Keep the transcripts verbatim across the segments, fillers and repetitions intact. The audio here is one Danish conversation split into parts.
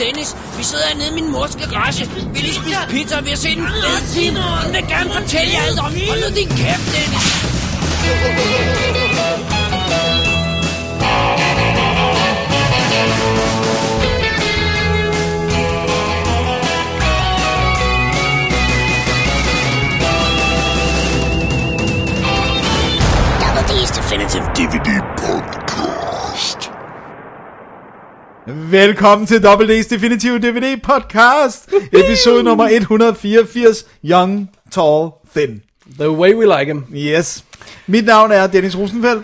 Dennis. Vi sidder hernede i min mors garage. Vi lige spise pizza, og vi har set en fed film. Hun vil gerne fortælle jer alt om. Hold nu din kæft, Dennis. D's Definitive D V D Podcast. Velkommen til Double D's Definitive D V D Podcast. Episode nummer et hundrede fireogfirs. Young, Tall, Thin. The way we like him. Yes. Mit navn er Dennis Rosenfeldt.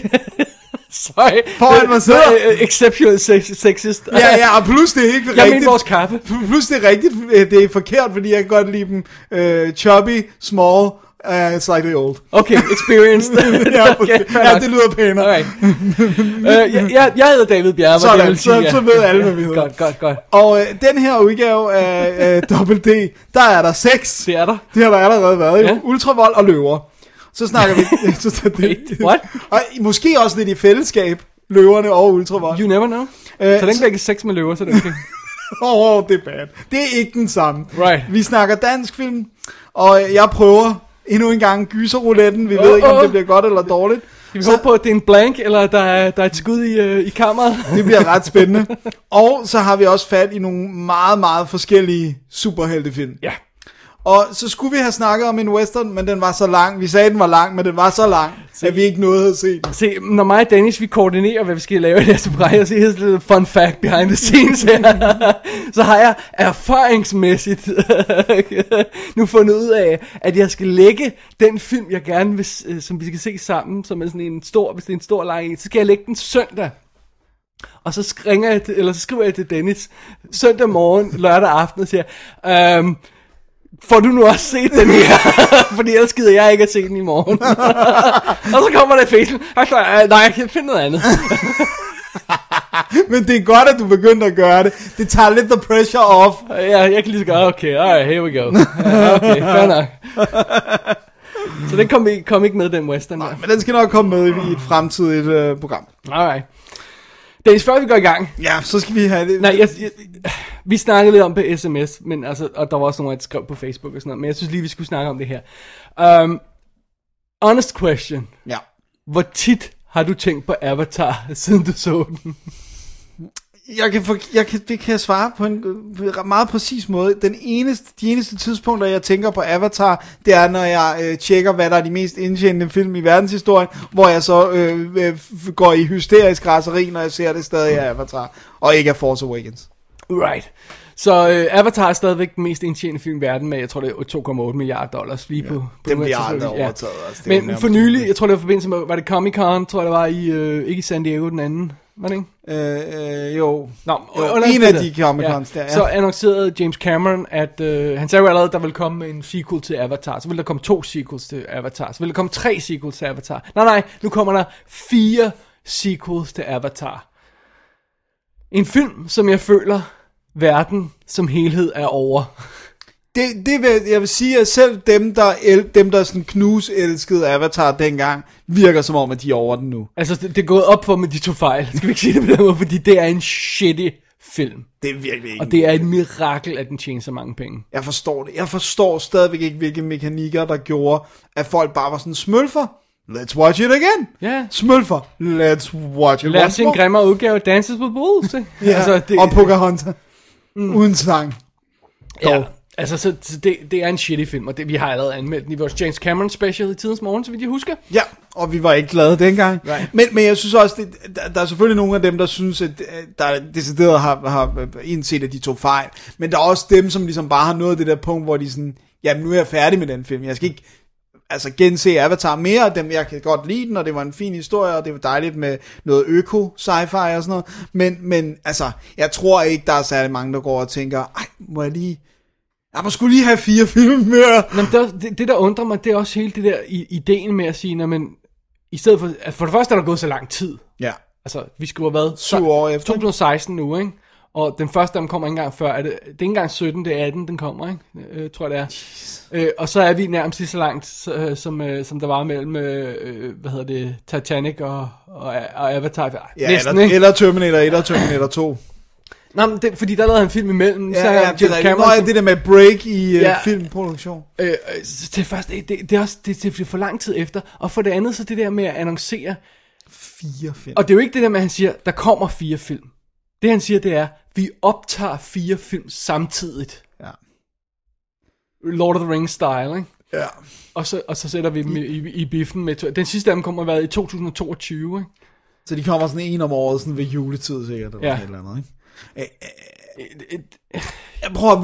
Sorry. Foran mig sidder uh, Exceptional sex- sexist. Ja, ja, og plus det er ikke jeg rigtigt. Jeg mener vores kaffe. Plus det er rigtigt. Det er forkert, fordi jeg kan godt lide dem uh, chubby, small, Uh, slightly old. Okay, experienced. ja, okay, ja, det lyder pænere. Okay. uh, jeg, jeg, jeg hedder David Bjerre. Sådan, det vil sige, så, ja. så ved alle, hvad vi hedder. Godt, godt, godt. Og uh, den her udgave af uh, Double D, der er der seks. Det er der. Det har der allerede været. Ja. Ultravold og løver. Så snakker vi... så det, What? Og måske også lidt i fællesskab. Løverne og ultravold. You never know. Uh, så længe der ikke er sex med løver, så er det okay. Åh, oh, det er bad. Det er ikke den samme. Right. Vi snakker dansk film, og jeg prøver endnu en gang gyserrouletten. Vi oh, ved ikke, om oh. det bliver godt eller dårligt. Vi håber på, at det er en blank, eller der er, der er et skud i, uh, i kammeret. Det bliver ret spændende. Og så har vi også fat i nogle meget, meget forskellige superheltefilm. Ja. Og så skulle vi have snakket om en western, men den var så lang. Vi sagde, den var lang, men den var så lang, se, at vi ikke nåede at se den. Se, når mig og Dennis, vi koordinerer, hvad vi skal lave i næste program, og så here's a little fun fact behind the scenes her. Så har jeg erfaringsmæssigt nu fundet ud af, at jeg skal lægge den film, jeg gerne vil, som vi skal se sammen, som er sådan en stor, hvis det er en stor lang en, så skal jeg lægge den søndag. Og så ringer jeg til, eller så skriver jeg til Dennis søndag morgen, lørdag aften og siger, øhm, får du nu også set den her? Fordi ellers gider jeg ikke at se den i morgen. Og så kommer der Facebook. Nej, jeg kan finde noget andet. Men det er godt, at du begyndte at gøre det. Det tager lidt the pressure off. Ja, jeg kan lige så godt. Okay, alright, here we go. Okay, fair nok. Så den kom, kom ikke med, den western. Nej, men den skal nok komme med i et fremtidigt uh, program. Alright. Dennis, før vi går i gang. Ja, så skal vi have det. Nej, jeg, jeg, vi snakkede lidt om på sms, men altså, og der var også nogen, der skrev på Facebook og sådan noget, men jeg synes lige, vi skulle snakke om det her. Um, honest question. Ja. Hvor tit har du tænkt på Avatar, siden du så den? Jeg kan, for, jeg kan, det kan jeg svare på en meget præcis måde. Den eneste, de eneste tidspunkter, jeg tænker på Avatar, det er, når jeg øh, tjekker, hvad der er de mest indtjenende film i verdenshistorien, hvor jeg så øh, øh, går i hysterisk raseri, når jeg ser det stadig af Avatar, og ikke af Force Awakens. Right. Så øh, Avatar er stadigvæk den mest indtjenende film i verden med, jeg tror det er to komma otte milliarder dollars lige på. Ja, på den bliver aldrig overtaget. Altså, men for nylig, jeg tror det var i forbindelse med, var det Comic-Con, tror jeg det var i, øh, ikke i San Diego, den anden, var det ikke? Øh, øh, jo. Nå, jo en af de Comic-Cons ja. der, ja. Så annoncerede James Cameron, at øh, han sagde jo allerede, at der ville komme en sequel til Avatar, så ville der komme to sequels til Avatar, så ville der komme tre sequels til Avatar. Nej, nej, nu kommer der fire sequels til Avatar. En film, som jeg føler, verden som helhed er over. Det, det vil, jeg vil sige, at selv dem, der, el, dem, der sådan knus elskede Avatar dengang, virker som om, at de er over den nu. Altså, det, det er gået op for med de to fejl. Skal vi ikke sige det på den måde? Fordi det er en shitty film. Det er virkelig ikke. Og det er et mirakel, at den tjener så mange penge. Jeg forstår det. Jeg forstår stadigvæk ikke, hvilke mekanikker, der gjorde, at folk bare var sådan smølfer. Let's watch it again. Ja. Yeah. Smølfer. Let's watch it. Lad os se en grimmere udgave af Dances with Wolves. Ja, altså, det, og Pocahontas. Mm. Uden sang. Ja. Dog. Altså, så, så det, det er en shitty film, og det, vi har allerede anmeldt den i vores James Cameron special i tidens morgen, så vidt jeg husker. Ja, og vi var ikke glade dengang. Right. Men, men jeg synes også, det, der, der er selvfølgelig nogle af dem, der synes, at der decideret har, har indset, at de tog fejl. Men der er også dem, som ligesom bare har nået det der punkt, hvor de sådan, jamen nu er jeg færdig med den film. Jeg skal ikke altså gense Avatar mere af dem. Jeg kan godt lide den, og det var en fin historie, og det var dejligt med noget øko-sci-fi og sådan noget. Men, men altså, jeg tror ikke, der er særlig mange, der går og tænker, ej, må jeg lige... Jeg må sgu lige have fire film mere. Men det, det, det der undrer mig, det er også hele det der i, ideen med at sige, når man, i stedet for, for det første er der gået så lang tid. Ja. Altså, vi skriver hvad? Syv år efter. to tusind og seksten nu, ikke? Og den første, den kommer ikke engang før. Er det, det er ikke engang sytten, det er atten, den kommer, ikke? Øh, tror jeg, det er. Øh, og så er vi nærmest lige så langt, øh, som, øh, som der var mellem, øh, hvad hedder det, Titanic og, og, og Avatar. Ja, Næsten, eller, ikke? eller Terminator et og Terminator to. Nej, men det, fordi der lavede han film imellem. Ja, så ja, James det er rigtigt. Nå, Cameron, ja, det der med break i uh, Ja. filmproduktion. Øh, øh, så det, er først, det, det, det er også det, det er for lang tid efter. Og for det andet, så det der med at annoncere. Fire film. Og det er jo ikke det der med, at han siger, der kommer fire film. Det han siger, det er, vi optager fire film samtidigt. Ja. Lord of the Rings style, ikke? Ja. Og så, og så sætter vi dem i, i, i biffen med... Den sidste af dem kommer været i to tusind og toogtyve, ikke? Så de kommer sådan en om året, sådan ved juletid sikkert, eller Ja. ja. et eller andet, ikke? Øh, øh, Jeg prøver...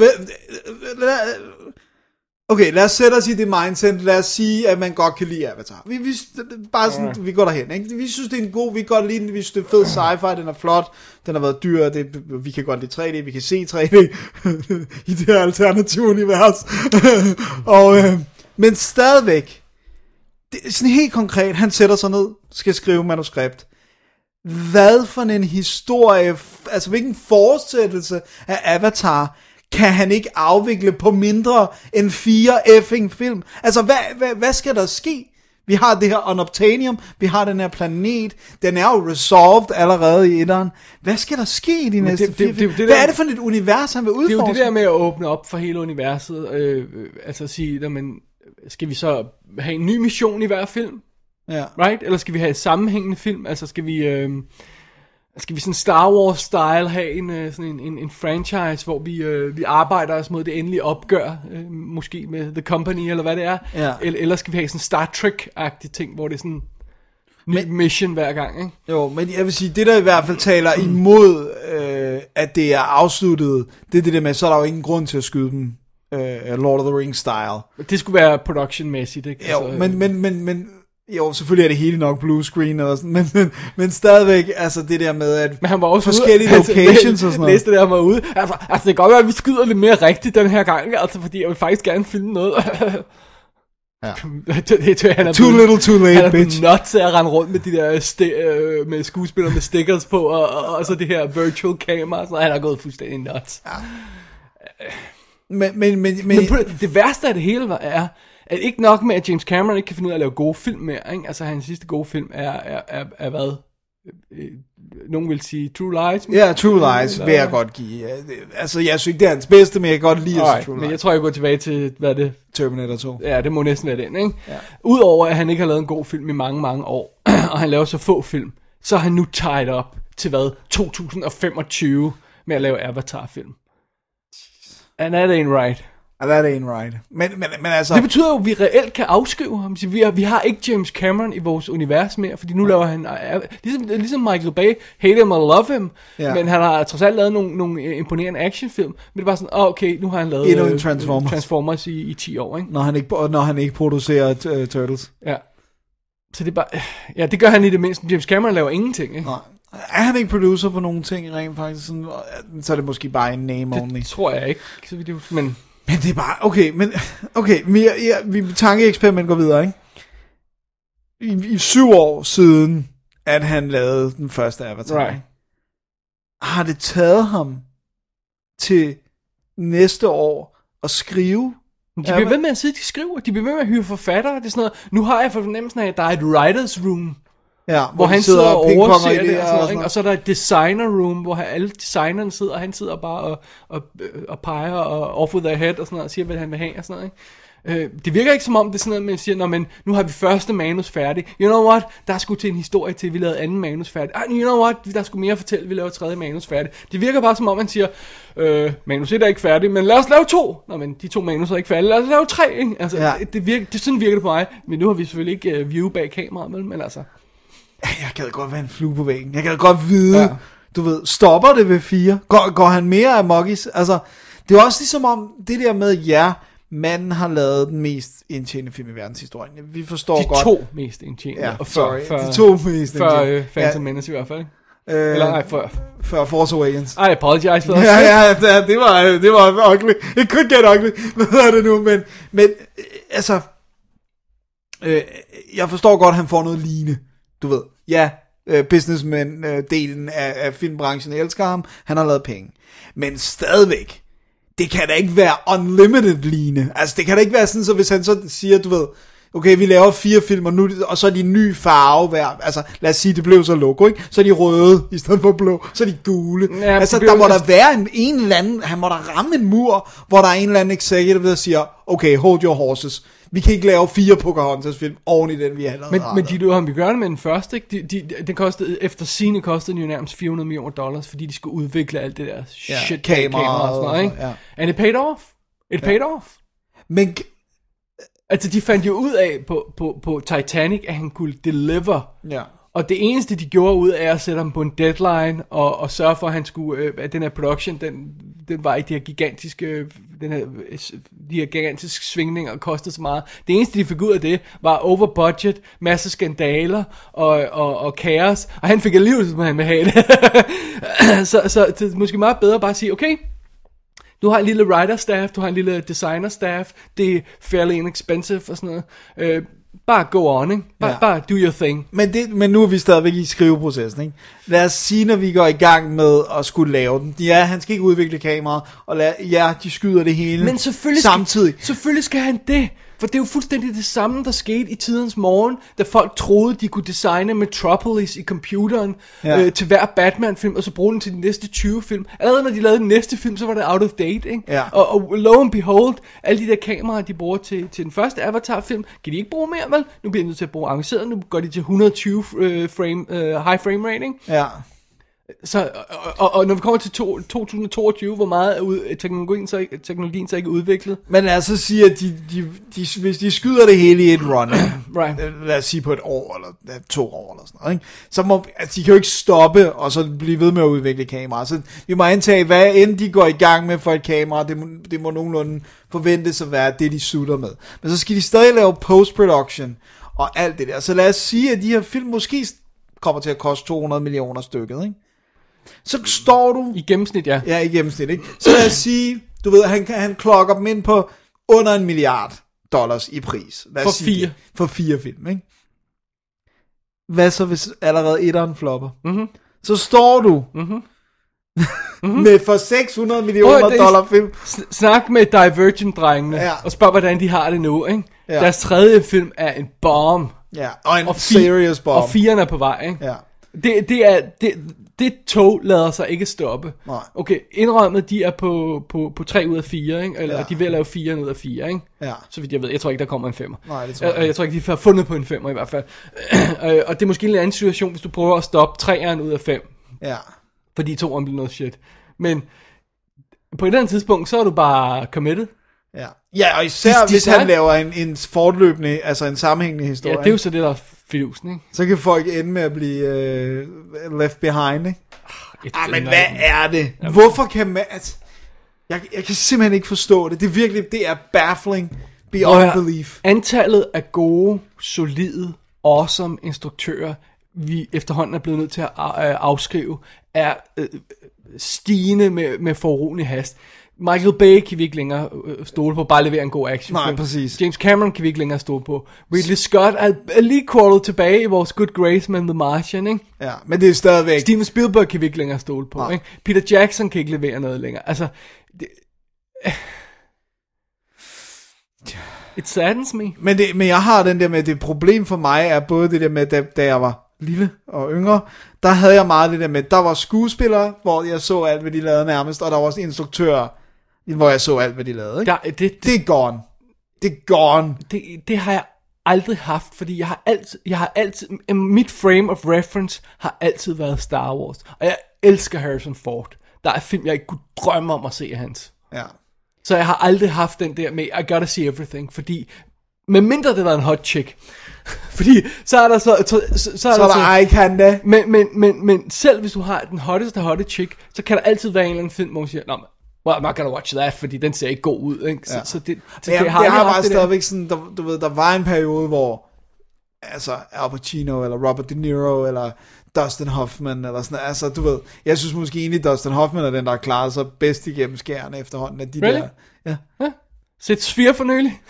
Okay, lad os sætte os i det mindset. Lad os sige, at man godt kan lide Avatar. Vi, vi, bare sådan, vi går derhen, ikke? Vi synes, det er en god, vi kan godt lide den, vi synes, det er fed sci-fi, den er flot, den har været dyr, det, vi kan godt lide tre D, vi kan se tre D i det her alternative univers. Og, øh, men stadigvæk, det er sådan helt konkret, han sætter sig ned, skal skrive manuskript. Hvad for en historie, altså hvilken fortsættelse af Avatar kan han ikke afvikle på mindre end fire effing film? Altså, hvad, hvad, hvad skal der ske? Vi har det her Unobtainium, vi har den her planet, den er jo resolved allerede i etteren. Hvad skal der ske i de næste det- fire det- film? det- det Hvad der- er det for et univers, han vil udforske? Det er jo det der med at åbne op for hele universet. Øh, øh, altså at sige, jamen, skal vi så have en ny mission i hver film? Ja. Right? Eller skal vi have et sammenhængende film? Altså skal vi... Øh, Skal vi sådan Star Wars style have en, øh, sådan en, en, en franchise, hvor vi, øh, vi arbejder os mod det endelige opgør, øh, måske med The Company, eller hvad det er? Ja. Eller, eller skal vi have sådan en Star Trek-agtig ting, hvor det er sådan ny Men- mission hver gang, ikke? Jo, men jeg vil sige, det der i hvert fald taler imod, øh, at det er afsluttet, det er det der med, så er der jo ingen grund til at skyde dem øh, Lord of the Rings style. Det skulle være production-mæssigt, ikke? Jo, Altså, men, men, men, men, jo, selvfølgelig er det hele nok blue screen og sådan, men, men, men stadigvæk, altså det der med, at Men han var også forskellige ude, locations altså, og sådan noget. Læste det, han var ude. Altså, altså, det kan godt være, at vi skyder lidt mere rigtigt den her gang, altså, fordi jeg vil faktisk gerne filme noget. Ja. det, det, det, han er Too blevet- little, too late, han er bitch. blevet nuts af at rende rundt med de der sti- øh, med skuespillere med stickers på, og, og, og så det her virtual camera, så han er gået fuldstændig nuts. Ja. Men, men, men, men, Men på, det værste af det hele var, er, at ikke nok med, at James Cameron ikke kan finde ud af at lave gode film mere, ikke? Altså hans sidste gode film er, er, er, er hvad? Øh, nogen vil sige True Lies. ja, True Lies vil jeg godt give. Ja, det, altså, jeg synes ikke, det er hans bedste, men jeg kan godt lide at se Alright, True men Lies. jeg tror, jeg går tilbage til, hvad er det? Terminator to. Ja, det må næsten være den, ikke? Ja. Udover at han ikke har lavet en god film i mange, mange år, og han laver så få film, så er han nu tied up til hvad? to tusind og femogtyve med at lave Avatar-film. And that ain't right. And that ain't right. Men, men, men altså... Det betyder jo, at vi reelt kan afskrive ham. Så vi har, vi har ikke James Cameron i vores univers mere, fordi nu laver han... Ligesom, ligesom Michael Bay, hate him or love him, Ja. men han har trods alt lavet nogle, nogle imponerende actionfilm. Men det er bare sådan, oh, okay, nu har han lavet Endnu en øh, Transformers. Transformers i, i ti år, ikke? Når han ikke, når han ikke producerer uh, Turtles. Ja. Så det er bare... Ja, det gør han i det mindste. James Cameron laver ingenting, ikke? Nej. Er han ikke producer på nogle ting rent faktisk? Sådan, så er det måske bare en name only. Det tror jeg ikke, så vidt jeg husker, men... Men det er bare, okay, men, okay, vi, ja, vi tankeeksperiment går videre, ikke? I, I syv år siden, at han lavede den første Avatar, Right. ikke? Har det taget ham til næste år at skrive? De bliver ved med at sidde, de skriver. De bliver ved med at hyre forfattere. Det er sådan noget. Nu har jeg fornemmelsen af, at der er et writers room, Ja, hvor de han sidder og pingponger overser idéer det, og, sådan noget, og ikke? Og så er der et designer room, hvor han, alle designerne sidder, og han sidder bare og, og, og peger og off with their head og sådan noget, og siger, hvad han vil have og sådan noget, ikke? Øh, det virker ikke som om, det er sådan noget, man siger, nå, men nu har vi første manus færdig. You know what? Der er sgu til en historie til, vi lavede anden manus færdig. Ah, you know what? Der er sgu mere at fortælle, vi laver tredje manus færdig. Det virker bare som om, man siger, øh, manus et er ikke færdig, men lad os lave to. Nå, men de to manus er ikke færdige, lad os lave tre, ikke? Altså, Ja. det, det, virker, det sådan virker det på mig. Men nu har vi selvfølgelig ikke uh, view bag kameraet, men, men altså... Jeg gad godt være en flue på væggen. Jeg gad godt vide, Ja. du ved, stopper det ved fire? Går, går han mere af Moggies? Altså, det er også ligesom om, det der med, ja, manden har lavet den mest indtjenende film i verdenshistorien. Vi forstår De godt. to mest indtjenende. Ja, og før, sorry. før, De to mest før indtjenende. øh, Phantom Ja. Menace i hvert fald. Øh, Eller nej, før. før Force Awakens. I apologize for that. Ja, ja, det, det var, det var ugly. It could get ugly. Hvad er det nu? Men, men øh, altså, øh, jeg forstår godt, at han får noget lignende. Du ved, ja, øh, businessman-delen af, af filmbranchen elsker ham. Han har lavet penge. Men stadigvæk, det kan da ikke være unlimited lignende. Altså, det kan da ikke være sådan, så hvis han så siger, du ved, okay, vi laver fire film, og, nu, og så er de en ny farve hver. Altså, lad os sige, det blev så logo, ikke? Så er de røde i stedet for blå, så er de gule. Ja, altså, der må der være en, en eller anden, han må der ramme en mur, hvor der er en eller anden executive, der siger, okay, hold your horses. Vi kan ikke lave fire Pocahontas-film oven i den, vi allerede men, har. Men de løber ham, vi gør det med den første, ikke? De, de, den kostede, efter sine kostede den jo nærmest fire hundrede millioner dollars, fordi de skulle udvikle alt det der ja, shit, kamera og sådan noget, ikke? Ja. And it paid off. It paid ja. off. Men... Altså, de fandt jo ud af på, på, på Titanic, at han kunne deliver. Ja. Og det eneste, de gjorde ud af at sætte ham på en deadline, og, og sørge for, at han skulle, øh, at den her production, den, den var i de her gigantiske, den her, de her gigantiske svingninger, og kostede så meget. Det eneste, de fik ud af det, var over budget, masse skandaler, og, og, og kaos, og han fik alligevel, som han ville have det. så, så det er måske meget bedre bare at sige, okay, du har en lille writer staff, du har en lille designer staff, det er fairly inexpensive og sådan noget. Øh, bare go on, ikke? Bare, ja. bare do your thing. Men, det, men nu er vi stadigvæk i skriveprocessen, ikke? Lad os sige, når vi går i gang med at skulle lave den. Ja, han skal ikke udvikle kameraet, og lad, ja, de skyder det hele men selvfølgelig samtidig. Skal, selvfølgelig skal han det. For det er jo fuldstændig det samme, der skete i tidens morgen, da folk troede, de kunne designe Metropolis i computeren ja. øh, til hver Batman-film, og så bruge den til de næste tyve film. Allerede når de lavede den næste film, så var det out of date, ikke? Ja. Og, og lo and behold, alle de der kameraer, de bruger til, til den første Avatar-film, kan de ikke bruge mere, vel? Nu bliver de nødt til at bruge avanceret, nu går de til et hundrede og tyve øh, frame, øh, high frame rating. Ja. Så, og, og, og når vi kommer til to, to tusind og toogtyve, hvor meget er ud, teknologien, så, teknologien så ikke udviklet? Men altså siger, at de, de, de, hvis de skyder det hele i et run, right. lad os sige på et år, eller to år, eller sådan noget, ikke? Så må, altså, de kan jo ikke stoppe, og så blive ved med at udvikle kameraer. Så vi må antage, hvad end de går i gang med for et kamera, det må, det må nogenlunde forventes at være det, de sutter med. Men så skal de stadig lave post-production, og alt det der. Så lad os sige, at de her film måske kommer til at koste to hundrede millioner stykket, ikke? Så står du... I gennemsnit, ja. Ja, i gennemsnit, ikke? Så lad os sige, du ved, han, han klokker dem ind på under en milliard dollars i pris. Lad os for sige fire. Det. For fire film, ikke? Hvad så, hvis allerede etteren flopper? Mm-hmm. Så står du mm-hmm. med for seks hundrede millioner oh, dollar film. Snak med Divergent-drengene, ja. Og spørg, hvordan de har det nu, ikke? Ja. Deres tredje film er en bomb. Ja, og en og fi- serious bomb. Og firen er på vej, ikke? Ja. Det, det er... Det, det tog lader sig ikke stoppe. Nej. Okay, indrømmet, de er på, på, på tre ud af fire, ikke? Eller ja. de vil lave fire ud af fire, ikke? Ja. Så vidt jeg ved. Jeg tror ikke, der kommer en femmer. Nej, det tror jeg jeg, jeg tror ikke, de har fundet på en femmer i hvert fald. Og det er måske en anden situation, hvis du prøver at stoppe treeren ud af fem. Ja. Fordi toeren bliver noget shit. Men på et eller andet tidspunkt, så er du bare committed. Ja, ja og især de, de hvis han laver en, en fortløbende, altså en sammenhængende historie. Ja, det er jo så det, der er fidusen, ikke? Så kan folk ende med at blive uh, left behind, ikke? Ah, men hvad er det? Jamen. Hvorfor kan man... Altså, jeg, jeg kan simpelthen ikke forstå det. Det er virkelig, det er baffling beyond ja, belief. Antallet af gode, solide, awesome instruktører, vi efterhånden er blevet nødt til at afskrive, er øh, stigende med, med foruroligende hast. Michael Bay kan vi ikke længere stole på, bare levere en god actionfilm. Nej, præcis. James Cameron kan vi ikke længere stole på. Ridley Scott er lige crawlet tilbage i vores good grace med The Martian, ikke? Ja, men det er stadigvæk... Steven Spielberg kan vi ikke længere stole på, ikke? Peter Jackson kan ikke levere noget længere. Altså... Det... It saddens me. Men, det, men jeg har den der med, det problem for mig er både det der med, da, da jeg var lille og yngre, der havde jeg meget det der med, der var skuespillere, hvor jeg så alt, hvad de lavede nærmest, og der var også instruktører, hvor jeg så alt, hvad de lavede, ikke? Der, det, det, det er gone. Det er gone. Det, det har jeg aldrig haft, fordi jeg har altid, jeg har altid, mit frame of reference har altid været Star Wars, og jeg elsker Harrison Ford. Der er film, jeg ikke kunne drømme om at se af hans. Ja. Så jeg har aldrig haft den der med, I gotta see everything, fordi, medmindre det var en hot chick, fordi så er der så, så, så, så er så der, der så, ej, kan det. Men, men, men, men selv hvis du har den hotteste hotte chick, så kan der altid være en eller anden film, hvor man siger, nå, well, I'm not gonna watch that, fordi den ser ikke god ud, ikke? Så, ja. så det, så det, det har, det har bare stadigvæk sådan, der, du ved, der var en periode, hvor, altså, Al Pacino, eller Robert De Niro, eller Dustin Hoffman, eller sådan, altså, du ved, jeg synes måske egentlig, Dustin Hoffman er den, der har klaret sig bedst igennem skærene efterhånden, af de really? der, ja. ja. Set Sphere for nylig?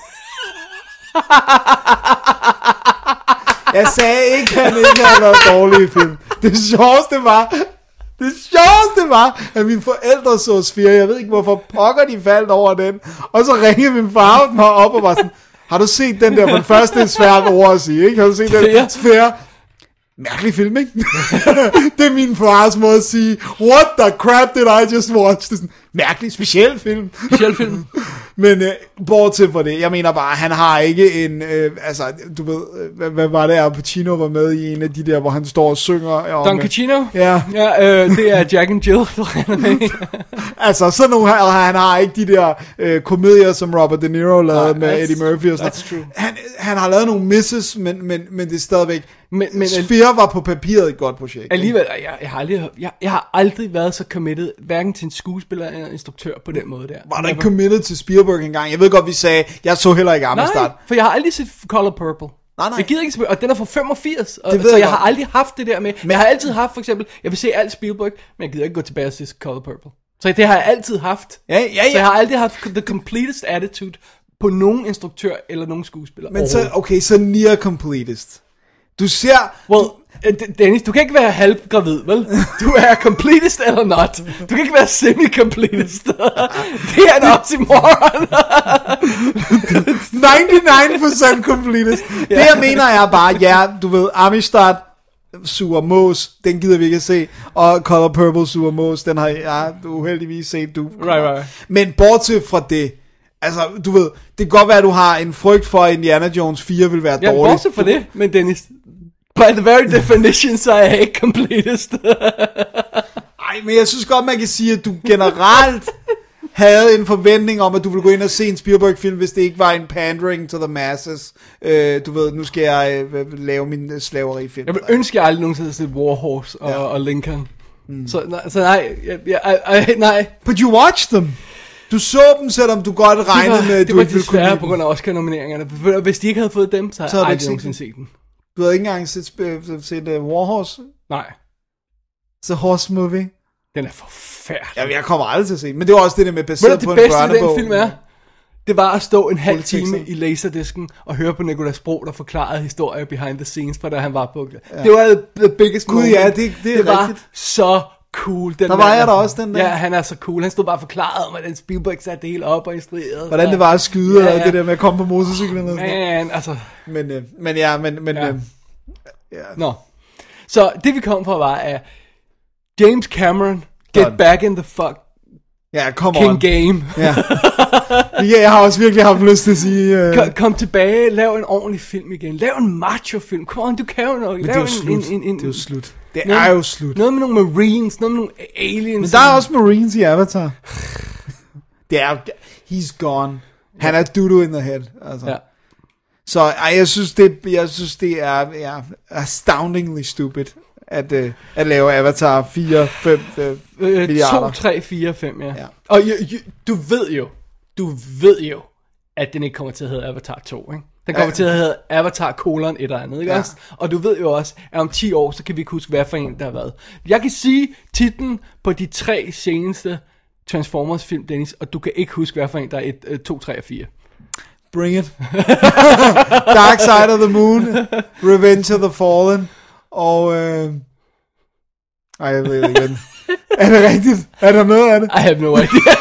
Jeg sagde ikke, at han ikke havde været dårlig i film. Det sjoveste var, det sjoveste var, at mine forældre så Sphere. Jeg ved ikke, hvorfor pokker de faldt over den. Og så ringede min far mig op og var sådan, Har du set den der, men først det er svært ord at sige, ikke? Har du set den? Sphere. Mærkelig film, ikke? Det er min fars måde at sige, what the crap did I just watch? Det er sådan, mærkelig, speciel film. Speciel film. Men øh, bortset fra det, jeg mener bare, han har ikke en, øh, altså, du ved, øh, hvad, hvad var det, Al Pacino var med i en af de der, hvor han står og synger. Don Pacino? Ja. Ja, øh, det er Jack and Jill, altså, sådan nogle her, han har ikke de der øh, komedier, som Robert De Niro lavede med Eddie Murphy og sådan noget. Han, han har lavet nogle misses, men, men, men det er stadigvæk, men, men, Sphere var på papiret et godt projekt. Alligevel, jeg, jeg, har aldrig, jeg, jeg har aldrig været så committed, hverken til en skuespiller eller en instruktør på den måde der. Var du ikke committed til Spielberg engang? Jeg ved godt, vi sagde, jeg så heller ikke Amistad. Nej, for jeg har aldrig set Color Purple. Nej, nej. Jeg gider ikke, og den er fra femogfirs, og, det så jeg, jeg har aldrig haft det der med, men jeg har altid haft for eksempel, jeg vil se alt Spielberg, men jeg gider ikke gå tilbage og se Color Purple. Så det har jeg altid haft. Ja, ja, ja. Så jeg har aldrig haft the completest attitude på nogen instruktør eller nogen skuespiller. Men så, okay, så near completest. Du ser... Well, Dennis, du kan ikke være halvgravid, vel? Du er completest eller not. Du kan ikke være semi-completest. Det er en oxymoron. ninety-nine percent completest. Det jeg mener er bare, ja, du ved, Amistad, Sur Mås, den gider vi ikke at se. Og Color Purple, Sur Mås, den har jeg uheldigvis set, du. Right, right. Men bortset fra det, altså, du ved, det kan godt være, at du har en frygt for, at Indiana Jones fire vil være ja, dårlig. Ja, bortset fra det, men Dennis, by the very definition, så er jeg ikke completest. Ej, men jeg synes godt, man kan sige, at du generelt havde en forventning om, at du ville gå ind og se en Spielberg-film, hvis det ikke var en pandering to the masses. Øh, du ved, nu skal jeg øh, lave min slaverifilm. Jeg vil ønske, at jeg aldrig nogensinde havde set War Horse og, ja. og Lincoln. Mm. Så, nej, så nej, jeg, jeg, jeg, nej. But you watched them. Du så dem, selvom du godt regnede med, at du ikke ville kunne lide dem. Det var desværre på grund af Oscar-nomineringerne. Hvis de ikke havde fået dem, så, så havde jeg aldrig nogensinde set dem. Du havde ikke engang set, set uh, War Horse? Nej. The Horse Movie? Den er forfærdelig. Ja, jeg kommer aldrig til at se. Men det var også det der med baseret det på en børnebog. Det bedste den film er, det var at stå en halv time i laserdisken og høre på Nicolas Bro, der forklarede historier behind the scenes, fra da han var på. Ja. Det var the biggest Gud, moment. ja, det, det er det rigtigt. var så cool. Den der var jeg der også, den der. Ja, han er så cool. Han stod bare og forklarede, hvordan Spielberg satte det hele op og instruerede. Hvordan det var at skyde, ja, ja. Og det der med at komme på motorcyklen. Og Man, altså. Men, øh, men ja, men... men ja. Øh, ja. Nå. Så det vi kom fra var, at James Cameron, get God. back in the fuck ja, come King on. game. Ja. Ja, jeg har også virkelig haft lyst til at sige... Uh... Kom, kom tilbage, lav en ordentlig film igen. Lav en macho-film. Come on, du kan jo noget. Men det er jo slut. En, en, en, det er jo slut. Det noget, er jo slut. Noget med nogle marines, noget med nogle aliens. Men der er også marines i Avatar. Det er... He's gone. Han er doo-doo in the head. Altså. Ja. Så ej, jeg synes, det, jeg synes, det er ja, astoundingly stupid. At, uh, at lave Avatar fire, fem uh, milliarder. to, tre, fire, fem, ja. ja. Og you, you, du ved jo, du ved jo, at den ikke kommer til at hedde Avatar to, ikke? Den kommer ja. til at hedde Avatar colon et eller andet, ikke ja. også? Og du ved jo også, at om ti år, så kan vi ikke huske, hvad for en der har været. Jeg kan sige titlen på de tre seneste Transformers film, Dennis, og du kan ikke huske, hvad for en der er et, to, tre og fire. Bring it. Dark Side of the Moon, Revenge of the Fallen, og... Øh... Ej, jeg ved ikke, hvad. Er det rigtigt? Er der noget af det? I have no idea.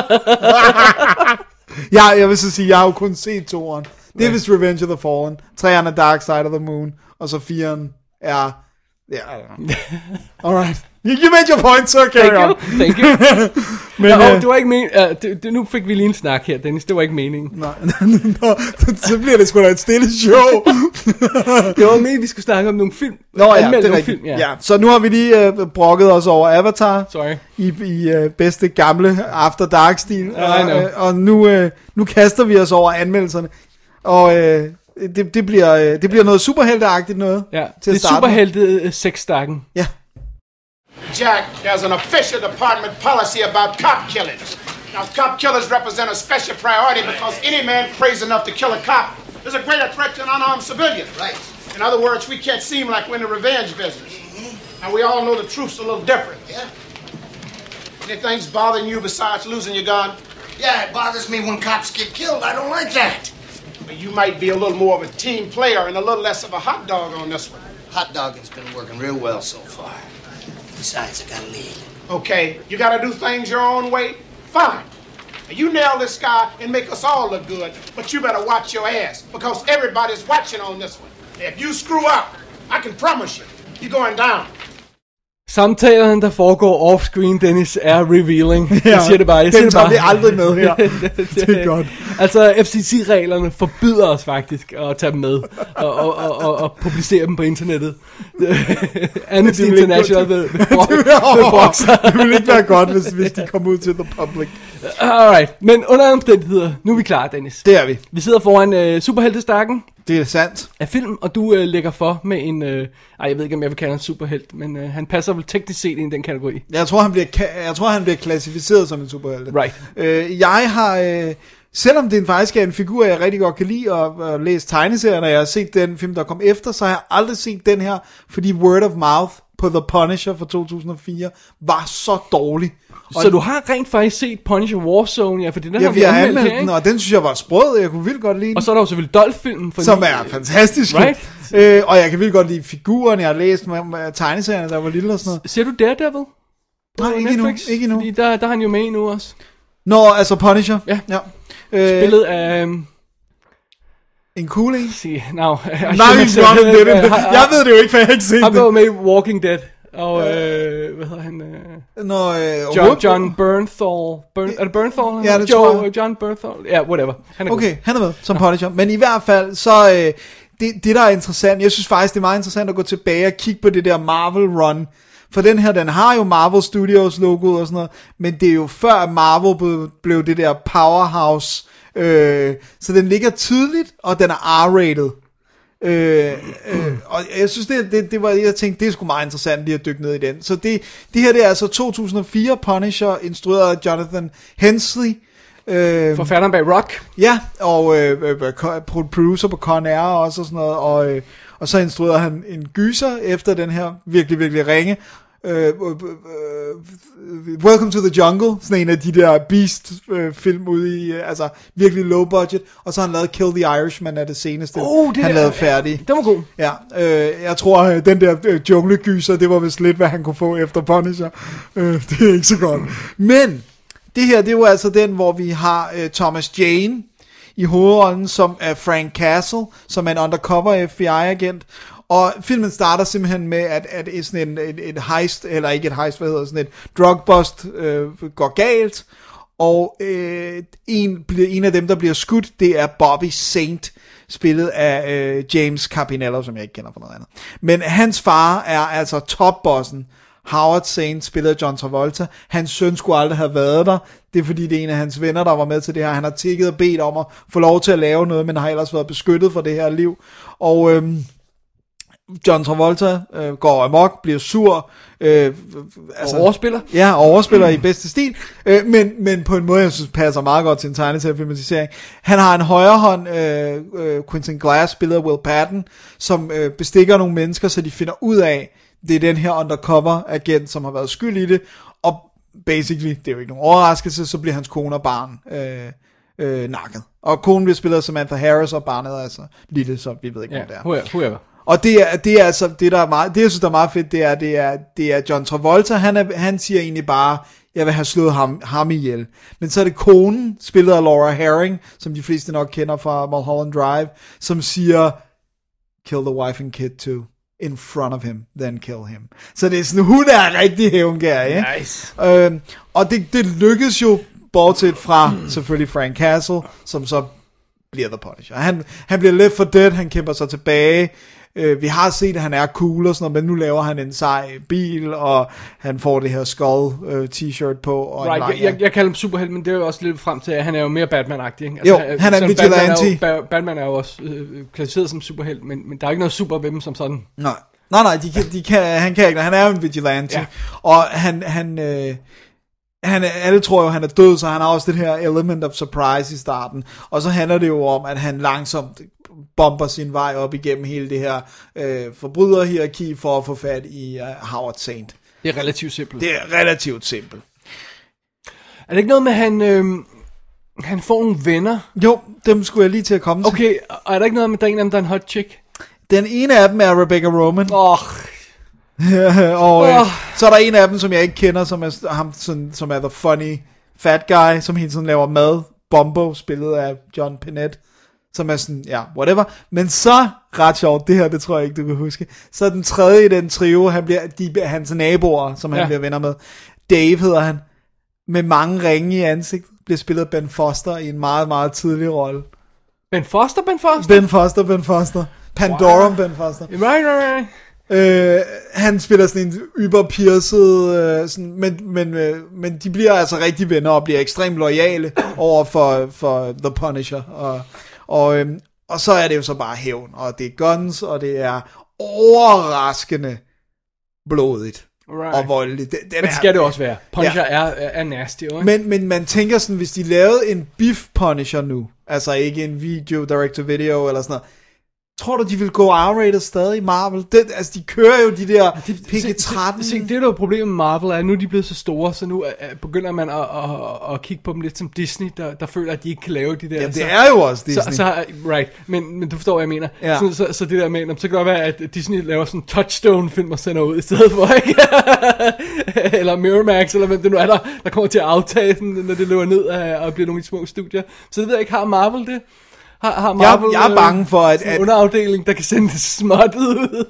Ja, jeg vil så sige, jeg har jo kun set toeren. Det er vist Revenge of the Fallen. Treeren er Dark Side of the Moon. Og så firen er... Ja, yeah, I don't know. Alright. You made your point, so carry Thank on. You. Thank you. Men, Nå, uh, det var ikke men, uh, det, det, nu fik vi lige en snak her, Dennis. Det var ikke meningen. Nej, Nå, så bliver det sgu da et stille show. Det var meningen, vi skulle snakke om nogle film. Nå ja, det er film, ja. ja. Så nu har vi lige uh, brokket os over Avatar. Sorry. I, i uh, bedste gamle After Dark-stil. Og, uh, og nu, uh, nu kaster vi os over anmeldelserne. Og... Uh, Det, det, bliver, det bliver noget superhelteagtigt noget. Ja, til det er superhelte sexstakken. Ja. Jack, there's an official department policy about cop killings. Now, cop killers represent a special priority because any man crazy enough to kill a cop is a greater threat to an unarmed civilian. Right. In other words, we can't seem like we're in the revenge business. Mm-hmm. And we all know the truth's a little different. Yeah. Anything's bothering you besides losing your gun? Yeah, it bothers me when cops get killed. I don't like that. You might be a little more of a team player and a little less of a hot dog on this one. Hot dogging's been working real well so far. Besides, I got a lead. Okay, you gotta do things your own way? Fine. And you nail this guy and make us all look good, but you better watch your ass, because everybody's watching on this one. If you screw up, I can promise you, you're going down. Samtalerne, der foregår off-screen, Dennis, er revealing. Ja, jeg siger det bare. Jeg den siger tager vi aldrig med her. Det er godt. Altså, F C C-reglerne forbyder os faktisk at tage dem med og, og, og, og, og publicere dem på internettet. Amnesty International vil brokse. Det ville ikke være godt, hvis, hvis de kom ud til the public. Alright, men under omstændigheder, nu er vi klar, Dennis. Det er vi. Vi sidder foran uh, superheltestakken. Det er sandt. Af film, og du øh, lægger for med en, øh, ej, jeg ved ikke om jeg vil kalde ham superhelt, men øh, han passer vel teknisk set ind i den kategori. Jeg tror han bliver, jeg tror han bliver klassificeret som en superhelt. Right. Øh, jeg har, øh, selvom det faktisk er en figur jeg rigtig godt kan lide og, og læse tegneserierne, og jeg har set den film der kom efter, så har jeg aldrig set den her, fordi Word of Mouth på The Punisher fra to tusind og fire var så dårlig. Og så du har rent faktisk set Punisher Warzone, ja, for den ja, har vi vi har anmeldt anmeldt her, den, og den synes jeg var sprød, jeg kunne vildt godt lide den. Og så er der jo selvfølgelig Dolph-filmen. Som er fantastisk. Right? Øh, og jeg kan vildt godt lide figuren, jeg har læst med, med tegneserierne, der var lille og sådan noget. Ser du Daredevil? Nej, ikke endnu, ikke endnu. Fordi der, der er han jo med nu også. Nå, altså Punisher. Ja. ja. Øh, Spillet af... Um, en cool en? See, no, Nej, det, det. Jeg ved det jo ikke, for jeg har ikke set det. Han var med i Walking Dead. Og, øh, hvad hedder han? Øh, Nå, øh, John, John Bernthal. Burn, er det Bernthal? Ja, det Joe, tror jeg. John Bernthal. Ja, yeah, whatever. Han er okay, god. han er med som Punisher. Men i hvert fald, så... Øh, det, det, der er interessant... Jeg synes faktisk, det er meget interessant at gå tilbage og kigge på det der Marvel run. For den her, den har jo Marvel Studios logoet og sådan noget. Men det er jo før Marvel blev, blev det der powerhouse. Øh, så den ligger tydeligt, og den er R-rated. Øh, øh, og jeg synes det, det, det var jeg tænkte det er sgu meget interessant lige at dykke ned i den. Så det, det her det er altså to tusind og fire Punisher, instrueret af Jonathan Hensleigh, øh, forfatteren bag Rock. Ja, og øh, øh, producer på Con Air også og sådan noget, og, øh, og så instruerede han en gyser efter den her virkelig virkelig ringe. Uh, uh, uh, Welcome to the Jungle, sådan en af de der Beast uh, film ude i, uh, altså virkelig low budget, og så har han lavet Kill the Irishman af det seneste, oh, det han der, lavede færdig. Det var god. Ja, uh, jeg tror uh, den der uh, junglegyser, det var vist lidt hvad han kunne få efter Punisher. Uh, det er ikke så godt. Men det her, det er jo altså den, hvor vi har uh, Thomas Jane i hovedrollen som er uh, Frank Castle, som er en undercover F B I-agent. Og filmen starter simpelthen med, at, at sådan en, et, et heist, eller ikke et heist, hvad hedder sådan et drugbust øh, går galt, og øh, en, bliver, en af dem, der bliver skudt, det er Bobby Saint, spillet af øh, James Carpinello, som jeg ikke kender for noget andet. Men hans far er altså topbossen, Howard Saint, spillet af John Travolta. Hans søn skulle aldrig have været der. Det er fordi, det er en af hans venner, der var med til det her. Han har tikket og bedt om at få lov til at lave noget, men har ellers været beskyttet for det her liv. Og... Øh, John Travolta øh, går amok, bliver sur, øh, altså, og overspiller. Ja, overspiller mm. i bedste stil, øh, men, men på en måde, jeg synes, passer meget godt til en tegneserie-filmatisering. Han har en højre hånd, øh, øh, Quentin Glass, spillet af Will Patton, som øh, bestikker nogle mennesker, så de finder ud af, det er den her undercover-agent, som har været skyld i det, og basically, det er jo ikke nogen overraskelse, så bliver hans kone og barn øh, øh, nakket. Og konen bliver spillet af Samantha Harris, og barnet er altså lille, så vi ved ikke, yeah, hvor det er. Whoever. Og det er, det er altså, det der er meget, det jeg synes der er meget fedt, det er, det er, det er John Travolta, han, er, han siger egentlig bare, jeg vil have slået ham, ham ihjel. Men så er det konen, spillet af Laura Herring, som de fleste nok kender fra Mulholland Drive, som siger, kill the wife and kid too, in front of him, then kill him. Så det er sådan, hun er rigtig hævngær, ikke? Nice. Øhm, og det, det lykkedes jo, bortset fra selvfølgelig Frank Castle, som så bliver The Punisher. Han, han bliver Left for Dead, han kæmper sig tilbage. Uh, vi har set, at han er cool og sådan noget, men nu laver han en sej bil, og han får det her Skull uh, t-shirt på. Og right, nej, jeg, jeg, jeg kalder ham superhelt, men det er jo også lidt frem til, at han er jo mere Batman-agtig. Ikke? Altså, jo, han er en vigilante. Batman er jo, Batman er jo også øh, klassificeret som superhelt, men, men der er ikke noget super ved dem som sådan. Nej, nej, nej de kan, de kan, han kan ikke, han er jo en vigilante, ja. Og han... han øh, Han, alle tror jo, han er død, så han har også det her element of surprise i starten. Og så handler det jo om, at han langsomt bomber sin vej op igennem hele det her øh, forbryderhierarki for at få fat i uh, Howard Saint. Det er relativt simpelt. Det er relativt simpelt. Er det ikke noget med, at han, øh, han får nogle venner? Jo, dem skulle jeg lige til at komme til. Okay, og er der ikke noget med, at der er en af dem, der er en hot chick? Den ene af dem er Rebecca Roman. Åh... Oh. og øh, oh. Så er der en af dem, som jeg ikke kender, som er ham, som, som er the funny fat guy, som hele tiden laver mad. Bombo, spillet af John Pinette, som er sådan, ja, whatever. Men så, ret sjovt, det her, det tror jeg ikke, du kan huske. Så den tredje i den trio, han bliver, de er hans naboer, som han ja. bliver venner med. Dave hedder han, med mange ringe i ansigtet, bliver spillet af Ben Foster i en meget, meget tidlig rolle. Ben Foster, Ben Foster? Ben Foster, Ben Foster. Pandorum, wow. Ben Foster. Right, right, right. Øh, han spiller sådan en yberpiercet, øh, sådan, men, men, øh, men de bliver altså rigtig venner og bliver ekstremt loyale over for, for The Punisher. Og, og, øh, og så er det jo så bare hævn, og det er guns, og det er overraskende blodigt. Right. Og voldeligt. Den, den men det skal er, det også være. Punisher ja. er, er nasty, ikke? Men, men man tænker sådan, hvis de lavede en beef Punisher nu, altså ikke en video, direct to video eller sådan noget, tror du, de vil gå R-rated stadig i Marvel? Det, altså, de kører jo de der P G tretten. Se, se, se, det der er problemet med Marvel, er, at nu er de blevet så store, så nu er, er, begynder man at, at, at kigge på dem lidt som Disney, der, der føler, at de ikke kan lave de der. Ja, det så, er jo også Disney. Så, så, right, men, men du forstår, hvad jeg mener. Ja. Så, så, så det der med, så kan det godt være, at Disney laver sådan en Touchstone-film og sender ud i stedet for, ikke? Eller Miramax, eller hvem det nu er, der, der kommer til at aftage den, når det løber ned og bliver nogle små studier. Så det ved jeg ikke, har Marvel det? Har, har Marvel, jeg, jeg er bange for, at... at underafdeling, der kan sende det småt ud.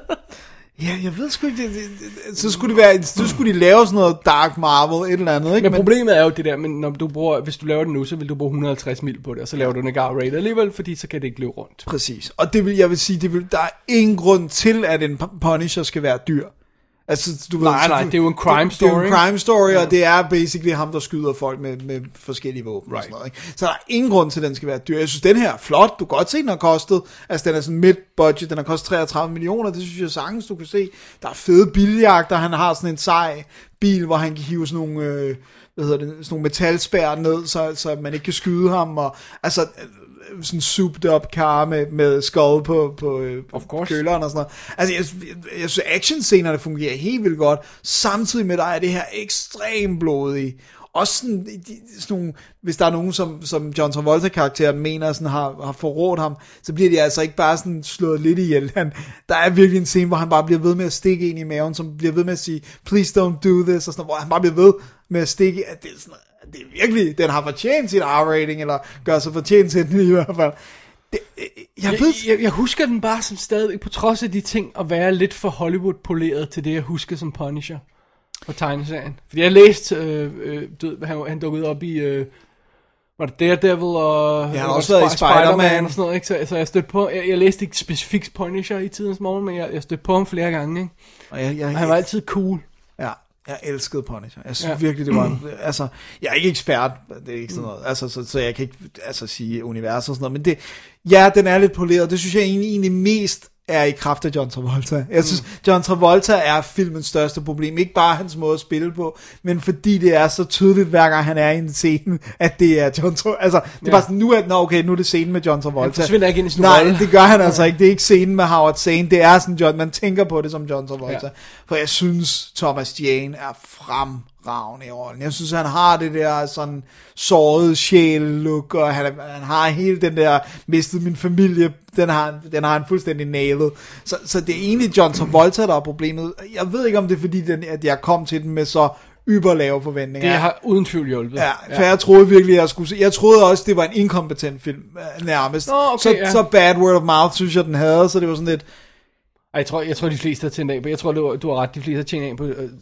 Ja, jeg ved sgu ikke, det, det, så skulle det være, så skulle de lave sådan noget Dark Marvel, et eller andet, ikke? Men, men problemet er jo det der, men når du bruger, hvis du laver det nu, så vil du bruge et hundrede og halvtreds mil på det, og så laver du en R-rated alligevel, fordi så kan det ikke løbe rundt. Præcis, og det vil, jeg vil sige, det vil, der er ingen grund til, at en Punisher skal være dyr. Altså, du ved, nej, nej, det er jo en crime story. Det er jo en crime story, ja. Og det er basically ham, der skyder folk med, med forskellige våben right. og sådan noget, ikke? Så der er ingen grund til, at den skal være dyr. Jeg synes, den her er flot. Du kan godt se, den har kostet, altså den er sådan mid-budget, den har kostet treogtredive millioner, det synes jeg sagtens, du kan se. Der er fede biljagter, han har sådan en sej bil, hvor han kan hive sådan nogle, øh, hvad hedder det, sådan nogle metalspær ned, så, så man ikke kan skyde ham, og altså... sådan souped up car med, med skål på, på, på køleren og sådan noget. Altså, jeg, jeg, jeg synes, actionscenerne fungerer helt vildt godt, samtidig med, der er det her ekstremt blodige. Også sådan, de, sådan nogle, hvis der er nogen, som, som John Travolta-karakteren mener, sådan har, har forrådt ham, så bliver de altså ikke bare sådan slået lidt ihjel. Han, der er virkelig en scene, hvor han bare bliver ved med at stikke ind i maven, som bliver ved med at sige, please don't do this, og sådan, hvor han bare bliver ved med at stikke, at det er sådan, det er virkelig, den har fortjent sin R-rating, eller gør sig fortjent til den i hvert fald. Det, jeg, jeg, ved... jeg, jeg husker den bare som stadig, på trods af de ting, at være lidt for Hollywood-poleret til det, jeg husker som Punisher på tegneserien. Fordi jeg læste, øh, øh, død, han, han dukkede op i, øh, var det Daredevil og... Ja, han har også været i Spider-Man. Og sådan noget, ikke? Så, så jeg stødte på, jeg, jeg læste ikke specifikt Punisher i tidens morgen, men jeg, jeg stødte på ham flere gange, ikke? Og, jeg, jeg, og han var altid cool. Ja. Jeg elskede Punisher. Jeg synes ja. virkelig, det var... Altså, jeg er ikke ekspert, det er ikke sådan noget, altså, så, så jeg kan ikke altså, sige univers og sådan noget, men det... Ja, den er lidt poleret, det synes jeg egentlig, egentlig mest er i kraft af John Travolta. Jeg synes, mm. John Travolta er filmens største problem. Ikke bare hans måde at spille på, men fordi det er så tydeligt, hver gang han er i en scene, at det er John Travolta. Altså, det er ja. bare sådan, nu er, nå, okay, nu er det scenen med John Travolta. Han forsvinder ikke ind i sådan Nej, rolle. Det gør han altså ikke. Det er ikke scenen med Howard Zahn. Det er sådan, John, man tænker på det som John Travolta. Ja. For jeg synes, Thomas Jane er fremragende i rollen. Jeg synes, han har det der sådan såret sjæl-look, og han, han har hele den der mistet min familie, den har, den har han fuldstændig nailet. Så, så det er egentlig John Travolta, der er problemet. Jeg ved ikke, om det er fordi, den, at jeg kom til den med så yberlave forventninger. Det har uden tvivl hjulpet. Ja, for ja. jeg troede virkelig, jeg skulle se. Jeg troede også, det var en inkompetent film, nærmest. Nå, okay, så, ja. så bad word of mouth, synes jeg, den havde, så det var sådan lidt... Ej, jeg tror, jeg tror de fleste har tændt af på. Jeg tror, du, du har ret, de fleste har tændt af på...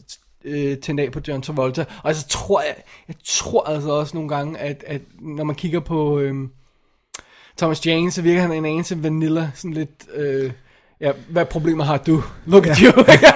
Øh, tændt af på John Travolta. Og så tror jeg, jeg tror altså også nogle gange, at, at når man kigger på øhm, Thomas Jane, så virker han en anelse vanilla, sådan lidt, øh, ja, hvad problemer har du? Look at you,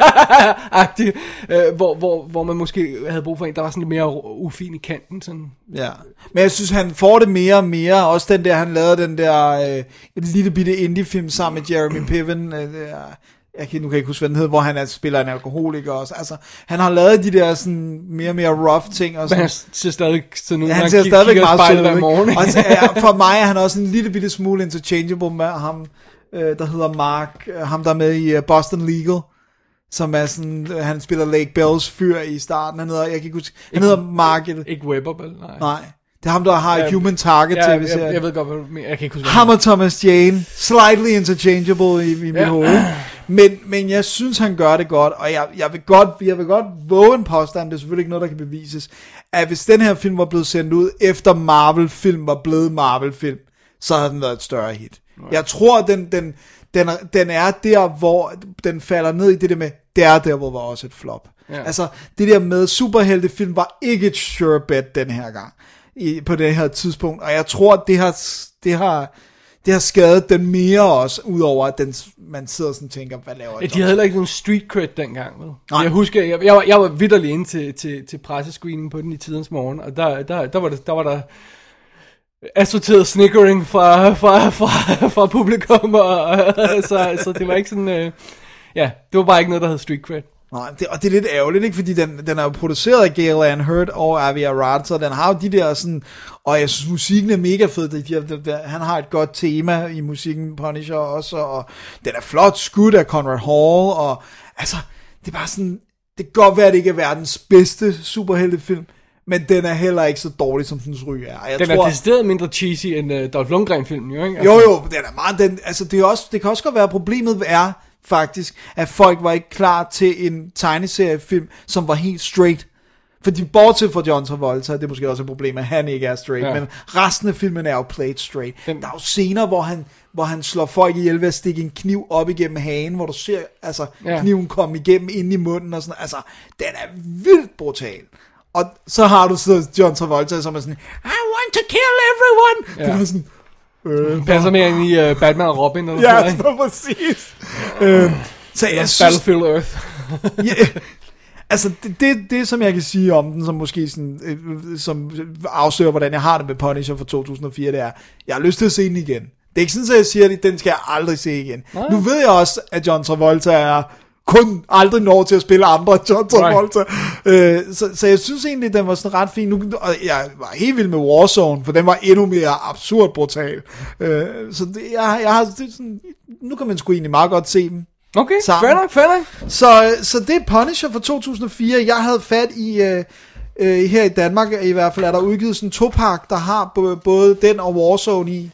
agtig, øh, hvor, hvor, hvor man måske havde brug for en, der var sådan lidt mere ufin i kanten, sådan. Ja, men jeg synes, han får det mere og mere, også den der, han lavede den der, øh, en lille bitte indie-film sammen med Jeremy Piven, øh, jeg kan, nu kan jeg ikke huske, hvad den hedder, hvor han er, spiller en alkoholiker også. Altså, han har lavet de der sådan mere og mere rough ting. Og sådan. Men han ser stadig sådan ud, han, han ser kigger, stadigvæk meget sød hver morgen. Og så, ja, for mig er han også en lille bitte smule interchangeable med ham, øh, der hedder Mark, øh, ham der er med i uh, Boston Legal, som er sådan, øh, han spiller Lake Bells fyr i starten. Han hedder, jeg kan ikke huske, han ikke, hedder Mark. Ikke Webber, vel? Nej. Nej. Det er ham, der har ja, Human Target ja, til, jeg, jeg ved godt, hvad du mener. Jeg kan ikke huske, ham og Thomas Jane, slightly interchangeable i, i mit ja. hoved. Men, men jeg synes, han gør det godt, og jeg, jeg, vil godt, jeg vil godt våge en påstand, det er selvfølgelig ikke noget, der kan bevises, at hvis den her film var blevet sendt ud, efter Marvel-film var blevet Marvel-film, så havde den været et større hit. Nej. Jeg tror, den, den, den, den er der, hvor den falder ned i det der med, det er der, hvor var også et flop. Ja. Altså, det der med superheltefilm var ikke et sure bet den her gang, i, på det her tidspunkt, og jeg tror, det har, det har, det har skadet den mere også, udover at den, man sidder sådan og tænker, hvad laver ja, de havde heller ikke nogen street cred dengang, vel? Nej. Jeg husker, jeg, jeg, var, jeg var vitterlig inde til, til, til pressescreening på den i tidens morgen, og der, der, der var det, der var der assorteret snickering fra, fra, fra, fra publikum, og, så, så det var ikke sådan, øh, ja, det var bare ikke noget, der hed street cred. Nej, det, og det er lidt ærgerligt, ikke? Fordi den, den er jo produceret af Gale Anne Hurd og Avi Arad, så den har jo de der sådan, og jeg synes musikken er mega fed, de, de, de, de, han har et godt tema i musikken, Punisher også, og den er flot skudt af Conrad Hall, og altså, det er bare sådan, det kan godt være, at det ikke er verdens bedste superheltefilm, men den er heller ikke så dårlig, som den ry er. Jeg den tror, er decideret mindre cheesy end uh, Dolph Lundgren-filmen, jo, ikke? Altså. Jo, jo, den er meget, den, altså det, er også, det kan også godt være, at problemet er, faktisk, at folk var ikke klar til en tegneseriefilm, som var helt straight. Fordi bortset fra John Travolta, det er måske også et problem, at han ikke er straight, ja. Men resten af filmen er jo played straight. Den... Der er jo scener, hvor han, hvor han slår folk ihjel ved at stikke en kniv op igennem hagen, hvor du ser altså, ja. Kniven komme igennem ind i munden og sådan. Altså, den er vildt brutal. Og så har du så John Travolta, som er sådan, I want to kill everyone! Ja. Det var sådan... Øh, passer mere ind i uh, Batman og Robin eller ja, så præcis. øh, så jeg synes, Battlefield Earth. ja, altså det, det, det som jeg kan sige om den, som måske sådan, øh, som afslører hvordan jeg har det med Punisher fra to tusind og fire, det er, jeg har lyst til at se den igen. Det er ikke sådan, at jeg siger, at den skal jeg aldrig se igen. Nej. Nu ved jeg også, at John Travolta er kun aldrig når til at spille andre John Travolta. Right. Øh, så, så jeg synes egentlig, den var sådan ret fin. Nu, og jeg var helt vild med Warzone, for den var endnu mere absurd brutal. Øh, så det, jeg, jeg har det sådan, nu kan man sgu egentlig meget godt se dem. Okay, fair nok, fair nok. Så, så det er Punisher fra to tusind og fire. Jeg havde fat i, øh, øh, her i Danmark i hvert fald, er der udgivet sådan en topak, der har b- både den og Warzone i.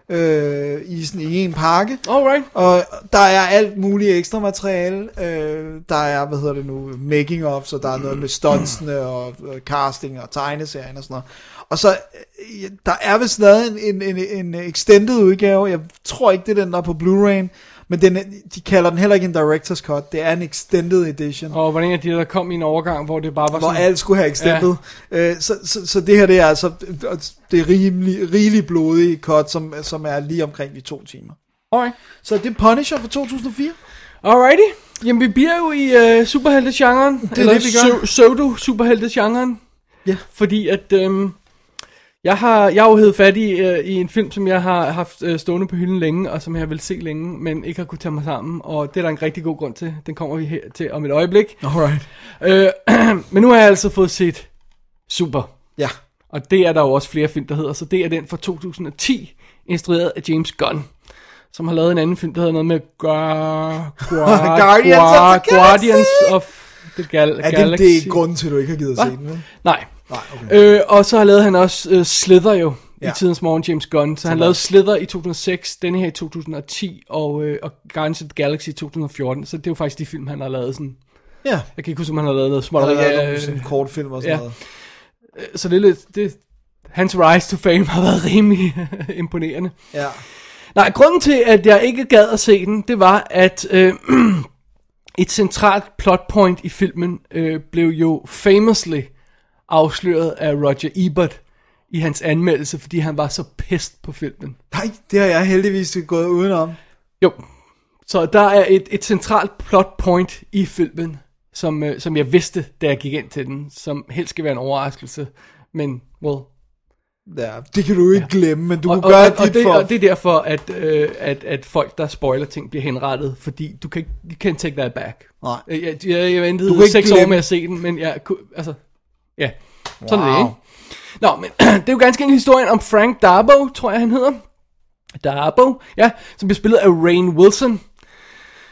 Øh, i sådan i en pakke. Alright. Og der er alt muligt ekstra materiale. Øh, der er, hvad hedder det nu, making of, så der er noget med stuntsene og øh, casting og tegneserien og sådan noget. Og så øh, der er vist lavet en, en, en, en extended udgave. Jeg tror ikke det er den der er på Blu-ray, men den, de kalder den heller ikke en director's cut. Det er en extended edition. Og hvordan er de der kom i en overgang, hvor det bare var hvor sådan... alt skulle have extended. Ja. Øh, så, så, så det her, det er altså det er rimelig, rigelig blodige cut, som, som er lige omkring de to timer. Alright. Så det er Punisher fra to tusind og fire. Alrighty. Jamen vi bliver jo i uh, superhelte-genren. Det er eller det, vi gør. Pseudo-superhelte-genren. Ja. Yeah. Fordi at... Um, Jeg har, jeg har jo heddet fat i, uh, i en film, som jeg har haft uh, stående på hylden længe, og som jeg vil se længe, men ikke har kunne tage mig sammen, og det er der en rigtig god grund til. Den kommer vi her til om et øjeblik. Alright. Uh, men nu har jeg altså fået set Super. Ja. Og det er der jo også flere film, der hedder, så det er den fra to tusind og ti, instrueret af James Gunn, som har lavet en anden film, der hedder noget med Gu- Gu- Guardians, Gu- of the Guardians of the Gal- er Galaxy. det, det er grunden til, at du ikke har givet at se den? Nej. Nej, okay. Øh, og så har lavet han også uh, Slither jo, ja. I tidens morgen, James Gunn. Så, så han lavede Slither i to tusind og seks, denne her i to tusind og ti, og, øh, og Guardians of the Galaxy i to tusind og fjorten. Så det er jo faktisk de film, han har lavet sådan... Ja. Jeg kan ikke huske, om han har lavet noget småt. Han har lavet nogle sådan kortfilm og sådan ja. Noget. Så det er lidt... Det, hans rise to fame har været rimelig imponerende. Ja. Nej, grunden til, at jeg ikke gad at se den, det var, at... Øh, et centralt plotpoint i filmen øh, blev jo famously afsløret af Roger Ebert i hans anmeldelse, fordi han var så pissed på filmen. Nej, det har jeg heldigvis gået udenom. Jo, så der er et, et centralt plotpoint i filmen, som, øh, som jeg vidste, da jeg gik ind til den, som helst skal være en overraskelse, men, well... Ja, det kan du jo ikke ja. glemme, men du og, kunne gøre og, og, dit det, for... og det er derfor, at, øh, at, at folk, der spoiler ting, bliver henrettet, fordi du kan ikke, you can't take that back. Nej. Jeg, jeg, jeg, jeg ventede seks glemme... år med at se den, men jeg kunne, altså, ja, wow. Sådan er det, ikke? Nå, men det er jo ganske enkelt historien om Frank Darbo, tror jeg han hedder. Darbo, ja, som bliver spillet af Rainn Wilson.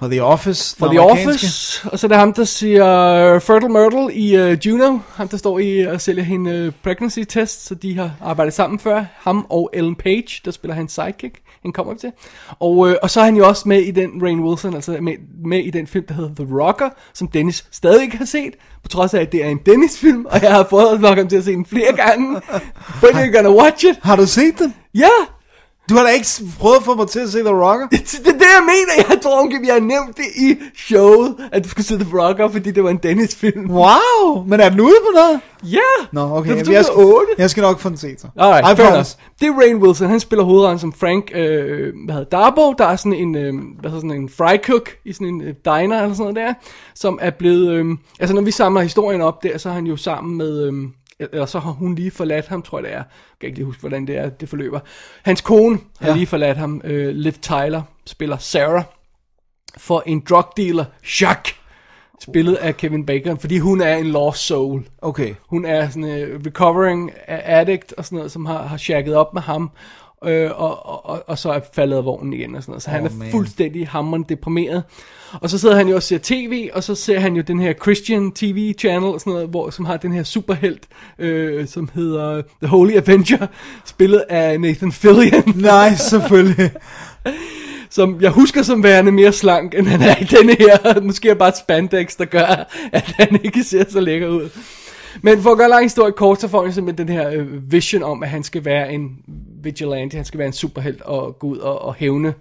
For The Office. For The Office. Og så er der ham, der siger Fertile Myrtle i uh, Juno. Ham, der står i og sælger hende uh, pregnancy test. Så de har arbejdet sammen før. Ham og Ellen Page, der spiller hans sidekick. En kommer vi til. Og, uh, og så er han jo også med i den, Rainn Wilson, altså med, med i den film, der hedder The Rocker, som Dennis stadig ikke har set. På trods af, at det er en Dennis-film, og jeg har prøvet at nok ham til at se den flere gange. But you're gonna watch it. Har du set den? Ja! Du har da ikke prøvet at få mig til at se The Rocker? Det, det er det, jeg mener. Jeg tror, jeg har nævnt det i showet, at du skulle se The Rocker, fordi det var en Dennis-film. Wow! Men er den ude på noget? Ja! Nå, okay. Det er jeg, skal, jeg skal nok få den set så. Alright, fair enough. Det er Rainn Wilson. Han spiller hovedrollen som Frank øh, hvad hedder Darbo. Der er sådan en, øh, hvad hedder sådan en fry cook i sådan en øh, diner eller sådan noget der, som er blevet... Øh, altså, når vi samler historien op der, så er han jo sammen med... Øh, eller så har hun lige forladt ham, tror jeg det er. Jeg kan ikke lige huske, hvordan det er, det forløber. Hans kone har ja. lige forladt ham. Uh, Liv Tyler spiller Sarah for en drug dealer, Jacques, spillet af Kevin Bacon, fordi hun er en lost soul. Okay. Hun er sådan en uh, recovering addict og sådan noget, som har, har shacket op med ham, øh, og, og, og, og så er faldet af vognen igen og sådan noget. Så oh, han er man. fuldstændig hammerende deprimeret. Og så sidder han jo og ser tv, og så ser han jo den her Christian T V channel, og sådan noget, hvor, som har den her superhelt, øh, som hedder The Holy Avenger, spillet af Nathan Fillion. Nej, selvfølgelig. Som jeg husker som værende mere slank, end han er i denne her. Måske er bare et spandex, der gør, at han ikke ser så lækker ud. Men for at gøre lang historie kort, så får han simpelthen den her øh, vision om, at han skal være en vigilante, han skal være en superhelt og gå ud og, og hævne...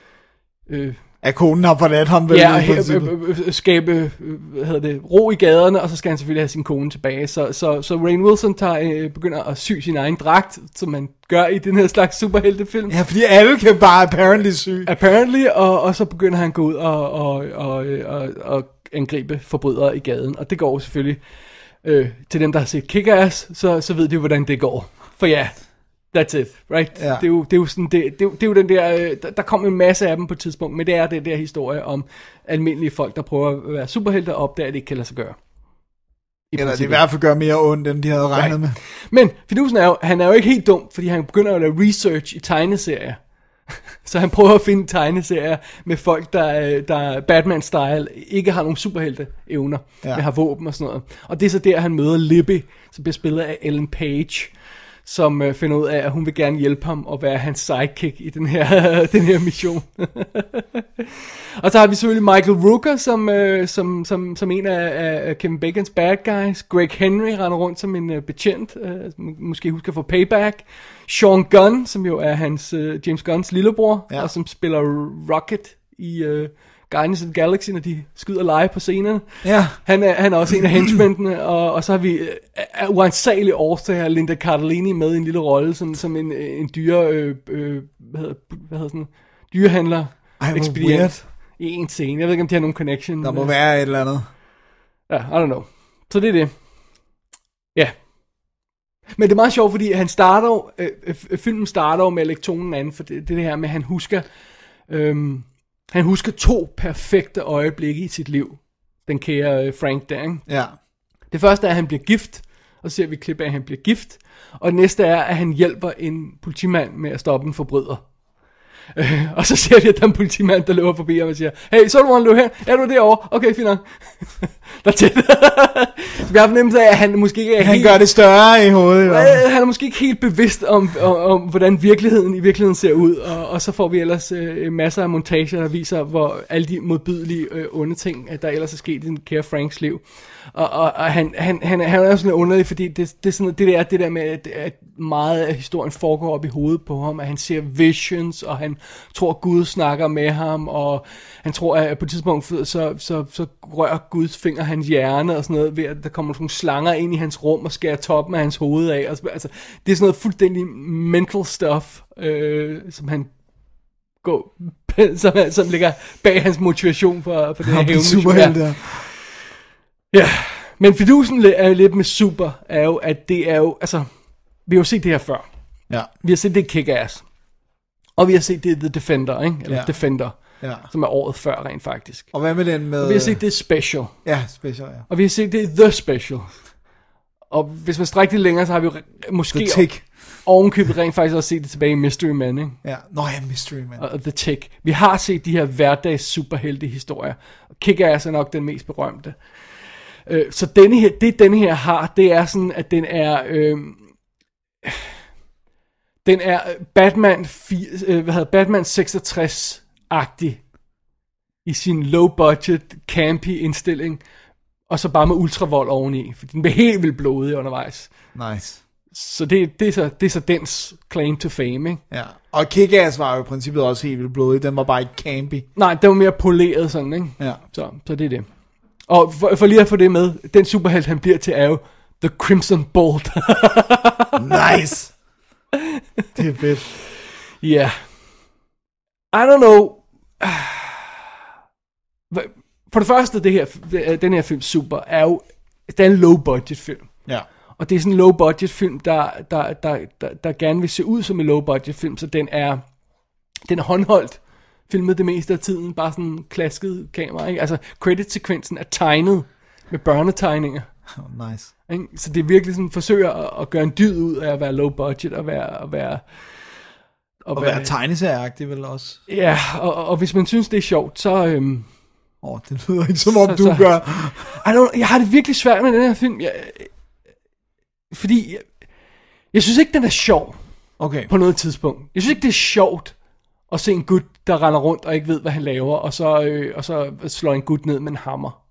Øh, at konen har forladt ham vel? Ja, og øh, øh, skabe øh, hvad hedder det, ro i gaderne, og så skal han selvfølgelig have sin kone tilbage. Så, så, så Rainn Wilson tager, øh, begynder at sy sin egen dragt, som man gør i den her slags superheltefilm. Ja, fordi alle kan bare apparently sy. Apparently, og, og så begynder han at gå ud og, og, og, og, og angribe forbrydere i gaden. Og det går selvfølgelig øh, til dem, der har set Kick-Ass, så, så ved de jo, hvordan det går. For ja... That's it, right? Ja. Det, er jo, det er jo sådan, det, det, er jo, det er jo den der, øh, der, der kom en masse af dem på et tidspunkt, men det er den der historie om almindelige folk, der prøver at være superhelte og opdager, at det ikke kan lade sig gøre. I Eller det i hvert fald gør mere ondt, end de havde regnet right. med. Men fidusen er jo, han er jo ikke helt dum, fordi han begynder at lave research i tegneserier. Så han prøver at finde tegneserier med folk, der, der Batman-style ikke har nogen superhelte evner, ja. men har våben og sådan noget. Og det er så der, han møder Libby, som bliver spillet af Ellen Page, som øh, finder ud af, at hun vil gerne hjælpe ham og være hans sidekick i den her, den her mission. Og så har vi selvfølgelig Michael Rooker, som, øh, som, som, som en af, af Kevin Bacons bad guys. Greg Henry render rundt som en øh, betjent, øh, måske husker for Payback. Sean Gunn, som jo er hans øh, James Gunns lillebror, ja. og som spiller Rocket i... Øh, Guardians of the Galaxy, når de skyder live på scenerne. Ja. Han er, han er også en af henchmændene, og, og så har vi af uh, uansagelige årsager Linda Cardellini med i en lille rolle, som, som en, en dyre, øh, øh, hvad hedder, hvad hedder sådan, dyrehandler, ekspedient i en scene. Jeg ved ikke, om de har nogen connection. Der må være et eller andet. Ja, I don't know. Så det er det. Ja. Men det er meget sjovt, fordi han starter, øh, filmen starter med at lægge tonen an, for det, det, det her med, at han husker... Øh, Han husker to perfekte øjeblikke i sit liv. Den kære Frank der, ikke? Ja. Det første er, at han bliver gift. Og så ser vi et klip af, at han bliver gift. Og det næste er, at han hjælper en politimand med at stoppe en forbryder. Øh, og så ser vi, at der er en politimand, der løber forbi ham og siger, hey, så er du hvor han løber hen? Er du derovre? Okay, fint nok. Der er tæt. Så vi har fornemmelse af, at han måske ikke er han helt... gør det større i hovedet. Øh, han er måske ikke helt bevidst om, om, om hvordan virkeligheden i virkeligheden ser ud. Og, og så får vi ellers øh, masser af montager, der viser, hvor alle de modbydelige øh, onde ting, der ellers er sket i den kære Franks liv. Og, og, og han, han, han, han er jo sådan underlig, fordi det, det, er sådan, det, der, det der med, at, at meget af historien foregår op i hovedet på ham, at han ser visions, og han tror, at Gud snakker med ham, og han tror, at på et tidspunkt, så, så, så rører Guds finger hans hjerne, og sådan noget, ved at der kommer nogle slanger ind i hans rum, og skærer toppen af hans hoved af. Og så, altså, det er sådan noget fuldstændig mental stuff, øh, som han går, som, som ligger bag hans motivation for, for det her hævnmission. Ja, men fidusen er lidt med super, er jo, at det er jo, altså, vi har jo set det her før. Ja. Vi har set det Kick-Ass. Og vi har set det The Defender, ikke? Eller ja. Defender, ja. Som er året før rent faktisk. Og hvad med den med... Og vi har set det Special. Ja, Special, ja. Og vi har set det The Special. Og hvis man strækker det længere, så har vi jo måske... The Tick. ovenkøbet rent faktisk også set det tilbage i Mystery Man, ikke? Ja, nå ja, Mystery Man. Og The Tick. Vi har set de her hverdags superhelte historier. Kick-Ass er nok den mest berømte. Øh, så denne her, det denne her har, det er sådan, at den er... Øh, den er Batman, øh, hvad hedder Batman seksogtres-agtig i sin low-budget, campy indstilling, og så bare med ultravold oveni, for den bliver helt vildt blodig undervejs. Nice. Så det, det, er så, det er så dens claim to fame, ikke? Ja, og Kick-Ass var jo i princippet også helt vildt blodig, den var bare ikke campy. Nej, den var mere poleret sådan, ikke? Ja. Så, så det er det. Og for, for lige at få det med, den superhelt han bliver til er jo The Crimson Bolt. Nice! Det er fedt. Ja. Yeah. I don't know. For det første, det her, den her film Super, er jo, det er en low budget film. Ja. Og det er sådan en low budget film, der, der, der, der, der gerne vil se ud som en low budget film, så den er, den er håndholdt, filmet det meste af tiden, bare sådan en klasket kamera, ikke? Altså credit-sekvensen er tegnet med børnetegninger. Oh, nice. Ikke? Så det er virkelig sådan, forsøger at, at gøre en dyd ud af at være low budget, og være... At være og, og være, være tegneserieagtig vel også. Ja, og, og, og hvis man synes, det er sjovt, så... Øhm, Åh, oh, det lyder ikke som om så, du så, gør. I don't, jeg har det virkelig svært med den her film. Jeg, fordi... Jeg, jeg synes ikke, den er sjov. Okay. På noget tidspunkt. Jeg synes ikke, det er sjovt at se en gut, der render rundt og ikke ved, hvad han laver, og så, øh, og så slår en gut ned med en hammer.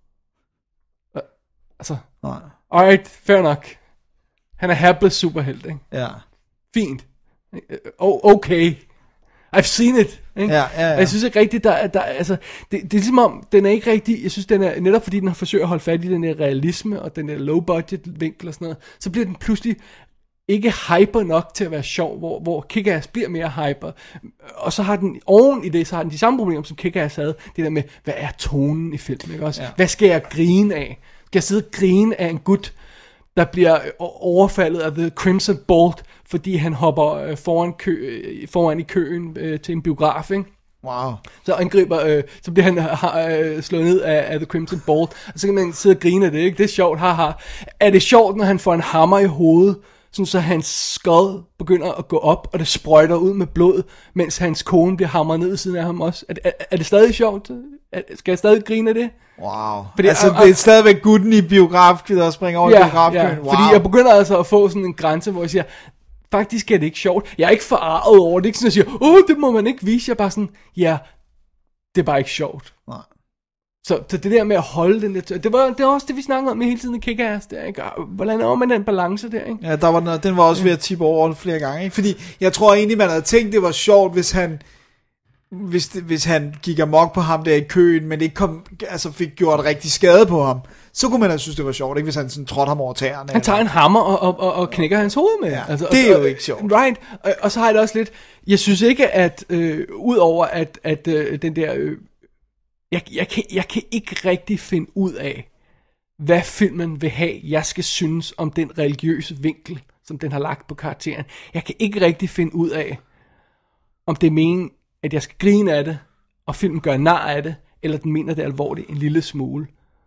Øh, altså... Nej. Alright, fair nok. Han er hapless superhelt, ikke? Ja. Fint. Oh, okay. I've seen it. Ikke? Ja, ja, ja. Jeg synes ikke rigtigt, der, der altså, det, det er ligesom om, den er ikke rigtig, jeg synes, den er, netop fordi den har forsøgt at holde fat i den der realisme, og den der low budget vinkel og sådan noget, så bliver den pludselig ikke hyper nok til at være sjov, hvor, hvor Kick-Ass bliver mere hyper. Og så har den, oven i det, så har den de samme problemer, som Kick-Ass havde, det der med, hvad er tonen i filmen, ikke også? Ja. Hvad skal jeg grine af? Skal jeg sidde og grine af en gut, der bliver overfaldet af The Crimson Bolt, fordi han hopper foran, kø, foran i køen øh, til en biograf, ikke? Wow. Så angriber, øh, så bliver han øh, slået ned af, af The Crimson Bolt, og så kan man sidde og grine af det, ikke? Det er sjovt, haha. Er det sjovt, når han får en hammer i hovedet, sådan så hans skod begynder at gå op, og det sprøjter ud med blod, mens hans kone bliver hamret ned ved siden af ham også? Er, er, er det stadig sjovt? Er, skal jeg stadig grine af det? Wow. Fordi, altså, og, det er stadigvæk gutten i biografkøen, der springer over ja, i biografkøen. Ja, wow. fordi jeg begynder altså at få sådan en grænse, hvor jeg siger, faktisk er det ikke sjovt. Jeg er ikke forarvet over det. Det er ikke sådan, at jeg siger, åh, det må man ikke vise. Jeg er bare sådan, ja, det er bare ikke sjovt. Nej. Så, så det der med at holde den der, det var, det var også det, vi snakkede om hele tiden i Kick-Ass der, ikke? Hvordan er man den balance der, ikke? Ja, der var, den var også ved at tippe over flere gange, ikke? Fordi jeg tror egentlig, man havde tænkt, det var sjovt, hvis han... Hvis, det, hvis han gik amok på ham der i køen, men ikke kom, altså fik gjort rigtig skade på ham, så kunne man have synes det var sjovt, ikke? Hvis han sådan trådte ham over tæerne. Han tager eller... en hammer og, og, og, og knækker hans hoved med. Ja, altså, det er og, jo ikke sjovt. Right, og, og så har jeg det også lidt, jeg synes ikke, at øh, udover at, at øh, den der, øh, jeg, jeg, kan, jeg kan ikke rigtig finde ud af, hvad filmen vil have, jeg skal synes om den religiøse vinkel, som den har lagt på karakteren. Jeg kan ikke rigtig finde ud af, om det er meningen, at jeg skal grine af det, og filmen gør nar af det, eller den mener det alvorligt en lille smule.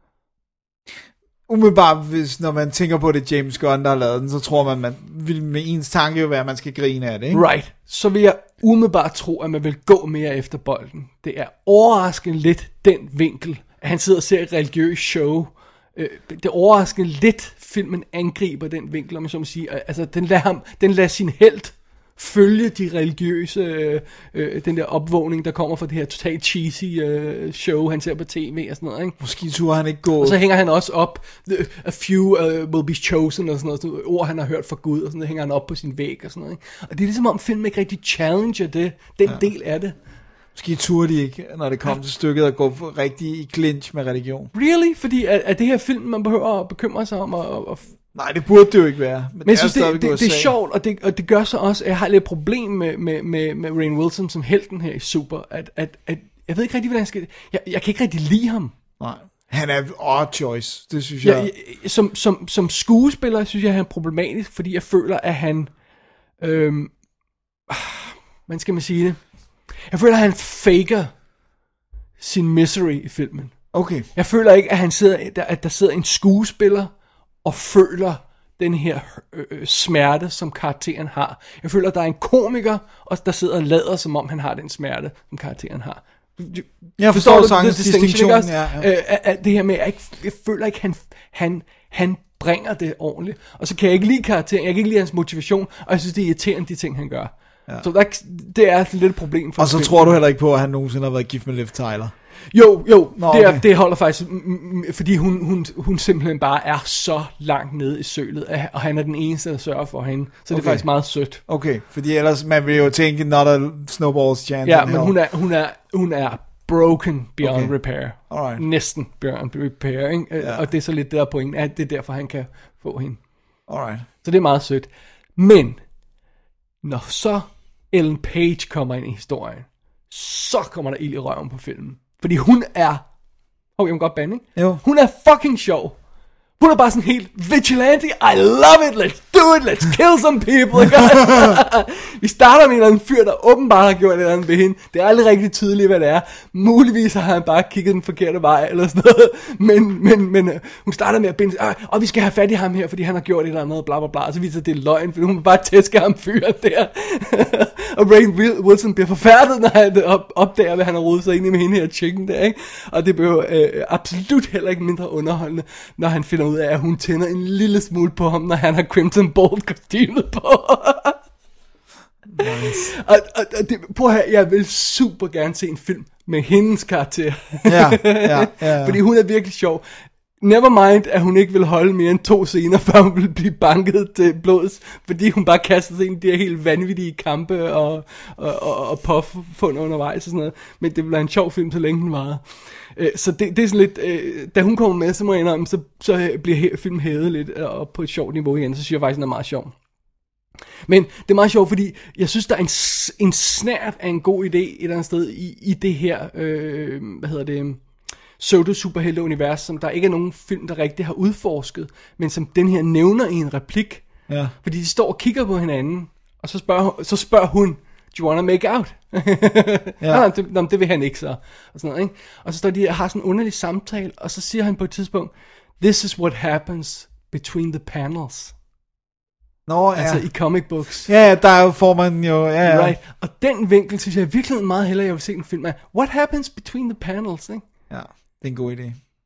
Umiddelbart, hvis, når man tænker på det James Gunn, der har lavet den, så tror man, man vil med ens tanke jo være, at man skal grine af det, ikke? Right. Så vil jeg umiddelbart tro, at man vil gå mere efter bolden. Det er overraskende lidt den vinkel, at han sidder og ser et religiøst show. Det er overraskende lidt, filmen angriber den vinkel, om jeg så må sige. Altså, den lader, ham, den lader sin helt følge de religiøse, øh, øh, den der opvågning, der kommer fra det her totalt cheesy øh, show, han ser på tv og sådan noget, ikke? Måske turde han ikke gå... Og så hænger han også op, a few uh, will be chosen, og sådan noget, sådan noget, ord han har hørt fra Gud, og sådan noget, hænger han op på sin væg og sådan noget, ikke? Og det er ligesom om filmen ikke rigtig challenger det, den ja. del af det. Måske turde de ikke, når det kom til stykket, at gå rigtig i clinch med religion. Really? Fordi er, er det her film, man behøver at bekymre sig om, og, og nej, det burde det jo ikke være. Men, men jeg synes, det, det, det, det er sjovt, og det, og det gør så også, at jeg har lidt problem med, med, med, med Rainn Wilson som helten her i Super, at, at, at jeg ved ikke rigtig, hvordan jeg skal... Jeg, jeg kan ikke rigtig lide ham. Nej, han er odd choice, det synes jeg. jeg, jeg som, som, som skuespiller, synes jeg, han er problematisk, fordi jeg føler, at han... Øhm, hvordan skal man sige det? Jeg føler, at han faker sin misery i filmen. Okay. Jeg føler ikke, at, han sidder, at der sidder en skuespiller og føler den her øh, smerte, som karakteren har. Jeg føler, at der er en komiker, og der sidder og lader, som om han har den smerte, som karakteren har. Jeg forstår, forstår sagtens distinktion, ja, ja. Øh, at det her med, jeg, ikke, jeg føler ikke, han, han, han bringer det ordentligt. Og så kan jeg ikke lide karakteren, jeg kan ikke lide hans motivation, og jeg synes, det er irriterende, de ting, han gør. Ja. Så der, det er lidt et problem for Og så film. Tror du heller ikke på, at han nogensinde har været gift med Liv Tyler? Jo, jo, Nå, det, er, okay. det holder faktisk, fordi hun, hun, hun simpelthen bare er så langt nede i sølet, og han er den eneste, der sørger for hende, så okay. Det er faktisk meget sødt. Okay, fordi ellers man vil jo tænke, not a snowball's chance. Ja, men hun er, hun, er, hun er broken beyond okay. repair. Alright. Næsten beyond repair, ikke? Ja. Og det er så lidt der pointen, at det er derfor, han kan få hende. Alright. Så det er meget sødt. Men, når så Ellen Page kommer ind i historien, så kommer der ild i røven på filmen. Fordi hun er... Åh, oh, jeg må godt bande, ikke? Jo. Hun er fucking sjov. Hun er bare sådan helt vigilante. I love it, let's do it, let's kill some people. Vi starter med en eller anden fyr, der åbenbart har gjort et eller andet ved hende. Det er aldrig rigtig tydeligt, hvad det er. Muligvis har han bare kigget den forkerte vej, eller sådan noget. Men, men, men hun starter med at binde, og vi skal have fat i ham her, fordi han har gjort et eller andet, bla bla bla. Og så viser det, det er løgn, fordi hun vil bare tæske ham fyren der. Og Ray Wilson bliver forfærdet, når han opdager, hvad han har rodet sig ind i med hende her chicken der, ikke? Og det bliver øh, absolut heller ikke mindre underholdende, når han finder ud af, at hun tænder en lille smule på ham, når han har Crimson Bolt-kostymet på. Nice. Og, og, og det, prøv at høre, jeg vil super gerne se en film med hendes karakter. Ja, ja, ja, ja. Fordi hun er virkelig sjov. Never mind, at hun ikke vil holde mere end to scener, før hun vil blive banket til blods, fordi hun bare kaster sig ind i de her helt vanvittige kampe og, og, og, og påfund undervejs og sådan noget. Men det bliver en sjov film, så længe den varede. Så det, det er sådan lidt, øh, da hun kommer med, så må jeg indrømme, så, så bliver filmen hævet lidt op på et sjovt niveau igen, så synes jeg faktisk, den er meget sjov. Men det er meget sjovt, fordi jeg synes, der er en, en snært af en god idé et eller andet sted i, i det her, øh, hvad hedder det, pseudo-superhelte-univers, som der ikke er nogen film, der rigtig har udforsket, men som den her nævner i en replik. Ja. Fordi de står og kigger på hinanden, og så spørger, så spørger hun, do you wanna make out? Ja. Nå, det, nå, det vil han ikke så. Og, sådan noget, ikke? Og så står de og har sådan en underlig samtale, og så siger han på et tidspunkt, this is what happens between the panels. Nå, ja. Altså i comic books. Ja, der får man jo, ja, ja. Right. Og den vinkel, synes jeg virkelig meget hellere, jeg vil se en film af. What happens between the panels, ikke? Ja, det er en god idé.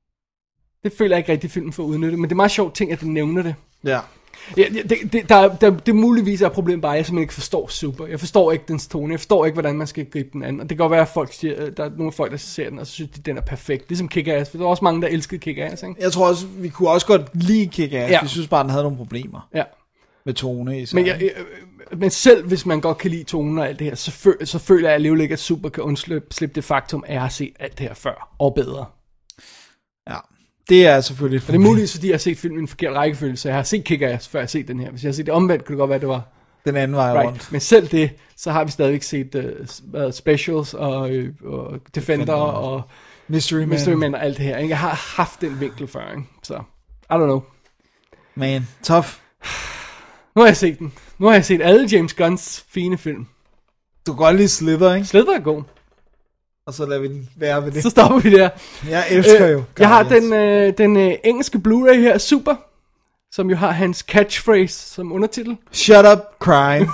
Det føler jeg ikke rigtig filmen for at udnytte, men det er meget sjovt ting, at den nævner det. Ja. Ja, det, det, der, der, det muligvis er et problem bare, at jeg simpelthen ikke forstår super. Jeg forstår ikke dens tone, jeg forstår ikke, hvordan man skal gribe den an. Og det kan godt være, at folk siger, der er nogle folk, der ser den, og så synes, at den er perfekt. Ligesom Kick-Ass, for der er også mange, der elskede Kick-Ass, ikke? Jeg tror også, vi kunne også godt lide Kick-Ass. Ja. Vi synes bare, den havde nogle problemer. Ja. Med tone i sig. Men, jeg, jeg, men selv hvis man godt kan lide tonen og alt det her, så, føl, så føler jeg alligevel ikke, at super kan undslippe det faktum, at jeg har set alt det her før, og bedre. Ja. Det er selvfølgelig... Og det er muligt, fordi jeg har set filmen i en forkert rækkefølge, så jeg har set Kick-Ass, før jeg har set den her. Hvis jeg har set det omvendt, kunne det godt være, det var... Den anden vej right. rundt. Men selv det, så har vi stadigvæk set uh, Specials og, uh, og Defender, Defender og Mystery Man. Mystery Man og alt det her. Ikke? Jeg har haft den vinkel før, ikke? Så I don't know. Man, tough. Nu har jeg set den. Nu har jeg set alle James Gunns fine film. Du kan godt lide Slither, ikke? Slither er god. Og så lader vi den være ved det. Så stopper vi der. Jeg elsker øh, jo. Jeg har den, øh, den øh, engelske Blu-ray her, Super, som jo har hans catchphrase som undertitel. Shut up, crying.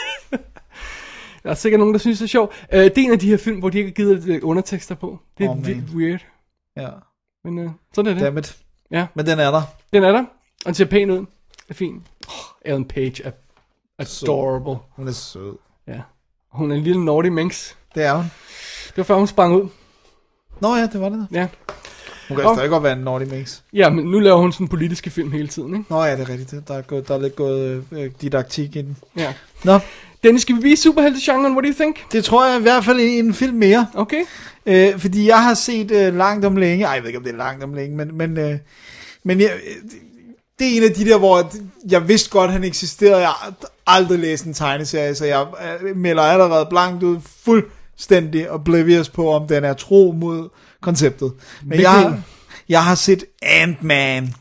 Der er sikkert nogen, der synes det er sjovt. Øh, det er en af de her film, hvor de ikke har givet lidt undertekster på. Det er oh, vildt weird. Ja. Men øh, sådan er det. Dammit. Ja. Men den er der. Den er der. Og den ser pæn ud. Det er fint. Oh, Ellen Page er adorable. Hun er sød. Ja. Hun er en lille naughty minx. Det er hun. Det var før hun sprang ud. Nå ja, det var det. Ja. Hun kan oh. stadig godt være en naughty minx. Ja, men nu laver hun sådan politiske film hele tiden, ikke? Nå ja, det er rigtigt. Der er, gået, der er lidt gået øh, didaktik i den. Ja. Nå. Dennis, skal vi blive superhelte-genren? What do you think? Det tror jeg i hvert fald i en film mere. Okay. Øh, fordi jeg har set øh, langt om længe. Ej, jeg ved ikke, om det er langt om længe, men... men, øh, men jeg, det er en af de der, hvor jeg vidste godt, han eksisterede. Jeg har aldrig læst en tegneserie, så jeg melder allerede blankt ud, fuldstændig oblivious på, om den er tro mod konceptet. Men jeg har, jeg har set Ant-Man,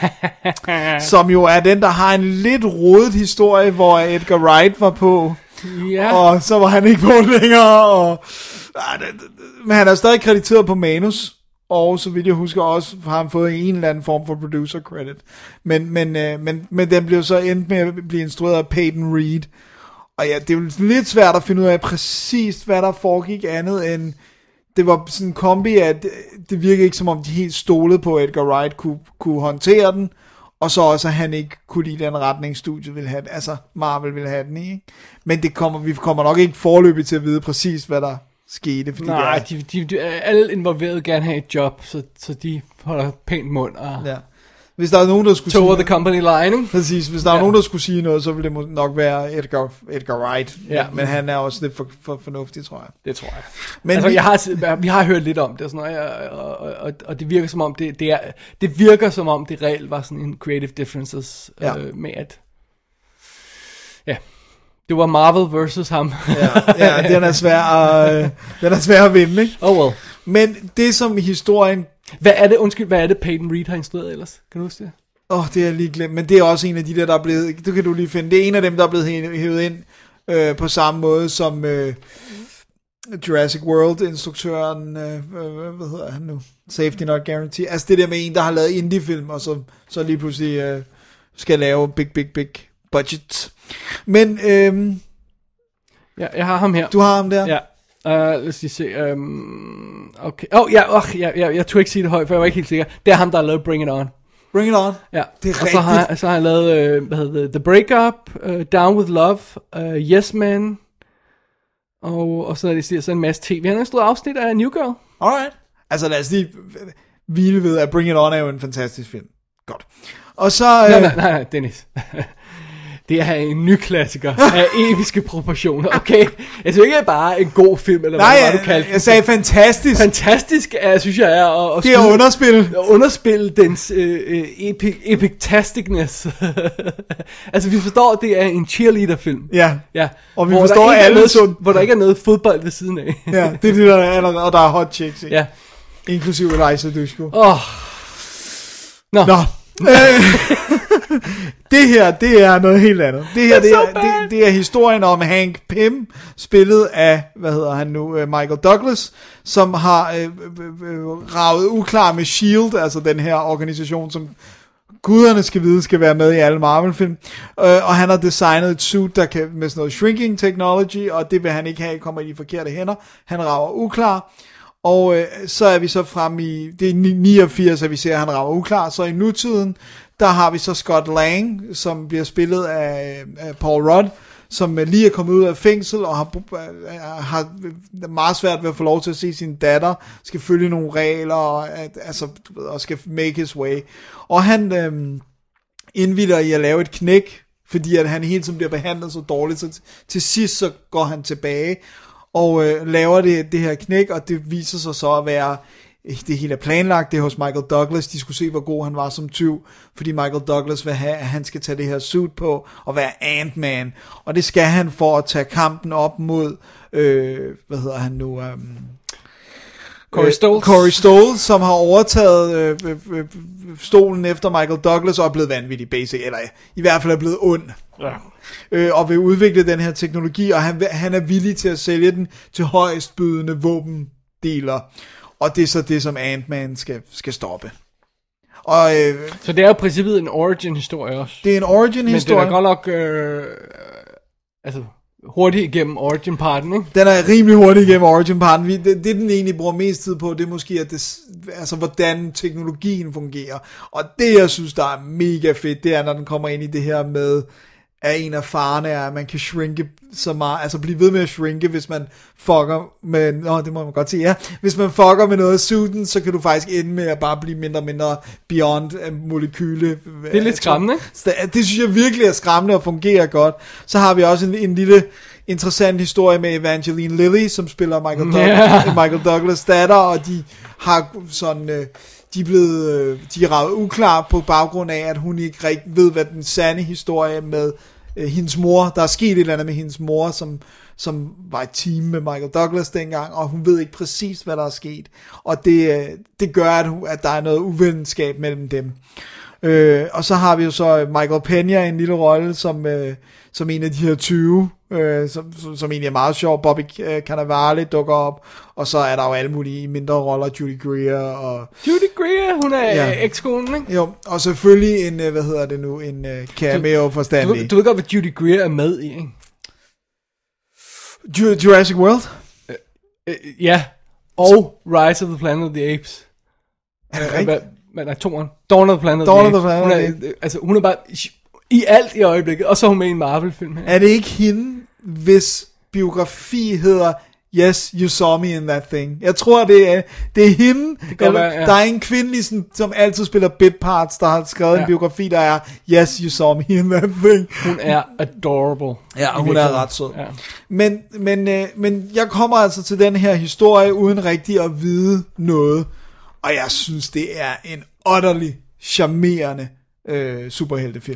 som jo er den, der har en lidt rodet historie, hvor Edgar Wright var på, ja. Og så var han ikke på længere. Og, men han er stadig krediteret på manus. og så vidt jeg husker også, har han fået en eller anden form for producer credit. Men, men, øh, men, men den blev så endt med at blive instrueret af Peyton Reed. Og ja, det er jo lidt svært at finde ud af præcis, hvad der foregik andet end, det var sådan en kombi, at det, det virkede ikke som om de helt stolede på, at Edgar Wright kunne, kunne håndtere den, og så også, at han ikke kunne lide den retning, studiet ville have, altså Marvel ville have den i. Ikke? Men det kommer, vi kommer nok ikke forløbig til at vide præcis, hvad der skete. Fordi Nej, det er, de, de, de, alle involverede gerne have et job, så, så de holder pænt mund og ja. Hvis der er nogen, der skulle toe sige the company line, ikke? Præcis, hvis der ja. er nogen, der skulle sige noget, så ville det nok være Edgar, Edgar Wright. Ja. Men han er også lidt for, for fornuftig, tror jeg. Det tror jeg. Men altså, vi, jeg har, vi har hørt lidt om det, og, sådan noget, og, og, og, og det virker som om, det, det, er, det virker som om, det reelt var sådan en creative differences ja. øh, med at, ja, det var Marvel versus ham. ja, ja, den er svær at, den er svær at vinde, ikke? Oh well. Men det som historien... Hvad er det, undskyld, hvad er det Peyton Reed har instrueret ellers? Kan du huske det? Åh, oh, det er jeg lige glemt, men det er også en af de der, der er blevet, det kan du lige finde, det er en af dem, der er blevet hævet ind øh, på samme måde som øh, Jurassic World-instruktøren, øh, hvad hedder han nu? Safety Not Guarantee. Altså det der med en, der har lavet indie-film, og så, så lige pludselig øh, skal lave big, big, big budget. Men, øh, ja, jeg har ham her. Du har ham der? Ja. Uh, lad os lige se. Um, okay. Åh, oh, ja, oh, ja, ja, jeg turde ikke sige det højt, for jeg var ikke helt sikker. Det er ham, der har lavet Bring It On. Bring It On? Ja. Det er og rigtigt. så har, så har han lavet, øh, hvad hedder det, The Breakup, uh, Down With Love, uh, Yes Man, og, og så er det så en masse tv. Han har instrueret afsnit af New Girl. Alright. Altså lad os lige hvile ved, at Bring It On er jo en fantastisk film. Godt. Og så... Øh... Nej, nej, nej, Dennis. Det er en ny klassiker af episke proportioner, okay? Jeg synes ikke, det er bare en god film, eller nej, hvad det var, du kaldte jeg sagde fantastisk. Fantastisk, er, synes jeg, er at, at det er at underspille. At underspille dens øh, epic, epictasticness. Altså, vi forstår, det er en cheerleader-film. Ja, ja. Og vi hvor forstår der alle noget, sådan... hvor der ikke er noget fodbold ved siden af. Ja, det er det, der er, og der er hot chicks, ikke? Ja. Inklusive Eliza Dushku. Åh. Oh. Nå. Nå. Det her, det er noget helt andet. Det her, det er, det, det er historien om Hank Pym, spillet af, hvad hedder han nu, Michael Douglas, som har øh, øh, ravet uklar med S H I E L D, altså den her organisation, som guderne skal vide, skal være med i alle Marvel-film. Øh, og han har designet et suit, der kan med sådan noget shrinking technology, og det vil han ikke have, kommer i de forkerte hænder. Han rager uklar. Og øh, så er vi så frem i, det er niogfirs, at vi ser, at han rager uklar. Så i nutiden, der har vi så Scott Lang, som bliver spillet af, af Paul Rudd, som lige er kommet ud af fængsel, og har, har meget svært ved at få lov til at se sin datter, skal følge nogle regler, og, at, altså, og skal make his way. Og han øh, indvilder i at lave et knæk, fordi at han hele tiden bliver behandlet så dårligt, så til, til sidst så går han tilbage, og øh, laver det, det her knæk, og det viser sig så at være, det hele er planlagt, det er hos Michael Douglas, de skulle se, hvor god han var som tyv, fordi Michael Douglas vil have, at han skal tage det her suit på, og være Ant-Man, og det skal han for at tage kampen op mod, øh, hvad hedder han nu, um, Corey Stoles. Corey Stoles, som har overtaget øh, øh, stolen efter Michael Douglas, og er blevet vanvittig basic, eller i hvert fald er blevet ond. Ja. Øh, og vil udvikle den her teknologi, og han, han er villig til at sælge den til højestbydende våbendeler. Og det er så det, som Ant-Man skal, skal stoppe. Og, øh, så det er jo i princippet en origin-historie også. Det er en origin-historie. Men det er godt nok øh, altså, hurtigt igennem origin-parten, ikke? Den er rimelig hurtigt igennem origin-parten. Det, det, den egentlig bruger mest tid på, det er måske, at det, altså, hvordan teknologien fungerer. Og det, jeg synes, der er mega fedt, det er, når den kommer ind i det her med, at en af farerne er, at man kan shrinke så meget, altså blive ved med at shrinke, hvis man fucker med, nå, det må man godt sige, ja, hvis man fucker med noget af suiten, så kan du faktisk ende med at bare blive mindre og mindre beyond molekyle. Det er lidt skræmmende, ikke? Det, det synes jeg virkelig er skræmmende og fungerer godt. Så har vi også en, en lille interessant historie med Evangeline Lilly, som spiller Michael Douglas, yeah. Michael Douglas datter, og de har sådan... Øh, de er blevet, de er ravet uklar på baggrund af, at hun ikke rigtig ved, hvad den sande historie med øh, hendes mor, der er sket et eller andet med hendes mor, som, som var et team med Michael Douglas dengang, og hun ved ikke præcis, hvad der er sket. Og det, det gør, at, hun, at der er noget uvenskab mellem dem. Øh, og så har vi jo så Michael Peña i en lille rolle som, øh, som en af de her tyve, øh, som, som, som egentlig er meget sjov. Bobby Cannavale dukker op, og så er der jo alle mulige mindre roller, Judy Greer og... Judy Greer, hun er ja. ekskonen, ikke? Jo, og selvfølgelig en, hvad hedder det nu, en uh, cameo for Stanley. Du, du ved godt, hvad Judy Greer er med i, ikke? Ju- Jurassic World? Øh, øh, ja, og Rise of the Planet of the Apes. Er det Øh, rigtigt? hvad, hvad, nej, toren. Dawn of the Planet Dawn of the of the Apes. Planet Hun of the er, øh, altså, hun er bare i alt i øjeblikket, og så er hun med i en Marvel-film her. Er det ikke hende, hvis biografi hedder Yes, You Saw Me in That Thing? Jeg tror, det er, det er hende. Det kan eller, være, ja. Der er en kvinde, som, som altid spiller bit parts, der har skrevet ja. en biografi, der er Yes, You Saw Me in That Thing. Hun er adorable. Ja, hun er ret sød. Ja. Men, men, øh, men jeg kommer altså til den her historie, uden rigtig at vide noget. Og jeg synes, det er en utterly charmerende øh, superheltefilm.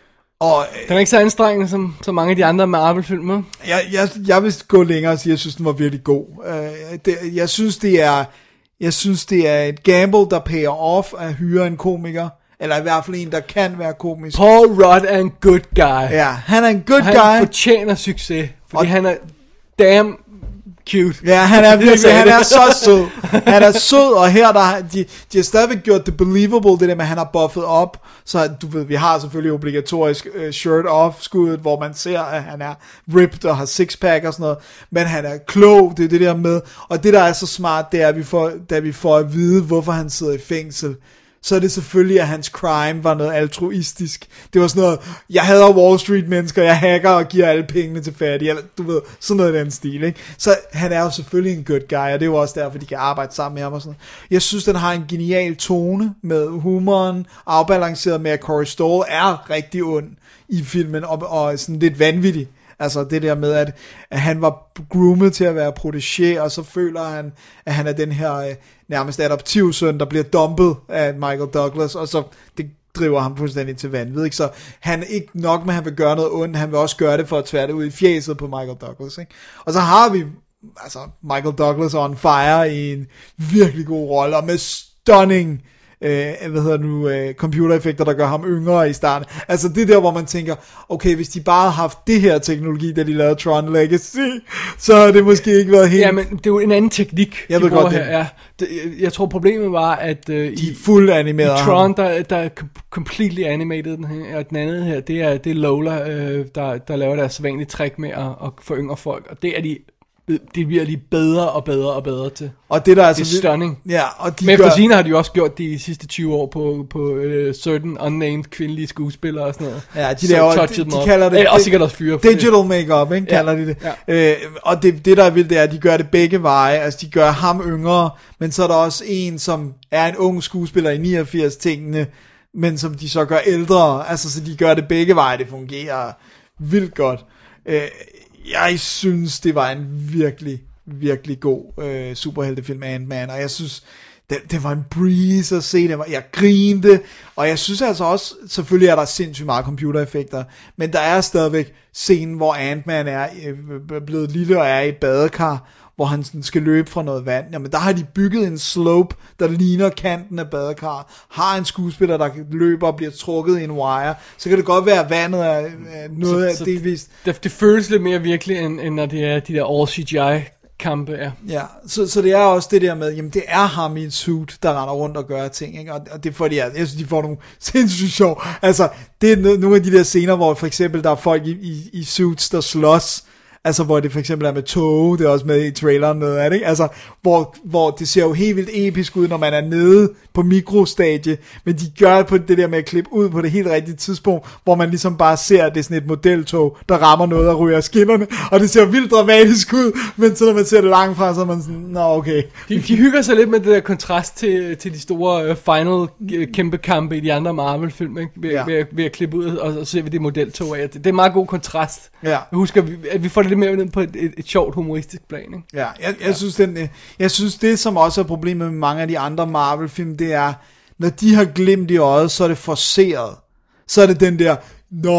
Og, øh, Den er ikke så anstrengende som, som mange af de andre Marvel-film. jeg, jeg, jeg vil gå længere og sige, at jeg synes, den var virkelig god. Øh, det, jeg synes, det er jeg synes, det er et gamble, der payer off at hyre en komiker. Eller i hvert fald en, der kan være komisk. Paul Rudd er en good guy. Ja, han er en good han guy. Han fortjener succes, fordi Og- han er damn cute. Ja, han er virkelig, sagde han det. er så sød. Han er sød, og her der, de, de har stadigvæk gjort det believable, det der med, at han har buffet op. Så du ved, vi har selvfølgelig obligatorisk uh, shirt off skuddet, hvor man ser, at han er ripped og har sixpack og sådan noget. Men han er klog, det er det der med. Og det der er så smart, det er, at vi får, da vi får at vide, hvorfor han sidder i fængsel. Så er det selvfølgelig, at hans crime var noget altruistisk. Det var sådan noget, jeg hader Wall Street mennesker, jeg hacker og giver alle pengene til fattige, eller du ved, sådan noget i den stil, ikke? Så han er jo selvfølgelig en good guy, og det er jo også derfor, de kan arbejde sammen med ham og sådan noget. Jeg synes, den har en genial tone med humoren, afbalanceret med, at Corey Stoll er rigtig ond i filmen, og, og sådan lidt vanvittig. Altså det der med, at, at han var groomet til at være protégé, og så føler han, at han er den her øh, nærmest adoptivsøn, der bliver dumpet af Michael Douglas, og så det driver ham fuldstændig til vanvid, ikke? Så han ikke nok med, at han vil gøre noget ondt, han vil også gøre det for at tvære det ud i fjeset på Michael Douglas, ikke? Og så har vi altså Michael Douglas on fire i en virkelig god rolle, og med stunning Øh, hvad hedder nu, øh, computereffekter, der gør ham yngre i starten. Altså det der, hvor man tænker, okay, hvis de bare havde haft det her teknologi, da de lavede Tron Legacy, så havde det måske ikke været helt... Ja, men det er jo en anden teknik, jeg de ved bruger godt her. det. Ja. Det, jeg tror, problemet var, at øh, De i, er fuldt animeret i Tron, der, der er completely animated, den her, og den anden her, det er, det er Lola, øh, der, der laver deres vanlige trick med at, at få yngre folk, og det er de... Det bliver lige bedre og bedre og bedre til. Og det der er, altså det er stunning. Ja, og de Men efter gør... sine har de jo også gjort de sidste tyve år på, på uh, certain unnamed kvindelige skuespillere og sådan noget. Ja, de Så laver, touched de, them de up. kalder det... Eh, og sikkert også fyre. Digital makeup, ikke, kalder Ja, de det. ja. Øh, og det, det der er vildt, det er, at de gør det begge veje. Altså, de gør ham yngre, men så er der også en, som er en ung skuespiller i niogfirs tingene, men som de så gør ældre. Altså, så de gør det begge veje. Det fungerer vildt godt. Øh, jeg synes, det var en virkelig... virkelig god øh, superheltefilm Ant-Man, og jeg synes, det, det var en breeze at se, det var, jeg grinte, og jeg synes altså også, selvfølgelig er der sindssygt meget computereffekter, men der er stadigvæk scenen, hvor Ant-Man er øh, blevet lille og er i et badekar, hvor han sådan skal løbe fra noget vand. Jamen, der har de bygget en slope, der ligner kanten af badekaret. Har en skuespiller, der løber og bliver trukket i en wire, så kan det godt være, at vandet er, er noget Så- af så delvist. Det, det føles lidt mere virkelig, end, end når det er de der all C G I kampe, ja. Ja, så, så det er også det der med, jamen det er ham i en suit, der render rundt og gør ting, ikke? Og, og det får de, jeg synes, de får nogle sindssygt sjov. Altså, det er no- nogle af de der scener, hvor for eksempel der er folk i, i, i suits, der slås, altså hvor det for eksempel er med tog, det er også med i traileren noget af det, ikke? Altså, hvor, hvor det ser jo helt vildt episk ud, når man er nede på mikrostadie, men de gør på det der med at klippe ud på det helt rigtige tidspunkt, hvor man ligesom bare ser, at det er sådan et modeltog, der rammer noget og ryger skinnerne, og det ser vildt dramatisk ud, men så når man ser det langt fra, så er man sådan, nå okay. De, de hygger sig lidt med det der kontrast til, til de store uh, final uh, kæmpe kampe i de andre Marvel-film, ikke? Ved, Ja. ja. ved, ved at klippe ud, og så ser vi det modeltog af. Det, det er en meget god kontrast. Ja. Jeg husker, vi- at vi får det lidt mere ned på et, et, et sjovt humoristisk plan, ikke? Ja, jeg, jeg, synes, den, øh, jeg synes det, som også er problemet med mange af de andre Marvel-film, det er, når de har glimt i øjet, så er det forceret. Så er det den der, nå,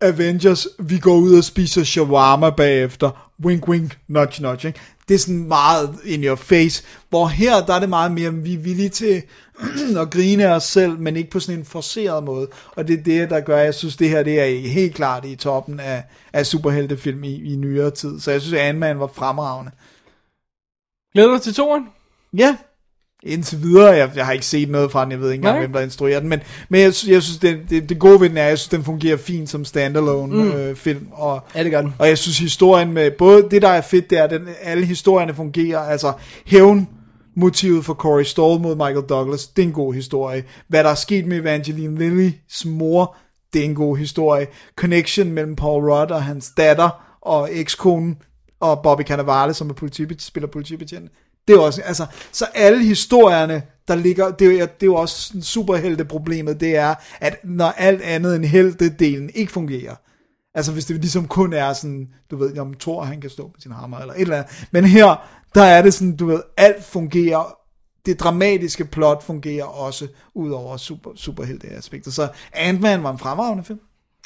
Avengers, vi går ud og spiser shawarma bagefter, wink wink, nudge nudge, ikke? Det er sådan meget in your face, hvor her, der er det meget mere, vi er villige til at grine af os selv, men ikke på sådan en forceret måde, og det er det, der gør, jeg synes, det her, det er helt klart i toppen af, af superheltefilm i, i nyere tid, så jeg synes, at Ant-Man var fremragende. Glæder du til toren? Ja, indtil videre, jeg, jeg har ikke set noget fra den, jeg ved ikke engang, hvem der instruerer den, men, men jeg, jeg synes, det, det, det gode ved den er, jeg synes, den fungerer fint som standalone mm. øh, film, og, ja, det gør den. Og jeg synes, historien med, både det, der er fedt, det er, at alle historierne fungerer, altså hævn, motivet for Corey Stoll mod Michael Douglas, det er en god historie. Hvad der er sket med Evangeline Lillys mor, det er en god historie. Connection mellem Paul Rudd og hans datter, og ekskonen, og Bobby Cannavale, som er politibetjent, spiller politibetjent. Det er også, altså, så alle historierne, der ligger, det er jo, det er jo også superhelteproblemet, det er, at når alt andet end heltedelen ikke fungerer, altså hvis det ligesom kun er sådan, du ved, om Thor, han kan stå med sin hammer, eller et eller andet, men her, der er det sådan, du ved, alt fungerer, det dramatiske plot fungerer også, ud over super, superhelteaspekter, så Ant-Man var en fremragende film.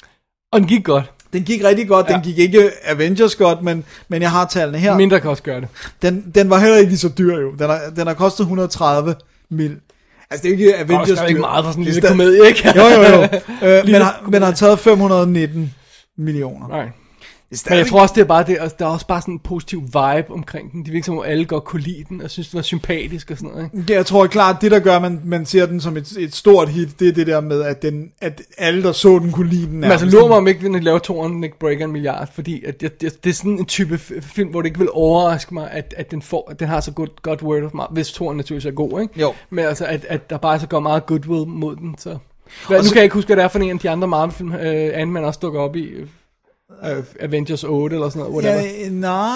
Og den gik godt. Den gik rigtig godt, ja. Den gik ikke Avengers godt, men, men jeg har tallene her. Mindre kan også gøre det. Den, den var heller ikke lige så dyr jo. Den har, den har kostet et hundrede og tredive mil. Altså det er jo ikke Avengers dyr. Det er ikke meget for sådan en lille komedie, ikke? Jo, jo, jo. øh, men, har, men har taget fem hundrede og nitten millioner. Nej. Men jeg tror også, det er bare det, altså, der er også bare sådan en positiv vibe omkring den. Det virker som om alle godt kunne lide den, og synes, den var sympatisk og sådan noget, ikke? Jeg tror klart, det der gør, at man, man ser den som et, et stort hit, det er det der med, at, den, at alle, der så den, kunne lide den. Men altså, lurer mig om ikke, den laver toren, ikke breaker en milliard, fordi at, at, at, det er sådan en type film, hvor det ikke vil overraske mig, at, at, den, får, at den har så godt, godt word of mouth, hvis toren naturligvis er god, ikke? Jo. Men altså, at, at der bare så går meget goodwill mod den, så... Hvad, nu så, kan jeg ikke huske, hvad det er for en af de andre Marvel-film, uh, Ant-Man også dukker op i... Uh, Avengers otte eller sådan noget, whatever. Ja,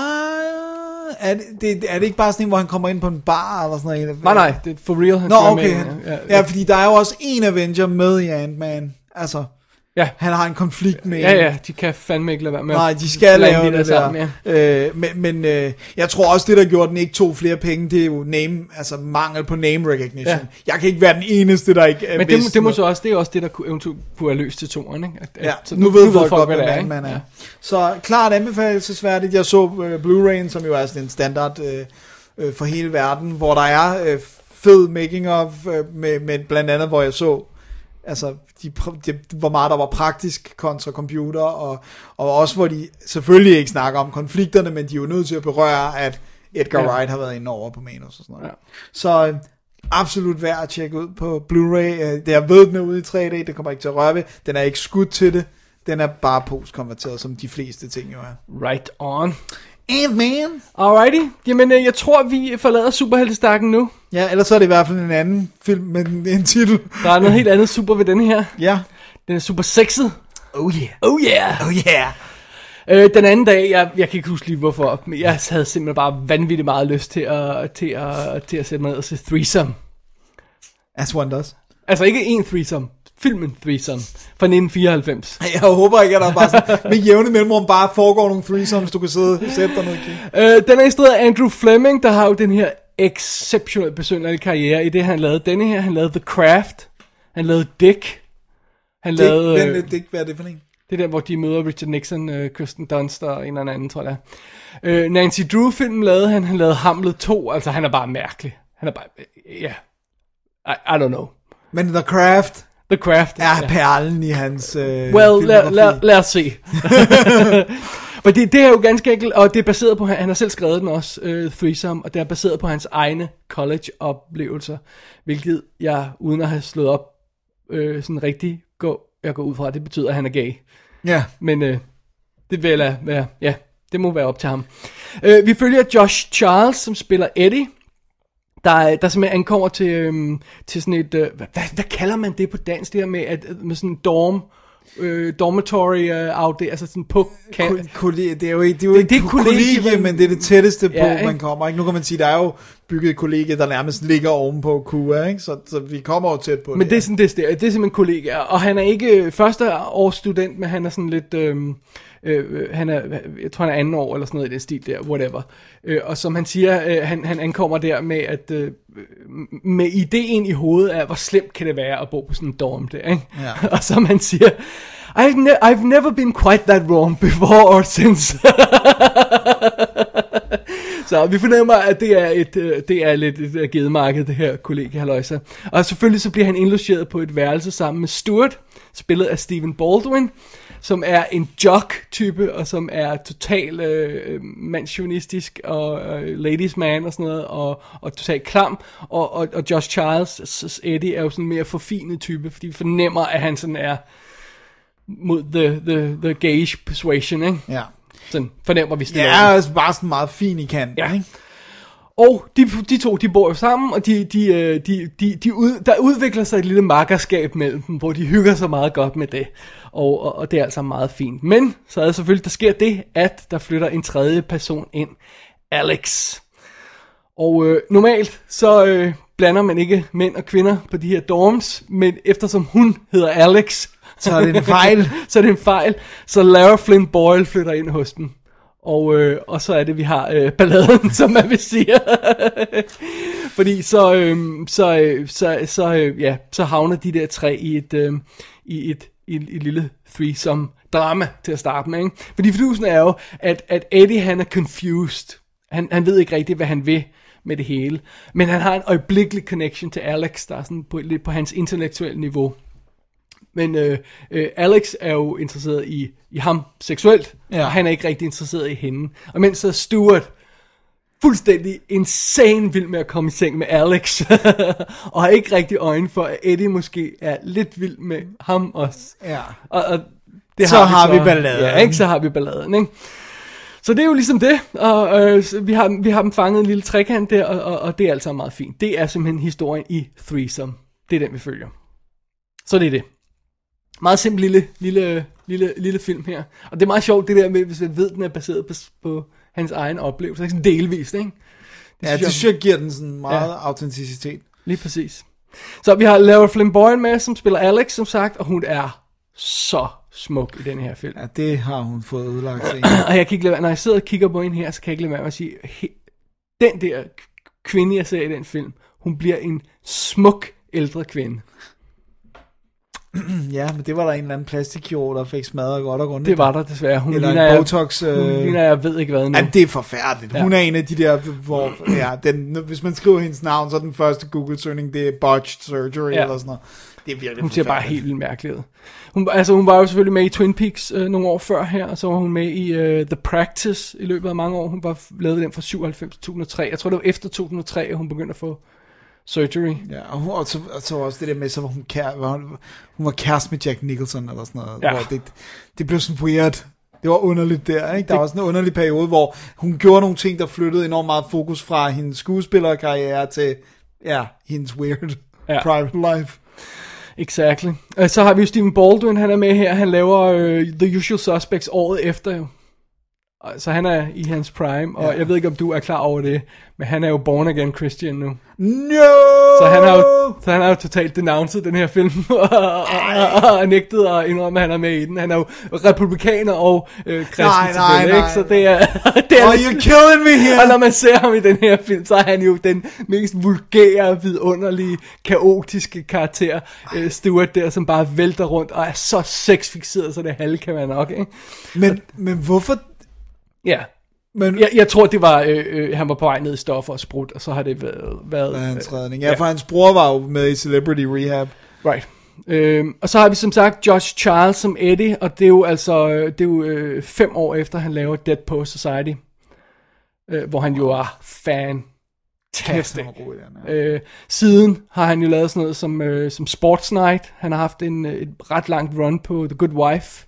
nej, er det, det, er det ikke bare sådan en, hvor han kommer ind på en bar eller sådan noget? Nej, nej, det er for real. Nå, okay. Med, ja, ja, ja, fordi der er jo også en Avenger med i Ant-Man. Altså, ja. Han har en konflikt med... Ja, ja, de kan fandme ikke lade være med. Nej, de skal lave det der. Sammen, ja. øh, men men øh, jeg tror også, det der gjorde den ikke tog flere penge, det er jo name, altså mangel på name recognition. Ja. Jeg kan ikke være den eneste, der ikke er men det, det må så også, det er også det, der kunne, eventuelt kunne have løst til toren, ikke? At, ja, så nu, nu ved folk godt, hvad Ant-Man er. Ja. Så klart anbefalelsesværdigt. Jeg så uh, Blu-ray'en, som jo er sådan en standard uh, uh, for hele verden, hvor der er uh, fed making of, uh, med, med blandt andet, hvor jeg så altså, de, de, hvor meget der var praktisk kontra computer, og, og også hvor de selvfølgelig ikke snakker om konflikterne, men de er jo nødt til at berøre, at Edgar ja. Wright har været inde over på manus og sådan noget. Ja. Så øh, absolut værd at tjekke ud på Blu-ray. Det er ved, den er ude i tre D, det kommer ikke til at røre ved. Den er ikke skudt til det. Den er bare postkonverteret, som de fleste ting jo er. Right on. Ant-Man. Alrighty. Jamen, jeg tror, vi forlader superheltestakken nu. Ja, ellers så er det i hvert fald en anden film med en, en titel. Der er noget helt andet super ved den her. Ja. Den er super sexet. Oh yeah. Oh yeah. Oh yeah. Øh, den anden dag, jeg, jeg kan ikke huske lige hvorfor, men jeg havde simpelthen bare vanvittigt meget lyst til at, til at, til at sætte mig ned og se Threesome. As one does. Altså ikke en threesome, filmen Threesome fra nitten fireoghalvfems. Jeg håber ikke, at der bare sådan, med jævne mellemrum bare foregår nogle threesomes, du kan sidde og sætte dig noget. Øh, den er instrueret af Andrew Fleming, der har jo den her exceptionelt besynderlige karriere i det, han lavede. Denne her, han lavede The Craft, han lavede Dick. Han Dick, lavede... Hvem er Dick? Hvad er det for en? Det der, hvor de møder Richard Nixon, uh, Kirsten Dunst og en eller anden, tror jeg. Uh, Nancy Drew-filmen lavede han, han lavede Hamlet to, altså han er bare mærkelig. Han er bare, ja, yeah. I, I don't know. Men The Craft... The Craft. Er ja. perlen i hans uh, well, lad, lad, lad os se. For det, det er jo ganske enkelt, og det er baseret på, han har selv skrevet den også, uh, Threesome, og det er baseret på hans egne college-oplevelser, hvilket jeg, uden at have slået op, uh, sådan rigtig gå, jeg går ud fra, det betyder, at han er gay. Ja. Men uh, det vil være, ja, det må være op til ham. Uh, vi følger Josh Charles, som spiller Eddie, der, der simpelthen ankommer til, øhm, til sådan et, øh, hvad, hvad kalder man det på dansk, det her med, at, med sådan en dorm, øh, dormitory øh, out der, altså sådan på kan- Ko- det er jo ikke, det er jo det, ikke det kollegie, men det er det tætteste på, ja, man kommer, ikke? Nu kan man sige, der er jo bygget et kollegie, der nærmest ligger ovenpå Q A, ikke? Så, så vi kommer jo tæt på det. Men det er sådan, det er, det er simpelthen kollegier, og han er ikke første års student, men han er sådan lidt... Øhm, Øh, han er, jeg tror han er anden år eller sådan noget i den stil der, whatever. Øh, og som han siger, øh, han, han ankommer der med at øh, med ideen i hovedet af, hvor slemt kan det være at bo på sådan en dorm der, ikke? Ja. Og som han siger, I've, ne- I've never been quite that wrong before or since. Så vi fornemmer, at det er et, det er lidt et gedemarked, det her kollegie-halløjsa. Og selvfølgelig så bliver han indlogeret på et værelse sammen med Stuart, spillet af Stephen Baldwin, som er en jock-type, og som er total øh, mandsjuvenistisk og øh, ladies man og sådan noget, og, og total klam. Og, og, og Josh Charles' Eddie er jo sådan en mere forfinet type, fordi vi fornemmer, at han sådan er mod the, the, the gayish persuasion, ikke? Ja. Sådan fornemmer vi stille. Ja, altså bare sådan meget fin i kanten, ja. Ikke? Og de, de to, de bor jo sammen, og de, de, de, de, de ud, der udvikler sig et lille makkerskab mellem dem, hvor de hygger sig meget godt med det. Og, og, og det er altså meget fint. Men så er det selvfølgelig, der sker det, at der flytter en tredje person ind. Alex. Og øh, normalt, så øh, blander man ikke mænd og kvinder på de her dorms, men eftersom hun hedder Alex, så er det en fejl. så er det en fejl. Så Lara Flynn Boyle flytter ind hos dem. Og, øh, og så er det, vi har øh, balladen, som man vil sige. Fordi så, øh, så, øh, så, så, øh, ja, så havner de der tre i et, øh, i et, i et, et lille threesome drama til at starte med. Ikke? Fordi fordusen er jo, at, at Eddie han er confused. Han, han ved ikke rigtigt, hvad han vil med det hele. Men han har en øjeblikkelig connection til Alex, der er sådan på, lidt på hans intellektuelle niveau. Men øh, øh, Alex er jo interesseret i, i ham seksuelt, ja. Og han er ikke rigtig interesseret i hende. Og mens så Stuart fuldstændig insane vild med at komme i seng med Alex, og har ikke rigtig øjne for, at Eddie måske er lidt vild med ham også. Ja. Og, og det så har, har vi, vi balladen. Ja, ikke? Så har vi balladen, ikke? Så det er jo ligesom det, og øh, vi, har, vi har dem fanget en lille trekant der, og, og, og det er altså meget fint. Det er simpelthen historien i Threesome. Det er den, vi følger. Så det er det. Meget simpel lille, lille, lille, lille film her. Og det er meget sjovt det der med, hvis man ved, at den er baseret på, på hans egen oplevelse. Ikke sådan delvist, ikke? Det ja, det synes jeg giver den sådan meget ja. autenticitet. Lige præcis. Så vi har Lara Flynn Boyle med, som spiller Alex, som sagt, og hun er så smuk i den her film. Ja, det har hun fået udlagt sig. Og jeg kan ikke lade være, når jeg sidder og kigger på hende her, så kan jeg ikke lade være med at sige, den der kvinde, jeg ser i den film, hun bliver en smuk ældre kvinde. Ja, men det var der en eller anden plastikkirurg, der fik smadret godt og grundigt. Det var der desværre. Hun eller ligner en Botox. Jeg, hun øh... ligner jeg ved ikke hvad nu. Ja, det er forfærdeligt. Ja. Hun er en af de der, hvor ja, den, hvis man skriver hendes navn, så er den første Google-søgning, det er botched surgery ja. eller sådan noget. Det er virkelig hun ser bare helt vildt mærkelig ud. Hun, altså, hun var jo selvfølgelig med i Twin Peaks øh, nogle år før her, og så var hun med i øh, The Practice i løbet af mange år. Hun var lavet den fra syvoghalvfems til to tusind og tre. Jeg tror, det var efter to tusind og tre, at hun begyndte at få surgery. Ja, og, hun, og, så, og så også det der med, så var hun, kær, var hun, hun var kæreste med Jack Nicholson eller sådan noget. Ja. Hvor det, det blev sådan weird. Det var underligt der, ikke? Der var sådan en underlig periode, hvor hun gjorde nogle ting, der flyttede enormt meget fokus fra hendes skuespillerkarriere til, ja, hendes weird ja. private life. Exactly. Uh, så har vi jo Stephen Baldwin, han er med her. Han laver uh, The Usual Suspects året efter jo. Så han er i hans prime, og ja. Jeg ved ikke, om du er klar over det, men han er jo born again Christian nu. No! Så han har jo, så han har jo totalt denounced den her film, og, og, og, og nægtet at indrømme, at han er med i den. Han er jo republikaner og øh, kristen nej, nej, selvfølgelig, nej. ikke? Så det er... det er oh, you're killing me here! Og når man ser ham i den her film, så er han jo den mest vulgære, vidunderlige, kaotiske karakter, øh, Stuart der, som bare vælter rundt, og er så sexfixeret, så det halve kan være nok, ikke? Men, men hvorfor... Ja, men jeg, jeg tror det var øh, øh, han var på vej ned i stoffer og sprut, og så har det været, været øh, hans redning. Ja, for hans bror var jo med i Celebrity Rehab. Right. Øhm, og så har vi som sagt Josh Charles som Eddie, og det er jo altså det er jo øh, fem år efter han laver Dead Post Society, øh, hvor han jo er fantastisk. Ja. Øh, siden har han jo lavet sådan noget som øh, som Sports Night. Han har haft en et ret langt run på The Good Wife.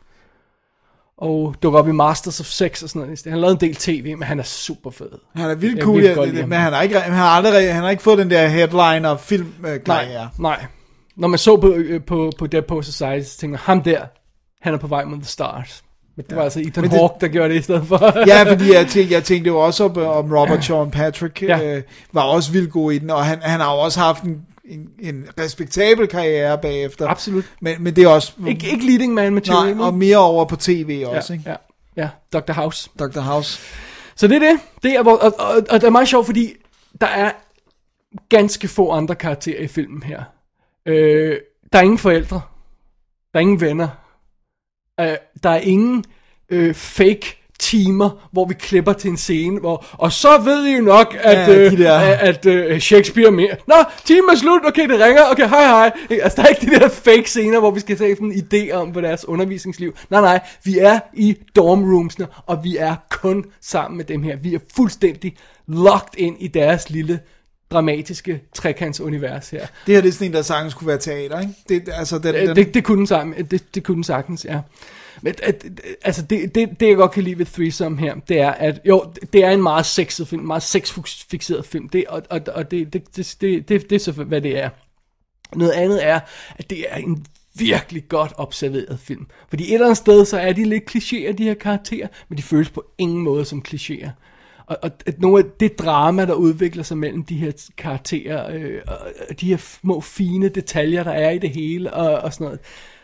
Og dukker op i Masters of Sex og sådan noget. Han har lavet en del tv, men han er super fed. Han er vildt cool, ja, det, men han har, ikke, han, har aldrig, han har ikke fået den der headline og film øh, nej, nej. Når man så på, på, på Dead Post Society, så tænker man, ham der, han er på vej mod The Stars. Men det ja. var altså Ethan Hawke, der gjorde det i stedet for. Ja, fordi jeg tænkte, jeg tænkte jo også op, om Robert Sean Patrick ja. øh, var også vildt god i den, og han, han har jo også haft en En, en respektabel karriere bagefter. Absolut. Men, men det er også... Ik- ikke leading man material. Nej, og mere over på tv også, ja, ikke? Ja, ja. doktor House. doktor House. Så det er det. det er, og, og, og, og det er meget sjovt, fordi der er ganske få andre karakterer i filmen her. Øh, der er ingen forældre. Der er ingen venner. Uh, der er ingen uh, fake timer, hvor vi klipper til en scene, hvor, og så ved I jo nok, at, ja, øh, at øh, Shakespeare er mere. Nå, timen er slut, okay, det ringer, okay, hej hej. Altså, der er ikke de der fake scener, hvor vi skal tage sådan en idé om på deres undervisningsliv. Nej, nej, vi er i dormroomsene, og vi er kun sammen med dem her. Vi er fuldstændig locked ind i deres lille dramatiske trekantsunivers her. Det her, det er sådan en, der sagtens kunne være teater, ikke? Det, altså, den, den... det, det, kunne den sammen, det, det kunne den sagtens, ja. Men at, altså det, det, det jeg godt kan lide ved Threesome her, det er at jo, det er en meget sexet film, meget sexfixeret film, det, og, og, og det, det, det, det, det, det er så hvad det er. Noget andet er, at det er en virkelig godt observeret film, fordi et eller andet sted, så er de lidt klichéer, de her karakterer, men de føles på ingen måde som klichéer. Og, og at nogle af det drama, der udvikler sig mellem de her karakterer, øh, og de her små fine detaljer, der er i det hele, og, og sådan noget,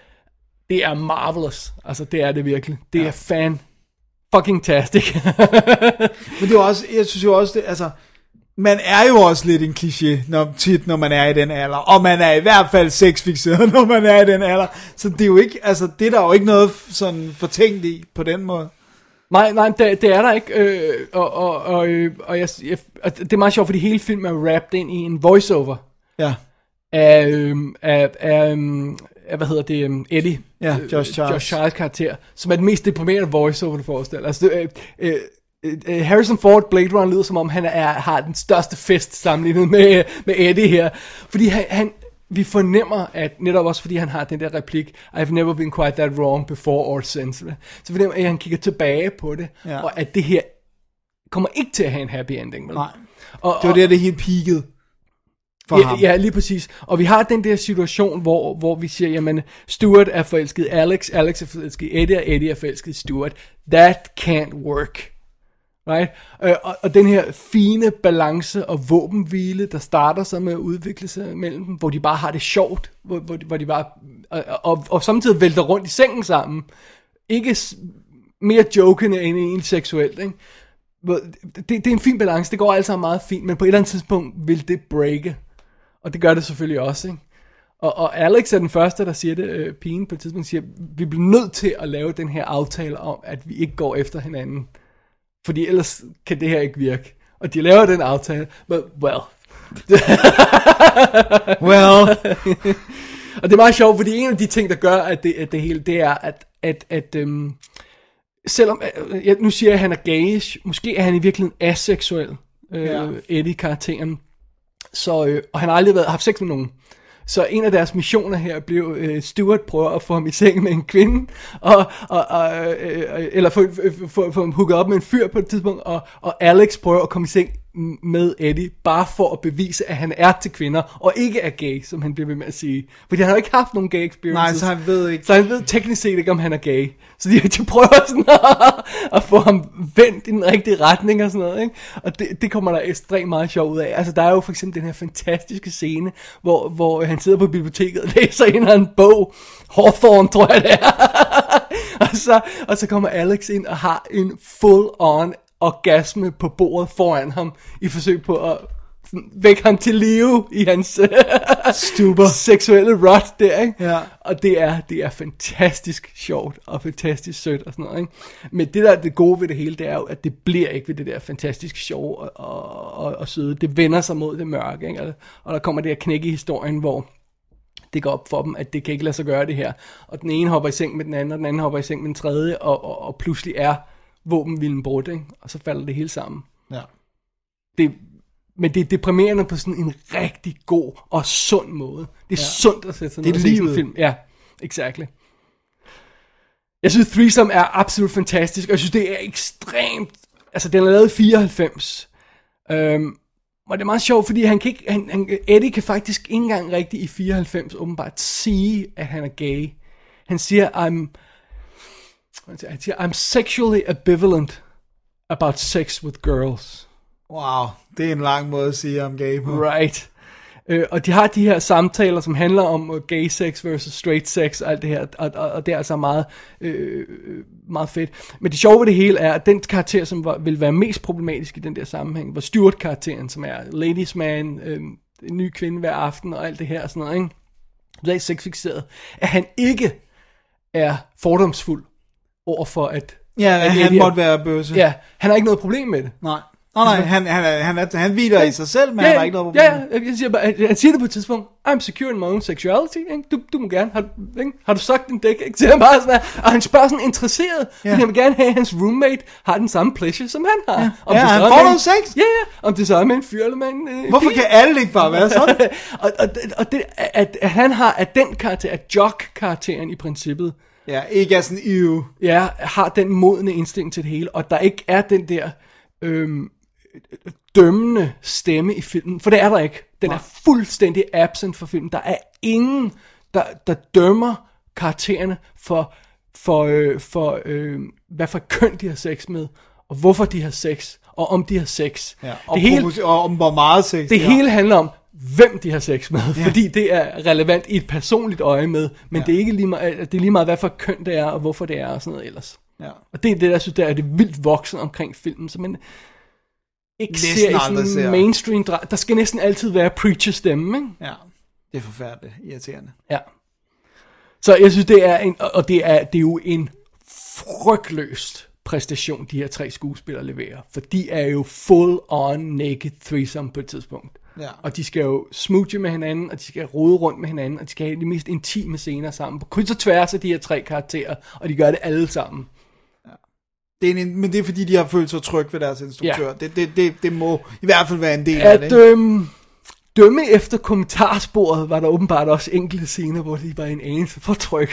det er marvelous. Altså, det er det virkelig. Det ja. er fan fucking tastic. Men det er også, jeg synes jo også, det, altså, man er jo også lidt en kliché, når, tit, når man er i den alder. Og man er i hvert fald sexfixeret, når man er i den alder. Så det er jo ikke, altså, det er der jo ikke noget sådan fortænkt i, på den måde. Nej, nej, det, det er der ikke. Øh, og, og, og, og, jeg, jeg, og det er meget sjovt, fordi hele filmen er wrapped ind i en voiceover. Ja. Af, øhm, af, af, af, hvad hedder det, um, Eddie. Ja, Josh Charles. Josh Charles karakter, som er den mest deprimerende voiceover, du forestiller. Altså, det, øh, øh, Harrison Ford, Blade Runner, lyder som om, han er, har den største fest sammenlignet med, med Eddie her. Fordi han, han, vi fornemmer, at netop også fordi han har den der replik, I've never been quite that wrong before or since. Så fornemmer at han kigger tilbage på det, ja. Og at det her kommer ikke til at have en happy ending. Vel? Nej, og, det var der, det helt peakede. Ja, ja, lige præcis. Og vi har den der situation, hvor, hvor vi siger, jamen, Stuart er forelsket i Alex, Alex er forelsket i Eddie, og Eddie er forelsket i Stuart. That can't work. Right? Øh, og, og den her fine balance og våbenhvile, der starter sig med at udvikle sig mellem dem, hvor de bare har det sjovt, hvor, hvor, de, hvor de bare, og, og, og samtidig vælter rundt i sengen sammen. Ikke mere jokende end egentlig seksuelt, ikke? Det, det er en fin balance, det går alt sammen meget fint, men på et eller andet tidspunkt vil det breake. Og det gør det selvfølgelig også, ikke? Og, og Alex er den første, der siger det, øh, pigen på et tidspunkt siger, vi bliver nødt til at lave den her aftale om, at vi ikke går efter hinanden. Fordi ellers kan det her ikke virke. Og de laver den aftale, but well. well. Og det er meget sjovt, fordi en af de ting, der gør, at det, at det hele, det er, at, at, at øhm, selvom, jeg, nu siger jeg, at han er gayish, måske er han i virkeligheden aseksuel, øh, ja. Eddie-karakteren. Så, øh, og han har aldrig været, haft sex med nogen. Så en af deres missioner her blev, øh, Stuart prøver at få ham i seng med en kvinde, og, og, og, øh, eller få, få, få ham hooket op med en fyr på et tidspunkt, og, og Alex prøver at komme i seng med Eddie, bare for at bevise, at han er til kvinder, og ikke er gay, som han bliver ved med at sige. Fordi han har ikke haft nogen gay experiences. Nej, så han ved ikke. Så han ved teknisk set ikke, om han er gay. Så de, de prøver sådan at, at få ham vendt i den rigtige retning og sådan noget, ikke? Og det, det kommer der ekstremt meget sjov ud af. Altså, der er jo for eksempel den her fantastiske scene, hvor, hvor han sidder på biblioteket og læser en af en bog. Hawthorne, tror jeg det er. og, så, og så kommer Alex ind og har en full-on orgasme på bordet foran ham, i forsøg på at vække ham til live i hans Stuber. seksuelle rut der, ikke? Ja. Og det er, det er fantastisk sjovt og fantastisk sødt og sådan noget, ikke? Men det der det gode ved det hele, det er jo, at det bliver ikke ved det der fantastisk sjove og, og, og, og søde. Det vender sig mod det mørke, ikke? Og der kommer det her knæk i historien, hvor det går op for dem, at det kan ikke lade sig gøre det her. Og den ene hopper i seng med den anden, og den anden hopper i seng med den tredje, og, og, og pludselig er våbenhvilen brudt, ikke? Og så falder det hele sammen. Ja. Det, men det er deprimerende på sådan en rigtig god og sund måde. Det er ja. sundt at sætte sådan noget i sådan en film. Ja, exactly. Jeg synes, Threesome er absolut fantastisk, og jeg synes, det er ekstremt. Altså, den er lavet i fireoghalvfems. Øhm, og det er meget sjovt, fordi han kan ikke, han, han, Eddie kan faktisk ikke engang rigtig i fireoghalvfems åbenbart sige, at han er gay. Han siger, I'm... Han siger, I'm sexually ambivalent about sex with girls. Wow, det er en lang måde at sige om gay på. Right. Øh, og de har de her samtaler, som handler om gay sex versus straight sex og alt det her, og, og, og det er altså meget, øh, meget fedt. Men det sjove ved det hele er, at den karakter, som var, vil være mest problematisk i den der sammenhæng, var Stuart-karakteren, som er ladies man, øh, en ny kvinde hver aften og alt det her og sådan noget, ikke? Det er sexfixeret. At han ikke er fordomsfuld overfor, at... Ja, at han Eddie måtte være bøsse. Ja, han har ikke noget problem med det. Nej. Nå nej, han, han, er, han, er, han hviler i sig selv, men ja, han har ikke noget problem. Ja, jeg siger bare, han siger det på et tidspunkt, I'm secure in my own sexuality, ikke? Du, du må gerne, har, ikke? Har du sagt din dæk, ikke? Så han bare sådan her, og han spørger sådan interesseret, ja. Fordi han vil gerne have, at hans roommate har den samme pleasure, som han har. Ja, om ja det han så får med, noget sex. Ja, ja, om det så er med en fyr eller med en øh, Hvorfor pige? kan alle ikke bare være sådan? og, og, og det, at, at han har, at den karakter, at Jock-karakteren i princippet, Ja, ikke er sådan ew. ja, har den modne indstilling til det hele, og der ikke er den der øhm, dømmende stemme i filmen, for det er der ikke. Den er fuldstændig absent for filmen. Der er ingen, der, der dømmer karaktererne for, for, øh, for øh, hvad for køn de har sex med, og hvorfor de har sex, og om de har sex. Ja, og, det hele, propos- og om hvor meget sex. det ja. hele handler om, hvem de har sex med, Ja. fordi det er relevant i et personligt øje med, men Ja. det er ikke lige meget, det er lige meget, hvad for køn det er, og hvorfor det er, og sådan noget ellers. Ja. Og det er det, der jeg synes, der er det vildt voksen omkring filmen, så man ikke Næsten ser i aldrig sådan ser. mainstream dra- Der skal næsten altid være preacher stemme, ikke? Ja, det er forfærdeligt irriterende. Ja. Så jeg synes, det er en, og det er, det er jo en frygtløst præstation, de her tre skuespillere leverer, for de er jo full on naked threesome på et tidspunkt. Ja. Og de skal jo smooche med hinanden, og de skal rode rundt med hinanden, og de skal have de mest intime scener sammen, på kryds og tværs af de her tre karakterer, og de gør det alle sammen. Det er en, men det er fordi, de har følt sig trygge ved deres instruktør. Ja. Det, det, det, det må i hvert fald være en del af At det. Ikke? øhm, dømme efter kommentarsporet, var der åbenbart også enkelte scener, hvor de var en anelse for tryg.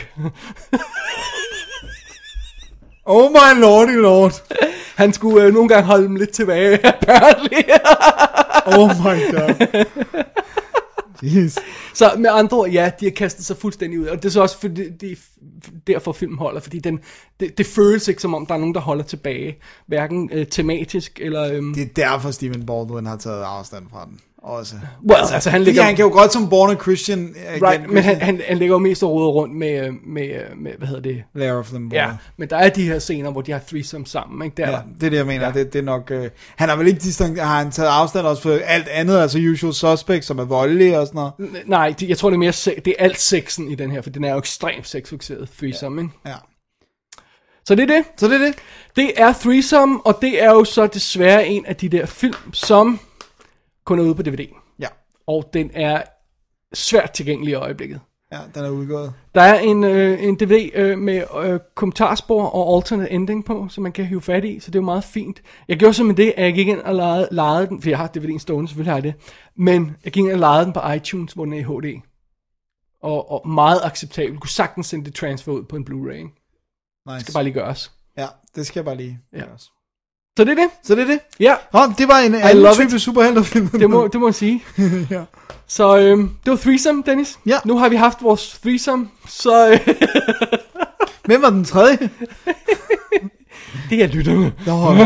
Oh my lordy lord. Han skulle øh, nogle gange holde dem lidt tilbage, apparently. Oh my god. Jeez. Så med andre ord, ja, de har kastet sig fuldstændig ud. Og det er så også fordi, de, derfor filmen holder, fordi den, det, det føles ikke som om, der er nogen, der holder tilbage. Hverken øh, tematisk eller... Øhm, Det er derfor Steven Baldwin har taget afstand fra den. Også. well, altså, altså han Fordi ligger... han kan jo godt som born a Christian. Uh, Right, men han, han, han ligger jo mest og roder rundt med, med, med, hvad hedder det? Lair of them. Ja, men der er de her scener, hvor de har threesome sammen, ikke? Der, Ja, det er det, jeg mener. Ja. Det, det er nok... Uh, han har vel ikke distan- har han taget afstand også for alt andet, altså Usual Suspects, som er voldelige og sådan noget? N- Nej, det, jeg tror det er mere se- det er alt sexen i den her, for den er jo ekstremt sexfokuseret threesome, ikke? Ja. Så det er det. Så det er det. Det er threesome, og det er jo så desværre en af de der film, som kun er ude på D V D. Ja. Og den er svært tilgængelig i øjeblikket. Ja, den er udgået. Der er en, øh, en D V D øh, med øh, kommentarspor og alternate ending på, som man kan hive fat i, så det er jo meget fint. Jeg gjorde simpelthen det, at jeg gik ind og lejede, lejede den, for jeg har D V D'en stående, selvfølgelig har jeg det, men jeg gik ind og lejede den på iTunes, hvor den er i H D. Og, og meget acceptabel. Du kunne sagtens sende det transfer ud på en Blu-ray. Ikke? Det Nice. skal bare lige gøres. Ja, det skal jeg bare lige Ja. gøres. Så det er det. Så det er det. Ja, Nå, det var en love anden it. type superhelterfilm. det må, det må jeg sige. Ja. Så øhm, det var threesome, Dennis. Ja. Nu har vi haft vores threesome, så øh, Hvem var den tredje? det er lytterne. Nå,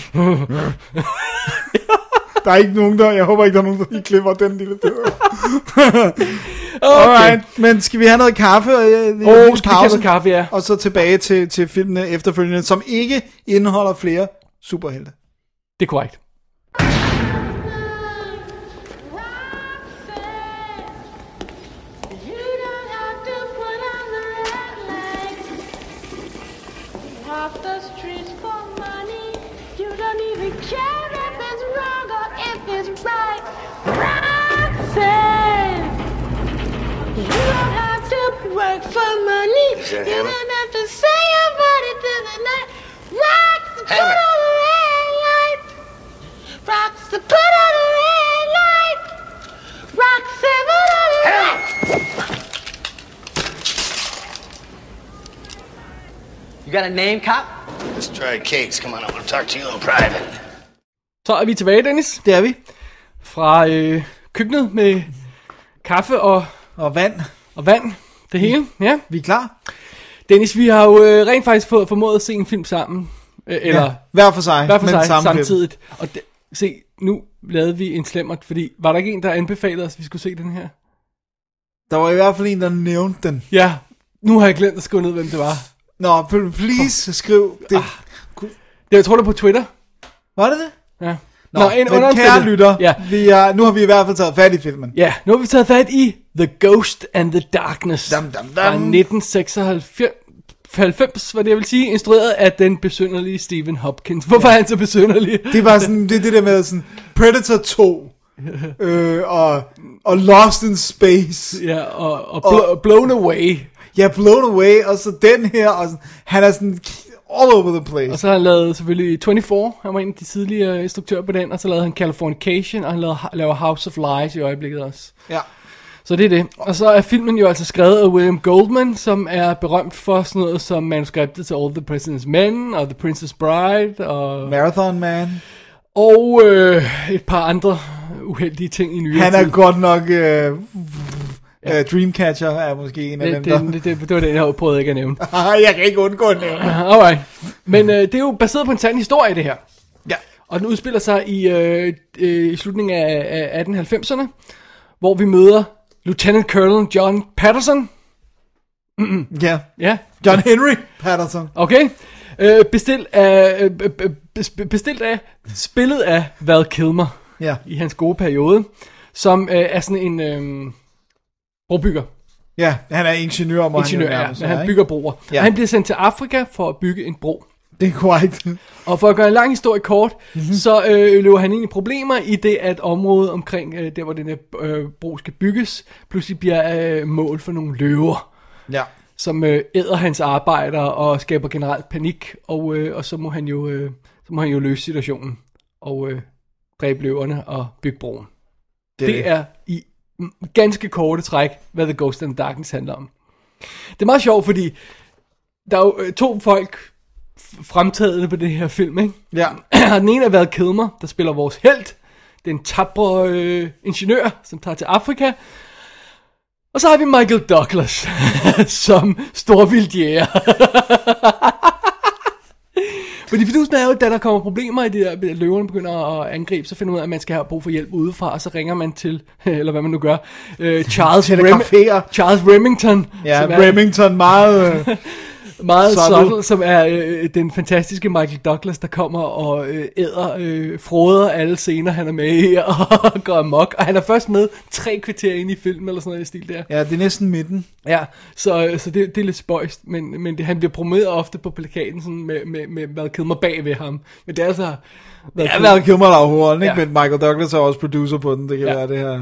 der er ikke nogen der, jeg håber ikke, der er nogen, der lige klipper den lille bid. Okay. Alright, men skal vi have noget kaffe? Og, øh, Åh, en oh, skal vi have noget kaffe, ja. Og så tilbage til, til filmene efterfølgende, som ikke indeholder flere superhelte. Det er korrekt. You don't have to put on the red lights. Walk the streets for money. You don't even care if it's wrong or if it's right. Roxanne, you don't have to work for money. that You Hannah? don't have to say your body to the night. Rox, put Hannah. on the red light. Rox, put on the red light. Roxanne, put on the red light. You got a name, cop? Let's try a case. Come on, I want to talk to you in private. Så er vi tilbage, Dennis. Det er vi. Fra øh, køkkenet med kaffe og, Og vand. og vand. Det hele, ja. Vi er klar. Dennis, vi har jo øh, rent faktisk fået formået at se en film sammen. Øh, eller Ja, hver for sig. hver for men sig samme film. samtidigt. Og det, se, nu lavede vi en slemmert, fordi var der ikke en, der anbefalede os, at vi skulle se den her? Der var i hvert fald en, der nævnte den. Ja, nu har jeg glemt at skrive ned, hvem det var. Nå, please skriv det. Det, jeg tror, det var på Twitter. Var det det? Ja. Nå, Nå en men kære underomstændighed. lytter, Ja. vi er, nu har vi i hvert fald taget fat i filmen. Ja, nu har vi taget fat i The Ghost and the Darkness Dum, dum, dum. fra nitten seksoghalvfems. halvfems, var det jeg vil sige, instrueret af den besynderlige Stephen Hopkins. Hvorfor ja. er han så besynderlig? Det var sådan, det, det der med sådan, Predator to, øh, og, og Lost in Space. Ja, og, og, bl- og Blown Away. Ja, Blown Away, og så den her, og sådan, han er sådan all over the place. Og så har han lavet selvfølgelig toogtyve, han var en af de tidligere instruktører på den, og så lavede han Californication, og han lavede, laver House of Lies i øjeblikket også. Ja. Så det er det. Og så er filmen jo altså skrevet af William Goldman, som er berømt for sådan noget som manuskriptet til All the President's Men, og The Princess Bride, og Marathon Man. Og øh, et par andre uheldige ting i nyere Han er tid. godt nok... Øh, ja. uh, Dreamcatcher er måske en af det, dem, det, der... det, det, det var det, jeg havde prøvet ikke at nævne. Jeg kan ikke undgå at nævne. Alright. Men øh, det er jo baseret på en sand historie, det her. Ja. Og den udspiller sig i, øh, øh, i slutningen af, af atten halvfemserne, hvor vi møder Lieutenant Colonel John Patterson. Mm-mm. Ja. Ja. John Henry Patterson. Okay. Øh, bestilt af, øh, bestilt af, spillet af Val Kilmer. Ja. I hans gode periode, som øh, er sådan en øh, brobygger. Ja, han er ingeniør. Ingeniør, han ja, men han bygger broer. Ja. Og han bliver sendt til Afrika for at bygge en bro. Det er korrekt. Og for at gøre en lang historie kort, mm-hmm. så øh, løber han ind i problemer i det, at området omkring øh, der, hvor den her øh, bro skal bygges, pludselig bliver øh, mål for nogle løver. Ja. Som øh, æder hans arbejder og skaber generelt panik, og, øh, og så må han jo øh, så må han jo løse situationen og øh, dræbe løverne og bygge broen. Det, det er i ganske korte træk, hvad The Ghost and the Darkness handler om. Det er meget sjovt, fordi der er jo øh, to folk fremtrædende på det her film, ikke? Ja. Den ene er Val Kilmer, der spiller vores helt. Det er en tabre øh, ingeniør, som tager til Afrika. Og så har vi Michael Douglas som storvildjæger. Fordi fidusen er jo, da der kommer problemer i det der, løverne begynder at angribe, så finder man ud af, at man skal have brug for hjælp udefra, og så ringer man til, eller hvad man nu gør, uh, Charles, Rem- Charles Remington. Ja, Remington, meget... Øh, meget subtle, som er øh, den fantastiske Michael Douglas, der kommer og øh, æder, øh, froder alle scener, han er med i, og går amok. Og han er først med tre kvarter ind i filmen, eller sådan noget i stil der. Ja, det er næsten midten. Ja, så, så det, det er lidt spøjst, men, men det, han bliver promoteret ofte på plakaten, sådan med, med, med Val Kilmer bag ved ham. Men det er altså... Val ja, Val Kilmer er hovedet, ikke? Ja. Men Michael Douglas er også producer på den, det kan ja. være det her...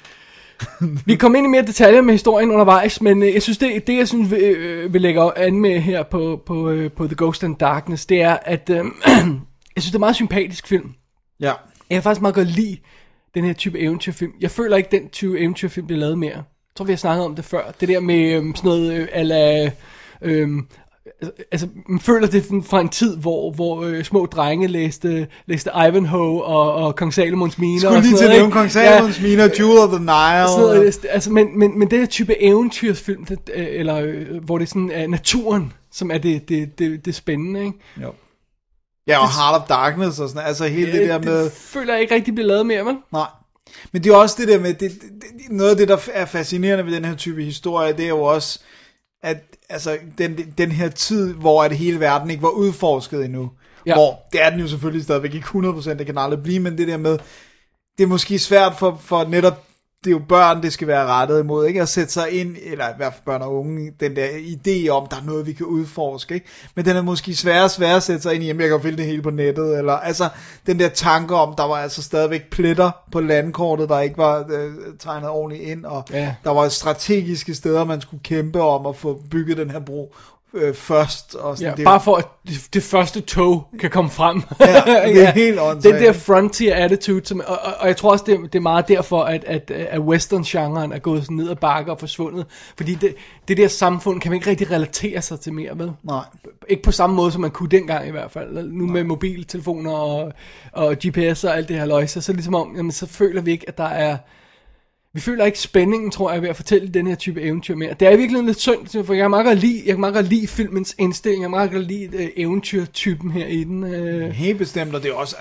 Vi kommer ind i mere detaljer med historien undervejs, men øh, jeg synes, det, det jeg synes, vi, øh, vi lægger an med her på, på, øh, på The Ghost and Darkness, det er, at øh, jeg synes, det er en meget sympatisk film. Ja. Jeg kan faktisk meget godt lide den her type eventyrfilm. Jeg føler ikke, den type eventyrfilm bliver lavet mere. Jeg tror, vi har snakket om det før. Det der med øh, sådan noget øh, ala... Øh, altså, man føler det fra en tid, hvor, hvor øh, små drenge læste, læste Ivanhoe og, og Kong Salomons Miner. Skulle lige til at nævne Kong Salomons ja, Miner, Jewel of the Nile. Noget, altså, men, men, men det her type eventyrsfilm, det, eller øh, hvor det er sådan er naturen, som er det, det, det, det spændende, ikke? Jo. Ja, og Heart of Darkness og sådan, altså hele ja, det der med... Det føler jeg ikke rigtig bliver lavet mere, vel? Nej. Men det er også det der med, det, det, det, noget af det, der er fascinerende ved den her type historie, det er jo også, at altså, den, den her tid, hvor at hele verden ikke var udforsket endnu, ja. Hvor, det er den jo selvfølgelig stadigvæk ikke hundrede procent, det kan aldrig blive, men det der med, det er måske svært for, for netop, det er jo børn, det skal være rettet imod, ikke? At sætte sig ind, eller i hvert fald børn og unge, den der idé om, der er noget, vi kan udforske, ikke? Men den er måske sværere og sværere at sætte sig ind i, jamen jeg kan jo finde det hele på nettet, eller altså, den der tanke om, der var altså stadigvæk pletter på landkortet, der ikke var øh, tegnet ordentligt ind, og ja. Der var strategiske steder, man skulle kæmpe om at få bygget den her bro øh, først. Og sådan, ja, det bare for at det, det første tog kan komme frem. Ja, det er helt åndssvagt. Den der frontier attitude, som, og, og, og jeg tror også, det, det er meget derfor, at, at, at western-genren er gået ned ad bakke og forsvundet. Fordi det, det der samfund kan man ikke rigtig relatere sig til mere, vel? Nej. Ikke på samme måde, som man kunne dengang i hvert fald. Nu Nej. Med mobiltelefoner og, og G P S og alt det her løjse, så ligesom om, jamen, så føler vi ikke, at der er... Vi føler ikke spændingen, tror jeg, ved at fortælle den her type eventyr mere. Det er virkelig lidt synd, for jeg kan meget godt lide, jeg kan meget godt lide filmens indstilling, jeg kan meget godt lide uh, eventyrtypen her i den. Uh... Helt bestemt, og det er også, altså,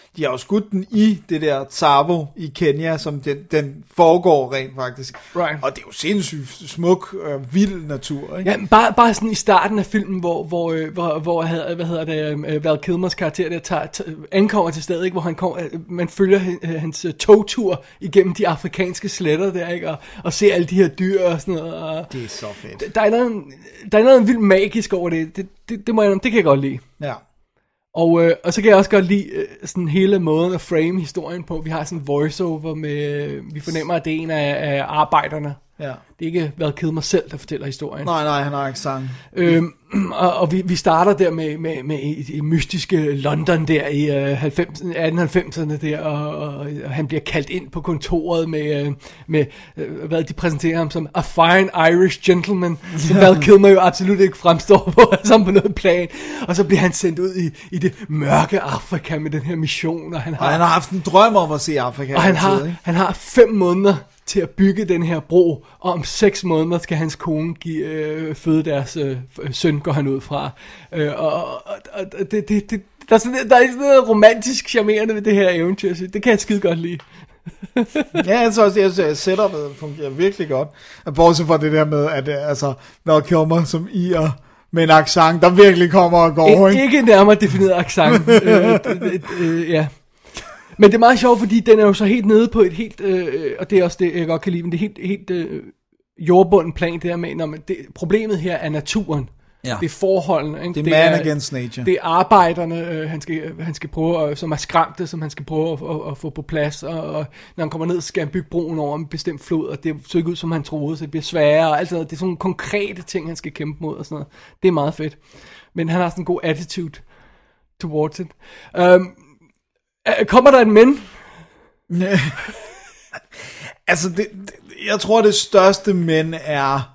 de har jo skudt den i det der Tsavo i Kenya, som den, den foregår rent faktisk. Right. Og det er jo sindssygt smuk, øh, vild natur, ikke? Ja, bare, bare sådan i starten af filmen, hvor, hvor, øh, hvor, hvor hvad hedder det, øh, Val Kilmers karakter der tager, t- ankommer til stedet, ikke, hvor han kommer, øh, man følger øh, hans øh, togtur igennem de afrikanske sletter der, ikke, og, og ser alle de her dyr og sådan noget. Og det er så fedt. Der er noget, der er noget vildt magisk over det. Det, det, det, må jeg, det kan jeg godt lide. Ja. Og, øh, og så kan jeg også godt lide øh, sådan hele måden at frame historien på. Vi har sådan en voiceover med, øh, vi fornemmer, at det er en af, af arbejderne. Ja. Det er ikke Val Kilmer selv, der fortæller historien. Nej, nej, han har ikke sang. Øhm, og og vi, vi starter der med, med, med i, i mystiske London der i øh, halvfems, atten halvfemserne der, og, og, og han bliver kaldt ind på kontoret med, øh, med øh, hvad de præsenterer ham som a fine Irish gentleman, som Val Kilmer jo absolut ikke fremstår på, som på noget plan. Og så bliver han sendt ud i, i det mørke Afrika med den her mission, og han har, og han har haft en drøm om at se Afrika. Og han har, tid, han har fem måneder til at bygge den her bro, og om seks måneder skal hans kone give, øh, føde deres øh, søn, går han ud fra. Øh, og og, og det, det, det, der, er sådan, der er sådan noget romantisk charmerende ved det her eventyr, så det kan jeg skide godt lide. Ja, jeg synes også, at setupet fungerer virkelig godt. Bortset fra det der med, at altså, Val Kilmer som irer med en accent, der virkelig kommer og går. En, ikke nærmere defineret accent. øh, øh, øh, ja. Men det er meget sjovt, fordi den er jo så helt nede på et helt, øh, og det er også det, jeg godt kan lide, men det er helt, helt øh, jordbunden plan, det her med, når man, det, problemet her er naturen. Ja. Det er forholdene. Ikke? Det er man det er, against nature. Det er arbejderne, øh, han, skal, han skal prøve, at, som er skræmte, som han skal prøve at, at, at få på plads, og, og når han kommer ned, skal han bygge broen over en bestemt flod, og det så ikke ud, som han troede, så det bliver sværere, og alt sådan noget. Det er sådan nogle konkrete ting, han skal kæmpe mod, og sådan noget. Det er meget fedt. Men han har sådan en god attitude towards it. Um, Kommer der en men? altså, det, det, jeg tror, det største men er,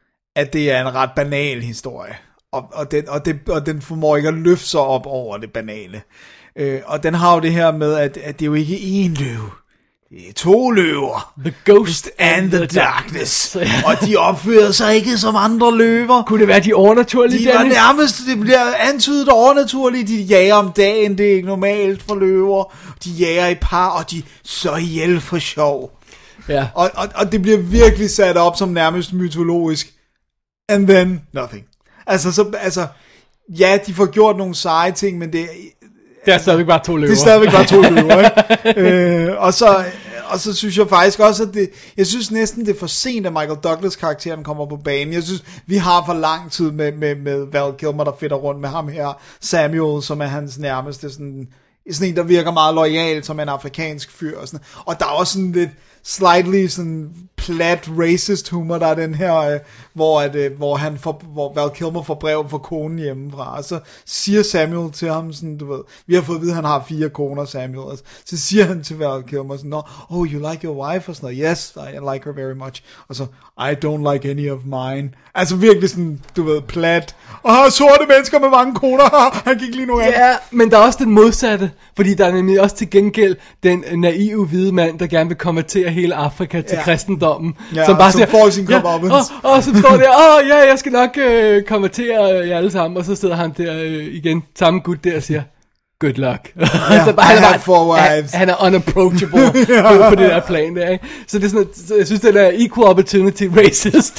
at det er en ret banal historie. Og, og, den, og, det, og den formår ikke at løfte sig op over det banale. Øh, og den har jo det her med, at, at det er jo ikke én løve. Det er to løver. The Ghost and the Darkness. Og de opfører sig ikke som andre løver. Kunne det være de overnaturlige, De var nærmest, det bliver antydet overnaturligt. De jager om dagen, det er ikke normalt for løver. De jager i par, og de så ihjel for sjov. Ja. Og, og, og det bliver virkelig sat op som nærmest mytologisk. And then nothing. Altså, så, altså ja, de får gjort nogle seje ting, men det det er stadigvæk bare to løver. Det er stadigvæk bare to løver, ikke? øh, og, så, og så synes jeg faktisk også, at det, jeg synes næsten det er for sent, at Michael Douglas karakteren kommer på banen. Jeg synes, vi har for lang tid med, med, med Val Kilmer, der fedter rundt med ham her. Samuel, som er hans nærmeste, sådan, sådan en, der virker meget loyal, som en afrikansk fyr. Og, sådan. Og der er også sådan lidt slightly sådan plat racist humor, der er den her, øh, hvor, at, øh, hvor, han får, hvor Val Kilmer får brev fra konen hjemmefra, og så siger Samuel til ham sådan, du ved, vi har fået at vide, at han har fire koner, Samuel, og så siger han til Val Kilmer sådan, oh, you like your wife? Og sådan noget, yes, I like her very much. Og så, I don't like any of mine. Altså virkelig sådan, du ved, plat. Og sorte mennesker med mange koner, han gik lige nu af. Ja, men der er også den modsatte, fordi der er nemlig også til gengæld den naive hvide mand, der gerne vil konvertere hele Afrika til ja. kristendommen. Ja, som bare som siger, får sin ja, og, og så står der, åh oh, ja, jeg skal nok øh, konvertere jer alle sammen, og så sidder han der øh, igen, samme gut der og siger, good luck. Ja, så bare, han, er bare, han, han er unapproachable ja. på, på det der plan der, ikke? Så det er sådan, så jeg synes, det er equal opportunity racist.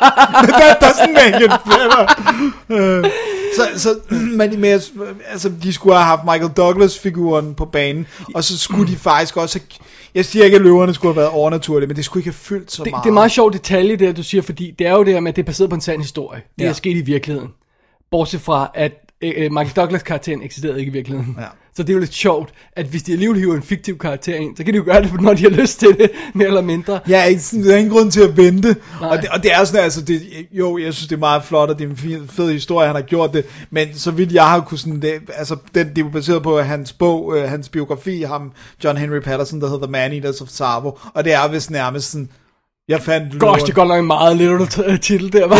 That doesn't make it better. uh, så, så men, men, altså, de skulle have haft Michael Douglas-figuren på banen, og så skulle de faktisk også have, jeg siger ikke, at løverne skulle have været overnaturlige, men det skulle ikke have fyldt så det, meget. Det er meget sjovt detalje, det du siger, fordi det er jo det her med, at det er baseret på en sand historie. Det ja. er sket i virkeligheden. Bortset fra, at øh, Michael Douglas-karakteren eksisterede ikke i virkeligheden. Ja. Så det er jo lidt sjovt, at hvis de alligevel hiver en fiktiv karakter ind, så kan de jo gøre det, når de har lyst til det, mere eller mindre. Ja, ikke, der er ingen grund til at vente. Og det, og det er sådan, altså, det, jo, jeg synes, det er meget flot, og det er en fed, fed historie, han har gjort det, men så vidt jeg har kunne sådan, det, altså, den, det er jo baseret på hans bog, øh, hans biografi, ham, John Henry Patterson, der hedder The Man-Eaters of Tsavo, og det er vist nærmest sådan, jeg fandt Gosh, det går nok en meget literal titel der, var.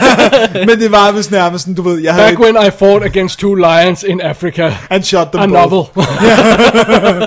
Ja, men det var vist nærmest sådan, du ved, jeg Back havde when I fought against two lions in Africa. And shot them A both. novel. Fordi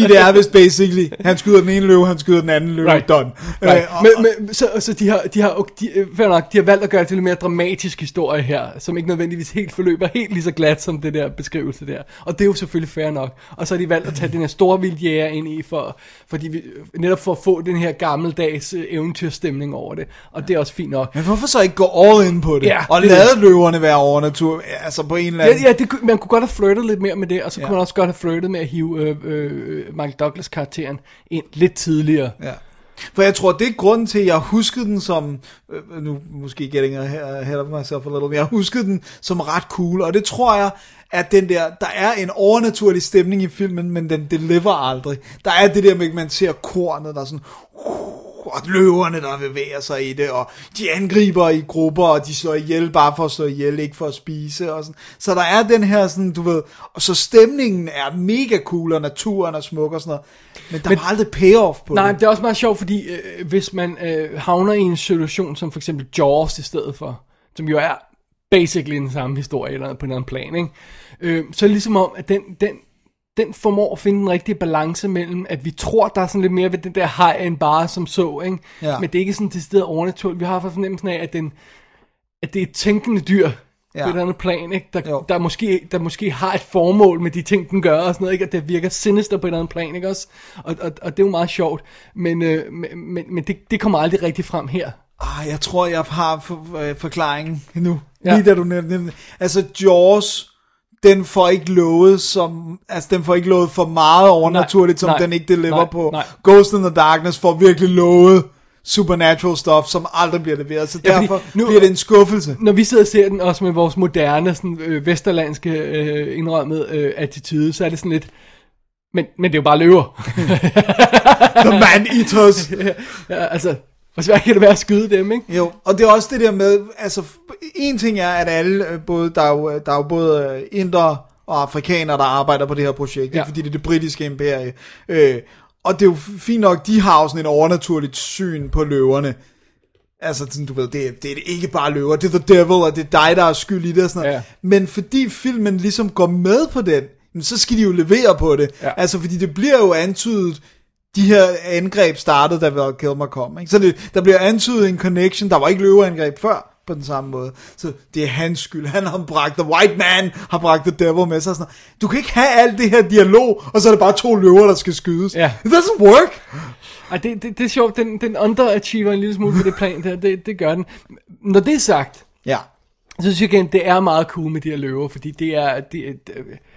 fordi det er vist basically, han skyder den ene løve, han skyder den anden løve, right. done. Right. Øh, og, men, men, så, så de har, de har, de, fair nok, de har valgt at gøre det til en mere dramatisk historie her, som ikke nødvendigvis helt forløber helt lige så glat som det der beskrivelse der. Og det er jo selvfølgelig fair nok. Og så har de valgt at tage den her store vildjæger ind i, for, fordi vi, netop for at få den her gammeldags eventyrstemning over det. Og det er også fint nok. Men hvorfor så ikke gå all in på det? Ja, og det lade det. løverne være overnatur, altså på en eller anden... Ja, ja det, man kunne godt have flirtet lidt mere med det, og så ja. kunne man også godt have flirtet med at hive øh, øh, Michael Douglas-karakteren ind lidt tidligere. Ja. For jeg tror, det er grunden til, at jeg huskede den som, øh, nu måske getting ahead of myself a little, men jeg huskede den som ret cool, og det tror jeg, at den der, der er en overnaturlig stemning i filmen, men den deliver aldrig. Der er det der med, at man ser kornet, der er sådan, uh, og løverne, der bevæger sig i det, og de angriber i grupper, og de slår ihjel bare for at slå ihjel, ikke for at spise, og sådan. Så der er den her sådan, du ved, og så stemningen er mega cool, og naturen er smuk og sådan noget, men der men, er aldrig payoff på nej, det. Nej, det er også meget sjovt, fordi øh, hvis man øh, havner i en situation, som for eksempel Jaws i stedet for, som jo er basically den samme historie, eller på en anden plan, ikke? Øh, så er det ligesom om, at den, den, den formår at finde en rigtig balance mellem, at vi tror, der er sådan lidt mere ved den der hej end bare som så, ikke? Ja. Men det er ikke sådan til stedet overnaturligt. Vi har for fornemmelsen af, at, den, at det er et tænkende dyr, ja. På et andet plan, ikke? Der, der, måske, der måske har et formål med de ting, den gør, og sådan noget, ikke? At det virker sinister på et andet plan, ikke også? Og, og, og det er jo meget sjovt, men, øh, men, men det, det kommer aldrig rigtig frem her. Ah, jeg tror, jeg har for, for, forklaringen nu. Ja. Lige da du nævnte. Altså, Jaws, den får ikke lovet som, altså den får ikke lovet for meget overnaturligt, som nej, den ikke deliver nej, på. nej. Ghost in the Darkness får virkelig lovet supernatural stuff, som aldrig bliver leveret, så ja, derfor nu, bliver det en skuffelse. Når vi sidder og ser den, også med vores moderne, sådan, øh, vesterlandske øh, indrømmet øh, attitude, så er det sådan lidt, men, men det er jo bare løver. The man-eaters. ja, altså, hvor svært kan det være at skyde dem, ikke? Jo, og det er også det der med, altså, en ting er, at alle, både, der er jo, der er jo både indere og afrikanere, der arbejder på det her projekt, ja. Fordi det er det britiske imperie. Øh, og det er jo fint nok, de har jo sådan et overnaturligt syn på løverne. Altså, sådan, du ved, det er, det er ikke bare løver, det er the devil, og det er dig, der er skyld i det og sådan noget. Ja. Men fordi filmen ligesom går med på den, så skal de jo levere på det. Ja. Altså, fordi det bliver jo antydet, de her angreb startede, da Val Kilmer kom. Ikke? Så det, der bliver antydet en connection, der var ikke løveangreb før, på den samme måde. Så det er hans skyld. Han har bragt, the white man har bragt the devil med sig. Sådan. Du kan ikke have alt det her dialog, og så er det bare to løver, der skal skydes. Ja. It doesn't work. Ej, det, det, det er sjovt, den, den underachiever en lille smule på det plan der, det, det gør den. Når det er sagt, ja. så synes jeg igen, det er meget cool med de her løver, fordi det er, det, det,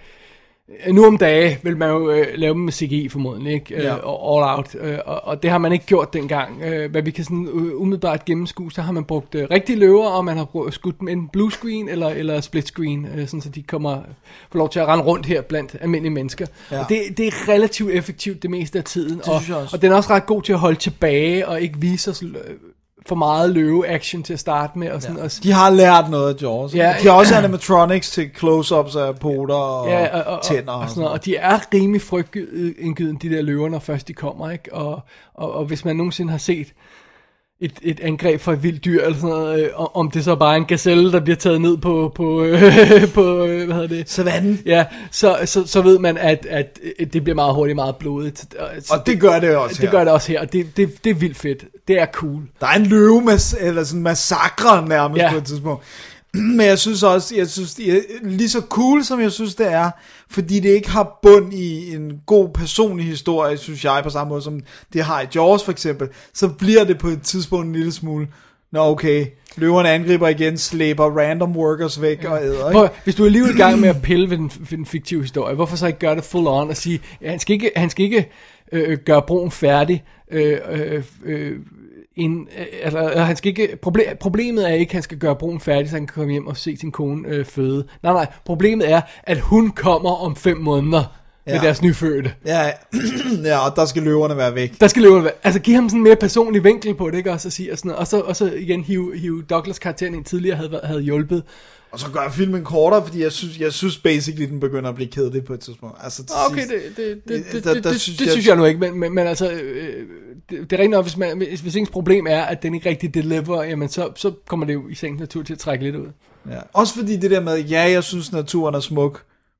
nu om dage vil man jo øh, lave dem med C G I formodentlig, ikke? Ja. Øh, all out, øh, og, og det har man ikke gjort dengang. Øh, hvad vi kan sådan uh, umiddelbart gennemskue, så har man brugt øh, rigtige løver, og man har brugt, skudt dem en blue screen eller, eller split screen, øh, sådan så de kommer, får lov til at rende rundt her blandt almindelige mennesker. Ja. Og det, det er relativt effektivt det meste af tiden, og, og den er også ret god til at holde tilbage, og ikke vise os... Øh, for meget løve-action til at starte med. Og sådan, ja. og... De har lært noget af Jaws. Ja, de har også animatronics til close-ups af poter og, ja, og, og tænder. Og, og, sådan noget. Og de er rimelig frygtindgydende, de der løver, når først de kommer. Ikke? Og, og, og hvis man nogensinde har set et, et angreb fra et vildt dyr, eller sådan noget, øh, om det så bare er en gazelle, der bliver taget ned på, på, øh, på øh, hvad hedder det? Savannen. Ja, så, så, så ved man, at, at det bliver meget hurtigt, meget blodigt. Så og det, det gør det også det her. Det gør det også her, og det, det, det er vildt fedt. Det er cool. Der er en løve, eller sådan en massakre nærmest ja. På et tidspunkt. Men jeg synes også, jeg synes, det er lige så cool, som jeg synes, det er, fordi det ikke har bund i en god personlig historie, synes jeg, på samme måde som det har i Jaws for eksempel, så bliver det på et tidspunkt en lille smule, nå okay, løverne angriber igen, slæber random workers væk ja. Og æder, ikke? Hvis du er alligevel i gang med at pille ved den, ved den fiktive historie, hvorfor så ikke gøre det full on og sige, ja, han skal ikke, han skal ikke øh, gøre broen færdig, øh, øh, øh, En, altså, han skal ikke, problem, problemet er ikke, at han skal gøre broen færdig, så han kan komme hjem og se sin kone øh, føde. Nej, nej, problemet er, at hun kommer om fem måneder ja. Med deres nyfødte. Ja, ja, og der skal løverne være væk. Der skal løverne være, altså give ham sådan en mere personlig vinkel på det, ikke også at sige, og, sådan noget. og, så, og så igen hive, hive Douglas karakteren ind tidligere havde, havde hjulpet. Og så gør jeg filmen kortere, fordi jeg synes, jeg synes basically, den begynder at blive kedelig på et tidspunkt. Altså, okay, det, det, det, det, det, det, synes, det jeg... synes jeg nu ikke, men, men, men altså, øh, det, det er rent nok, hvis, man, hvis, hvis ens problem er, at den ikke rigtig deliver, jamen så, så kommer det jo i sagens natur til at trække lidt ud. Ja. Også fordi det der med, ja, jeg synes naturen er smuk,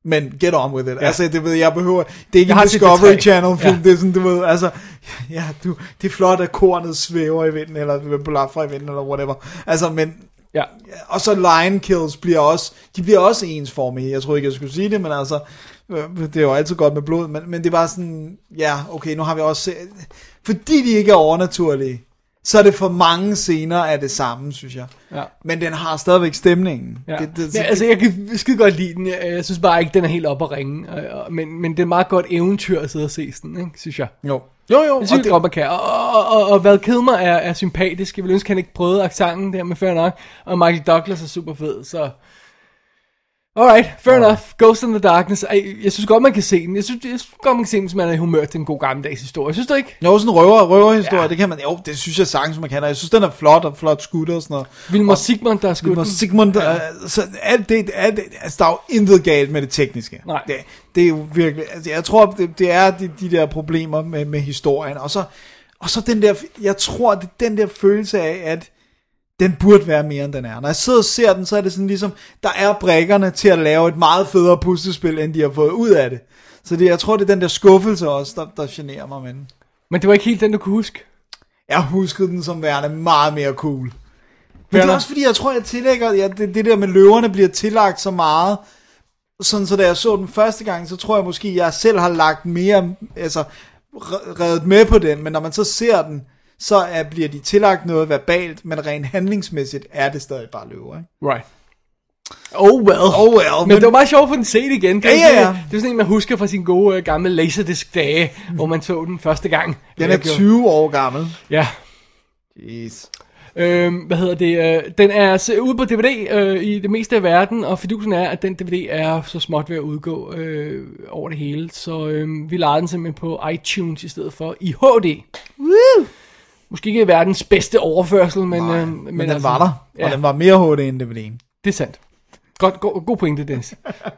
Men get on with it. Ja. Altså, det ved jeg behøver... Det er ikke jeg en Discovery Channel film, ja. det er sådan, du ved, altså... Ja, du, det er flot, at kornet svæver i vinden, eller blaffer i vinden, eller whatever. Altså, men... Ja. Og så Lion Kills bliver også... De bliver også ensformige. Jeg tror ikke, jeg skulle sige det, men altså... Det er jo altid godt med blod, men, men det er bare sådan... Ja, okay, nu har vi også... Fordi de ikke er overnaturlige, så er det for mange scener af det samme, synes jeg. Ja. Men den har stadigvæk stemningen. Ja. Det, det, ja, altså, jeg kan skide godt lide den. Jeg, jeg synes bare ikke, den er helt op at ringe. Men, men det er meget godt eventyr at sidde og se den, ikke, synes jeg. Jo. Jo, jo. Jeg synes det... godt, man kan. Og, og, og, og Val Kilmer er, er sympatisk. Jeg vil ønske, han ikke prøvede accenten der, men fair nok. Og Michael Douglas er super fed, så... Alright, fair Alright. enough. Ghost in the Darkness. Ej, jeg synes godt, man kan se den. Jeg synes, jeg synes godt, man kan se den, hvis man er i humør til en god gammeldags historie. Synes du ikke? Jo, sådan en røver, røverhistorie, ja. Det kan man... Jo, det synes jeg sagtens, man kan. Og jeg synes, den er flot og flot skudt og sådan noget. Vilmar Sigmund, der er skudt. Vilmar Sigmund, ja. uh, så alt det, alt det, altså, der er jo intet galt med det tekniske. Nej. Det, det er jo virkelig... Altså, jeg tror, det, det er de, de der problemer med, med historien. Og så, og så den der... Jeg tror, det er den der følelse af, at den burde være mere, end den er. Når jeg sidder og ser den, så er det sådan ligesom, der er brækkerne til at lave et meget federe puslespil, end de har fået ud af det. Så det, jeg tror, det er den der skuffelse også, der, der generer mig med den. Men det var ikke helt den, du kunne huske? Jeg huskede den som værende meget mere cool. Men Færdig. Det er også fordi, jeg tror, jeg tillægger, ja, det, det der med løverne bliver tillagt så meget, sådan så da jeg så den første gang, så tror jeg måske, jeg selv har lagt mere, altså reddet med på den, men når man så ser den, så er, bliver de tillagt noget verbalt, men rent handlingsmæssigt er det stadig bare løver, ikke? Right. Oh well. Oh well. Men, men det var meget sjovt for den set igen. Det, ja, ja, ja. Det, det er sådan en, man husker fra sin gode uh, gamle Laserdisc-dage, mm. hvor man så den første gang. Den er tyve år gammel. Ja. Jeez. Øhm, hvad hedder det? Øh, den er ude på D V D øh, i det meste af verden, og fidusen er, at den D V D er så småt ved at udgå øh, over det hele. Så øh, vi lader den simpelthen på iTunes i stedet for i H D. Woo! Måske ikke verdens bedste overførsel, men... Nej, øh, men, men den altså, var der, og ja. den var mere H D end D V D'en. Det er sandt. God, god, god pointe, Dennis.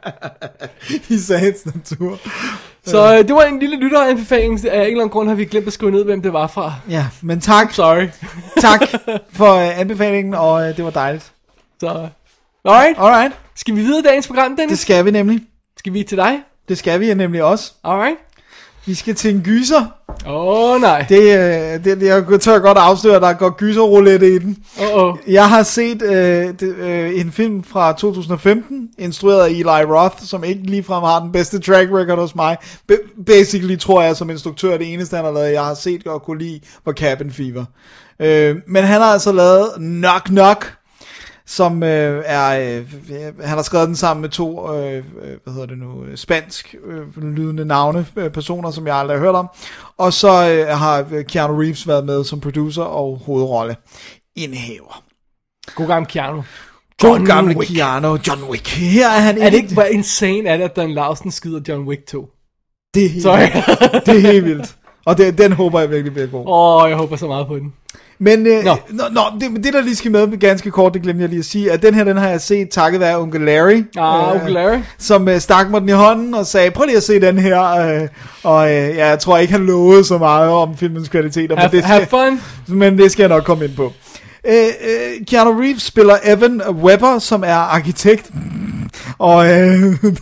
I sagens natur. Så øh, det var en lille lytteranbefaling. Af en eller anden grund har vi glemt at skrive ned, hvem det var fra. Ja, men tak. Sorry. Tak for uh, anbefalingen, og uh, det var dejligt. Så, alright. Alright. Skal vi videre dagens program, Dennis? Det skal vi nemlig. Skal vi til dig? Det skal vi nemlig også. Alright. Vi skal til en gyser. Åh oh, nej. Det, øh, det, jeg tør godt afsløre, at der går gyserroulette i den. Oh, oh. Jeg har set øh, det, øh, en film fra to tusind og femten, instrueret af Eli Roth, som ikke ligefrem har den bedste track record hos mig. Be- basically tror jeg som instruktør, det eneste han har lavet, jeg har set og kunne lide, var Cabin Fever. Øh, men han har altså lavet Knock Knock, som øh, er, øh, han har skrevet den sammen med to, øh, hvad hedder det nu, spansk øh, lydende navne, øh, personer, som jeg aldrig har hørt om. Og så øh, har Keanu Reeves været med som producer og hovedrolle indehaver. God gammel Keanu. God gamle Wick. Keanu, John Wick. Her er han. Er det ikke bare insane, at Dan Larsen skyder John Wick to? Det er helt, Sorry. det er helt vildt. Og det, den håber jeg virkelig bliver god. Åh, oh, jeg håber så meget på den. Men øh, nå. Nå, nå, det, det der lige skal med ganske kort, det glemte jeg lige at sige, at den her, den har jeg set takket være Onkel Larry. Ah, øh, Onkel Larry. Som øh, stak mig den i hånden og sagde, prøv lige at se den her. Øh, og øh, ja, jeg tror ikke, han lovede så meget om filmens kvaliteter. Have, men, det have skal, fun. men det skal jeg nok komme ind på. Øh, øh, Keanu Reeves spiller Evan Webber, som er arkitekt. Og, øh,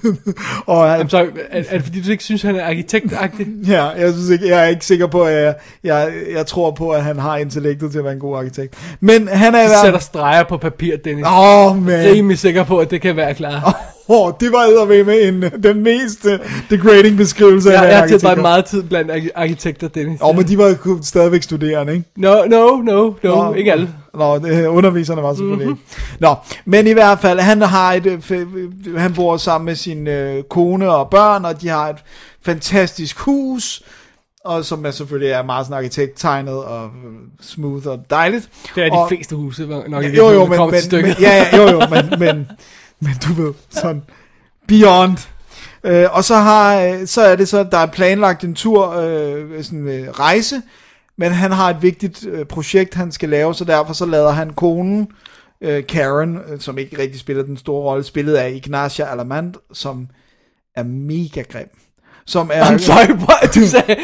og I'm sorry, er, er det fordi du ikke synes han er arkitektagtig? Ja, jeg synes ikke, jeg er ikke sikker på, at jeg, jeg, jeg tror på, at han har intellektet til at være en god arkitekt. Men han er... Du sætter streger på papir, Dennis. Åh, oh, man. Jeg er rimelig sikker på, at det kan være klar. Åh, oh, det var eddermame en den mest uh, degrading beskrivelse ja, af jeg har tilbragt meget tid blandt arkitekter, Dennis. Åh, oh, men de var stadigvæk studerende, ikke? No, no, no, no, Nå, ikke alle. Nå, det, underviserne var selvfølgelig mm-hmm. ikke. Nå, men i hvert fald, han har et, øh, han bor sammen med sin øh, kone og børn, og de har et fantastisk hus, og som er selvfølgelig er meget sådan arkitekttegnet og øh, smooth og dejligt. Det er de og, fleste huse, nok i jo, jo, men, men, men, ja, ja, jo, jo, men, men, men du ved, sådan beyond. Øh, og så har, så er det så, der er planlagt en tur, øh, sådan en øh, rejse, men han har et vigtigt øh, projekt, han skal lave, så derfor så lader han konen, øh, Karen, øh, som ikke rigtig spiller den store rolle, spillet af Ignacia Alamand, som er mega grim. Som er... I'm sorry, what? Du sagde,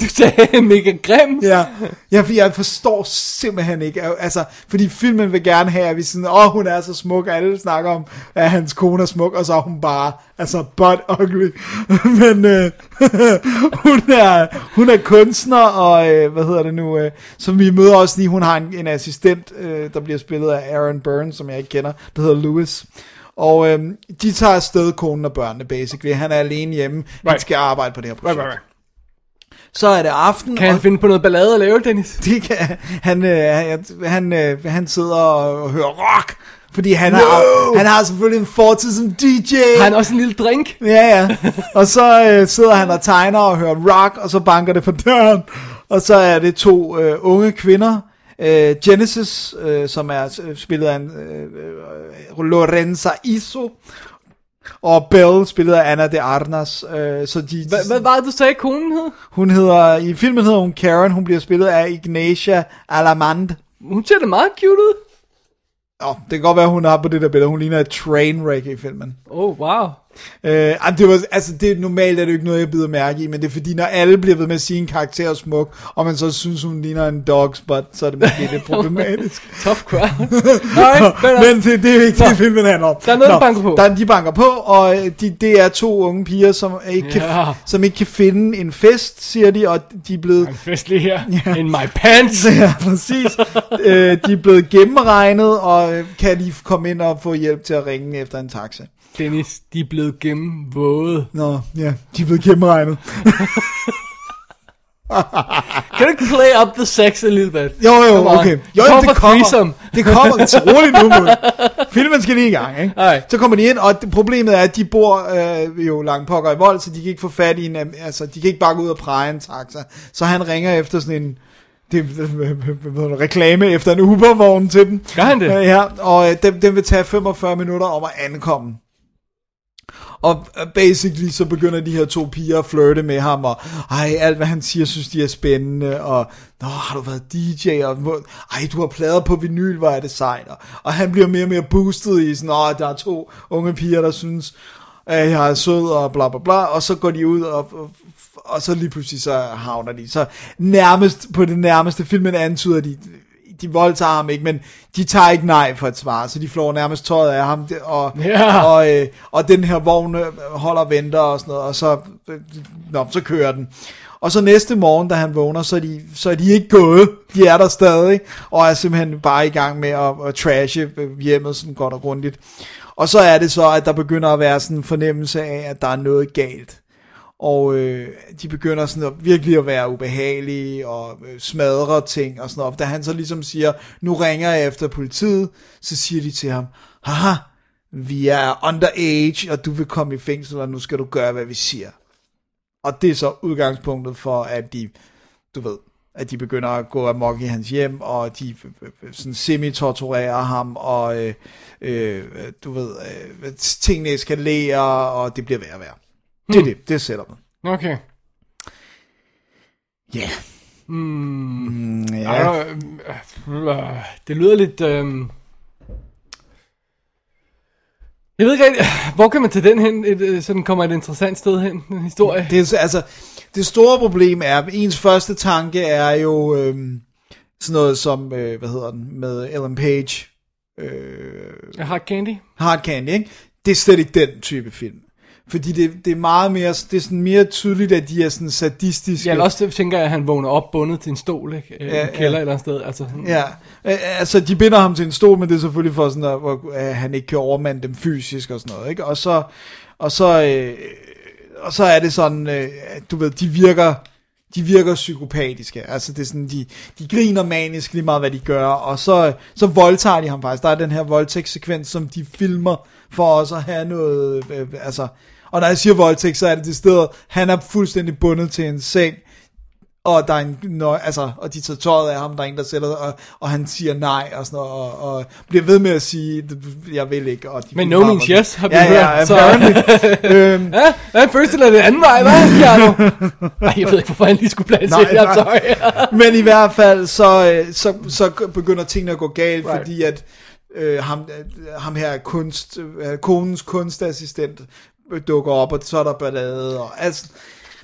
Du sagde mega grim. Ja, jeg, jeg forstår simpelthen ikke, altså, fordi filmen vil gerne have, at vi sådan, åh, hun er så smuk, og alle snakker om, at hans kone er smuk, og så er hun bare, altså, butt ugly, men øh, hun, er, hun er kunstner, og øh, hvad hedder det nu, øh, som vi møder også lige, hun har en, en assistent, øh, der bliver spillet af Aaron Burns, som jeg ikke kender, der hedder Louis. Og øhm, de tager afsted, konen og børnene, basically. Han er alene hjemme. Right. Han skal arbejde på det her projekt. Right, right, right. Så er det aften. Kan han og... finde på noget ballade at lave, Dennis? Det kan han. Øh, han, øh, han sidder og hører rock. Fordi han, no! har, han har selvfølgelig en fortid som D J. Har han også en lille drink? Ja, ja. Og så øh, sidder han og tegner og hører rock, og så banker det på døren. Og så er det to øh, unge kvinder. Uh, Genesis, uh, som er uh, spillet af en, uh, Lorenza Iso, og Belle, spillet af Ana de Armas. Uh, så de, Hvad hva, var det, du sagde, konen hed? Hun hedder, i filmen hedder hun Karen, hun bliver spillet af Ignacia Alamand. Hun ser da meget cute ud. Åh, oh, det kan godt være, hun har på det der billede. Hun ligner et trainwreck i filmen. Oh, wow. Uh, det var, altså det normalt er det jo ikke noget, jeg bider mærke i, men det er fordi, når alle bliver ved med at sige en karakter er smuk, og man så synes, hun ligner en dog's butt, så er det måske lidt problematisk. Tough crowd. Men det, det er ikke det, filmen handler om. Der er noget, Nå, de banker på. Der, de banker på, og de, det er to unge piger, som ikke, kan, yeah. som ikke kan finde en fest, siger de, og de er blevet... En fest lige her. Yeah. In my pants. Ja, præcis. uh, de er blevet gennemregnet, og kan de komme ind og få hjælp til at ringe efter en taxa. Dennis, de er blevet gennemvåde. Nå, ja, de er blevet gennemregnet. Kan du ikke play up the sex a little bit? Jo, jo, okay. Jo, jo, det kommer. Det kommer til roligt nu, mod. Filmen skal lige i gang, ikke? Ej. Så kommer de ind, og det, problemet er, at de bor øh, jo langt pokker i vold, så de kan ikke få fat i en, altså, de kan ikke bare gå ud og præge en taxa. Så han ringer efter sådan en... Det er reklame efter en Uber-vogn til dem. Gør han det? Ja, og øh, den, den vil tage femogfyrre minutter om at ankomme. Og basically så begynder de her to piger at flirte med ham, og ej, alt hvad han siger, synes de er spændende, og nå, har du været D J, og ej, du har plader på vinyl, hvor er det sejt, og, og han bliver mere og mere boostet i sådan, åh, der er to unge piger, der synes, at jeg er sød, og bla bla bla, og så går de ud, og, og, og så lige pludselig så havner de, så nærmest, på det nærmeste filmen antyder de, de voldtager ham ikke, men de tager ikke nej for et svar, så de flår nærmest tøjet af ham, og, yeah. og, øh, og den her vogn holder og venter og sådan noget, og så, øh, nå, så kører den. Og så næste morgen, da han vågner, så er, de, så er de ikke gået, de er der stadig, og er simpelthen bare i gang med at, at trashe hjemmet sådan godt og grundigt. Og så er det så, at der begynder at være sådan en fornemmelse af, at der er noget galt. Og øh, de begynder sådan at virkelig at være ubehagelige og øh, smadre ting og sådan noget. Da han så ligesom siger, nu ringer jeg efter politiet, så siger de til ham, haha, vi er underage, og du vil komme i fængsel, og nu skal du gøre, hvad vi siger. Og det er så udgangspunktet for, at de, du ved, at de begynder at gå amok i hans hjem, og de sådan semi-torturerer ham, og øh, øh, du ved, øh, tingene eskalerer, og det bliver værre og værre. Det er hmm. det, det sætter man. Okay. Ja. Yeah. Mm. Mm, ja. Ja. Det lyder lidt... Øhm... Jeg ved ikke rigtig, hvor kan man tage den hen? Et, sådan kommer et interessant sted hen, en historie. Det, er, altså, det store problem er, at ens første tanke er jo øhm, sådan noget som, øh, hvad hedder den, med Ellen Page. Øh, Hard Candy. Hard Candy, ikke? Det er slet ikke den type film. Fordi det, det er meget mere, det er sådan mere tydeligt, at de er sådan sadistiske. Ja, eller også tænker jeg, at han vågner op bundet til en stol, ikke? Ja, en kælder ja. Eller et sted. Altså. Ja, altså de binder ham til en stol, men det er selvfølgelig for sådan, at, at han ikke kan overmande dem fysisk og sådan noget, ikke? Og så, og så, øh, og så er det sådan, øh, du ved, de virker, de virker psykopatiske. Altså det er sådan, de, de griner manisk lige meget, hvad de gør, og så, så voldtager de ham faktisk. Der er den her voldtægtssekvens, som de filmer for også at have noget, øh, altså... Og når jeg siger voldtægt, så er det det sted, han er fuldstændig bundet til en seng, og der er en, når, altså, og de tager tøjet af ham, der er en, der sætter, og, og han siger nej, og sådan noget, og, og bliver ved med at sige, jeg vil ikke. Og de men no means yes, har vi ja, hørt. Ja, så... øhm, ja, ja, først eller det anden vej, hvad? Nej, jeg ved ikke, hvorfor han lige skulle blande sig. Nej, nej. Men i hvert fald, så, så, så begynder tingene at gå galt, right. Fordi at øh, ham, ham her kunst, øh, konens kunstassistent, dukker op, og så er der ballade, og altså,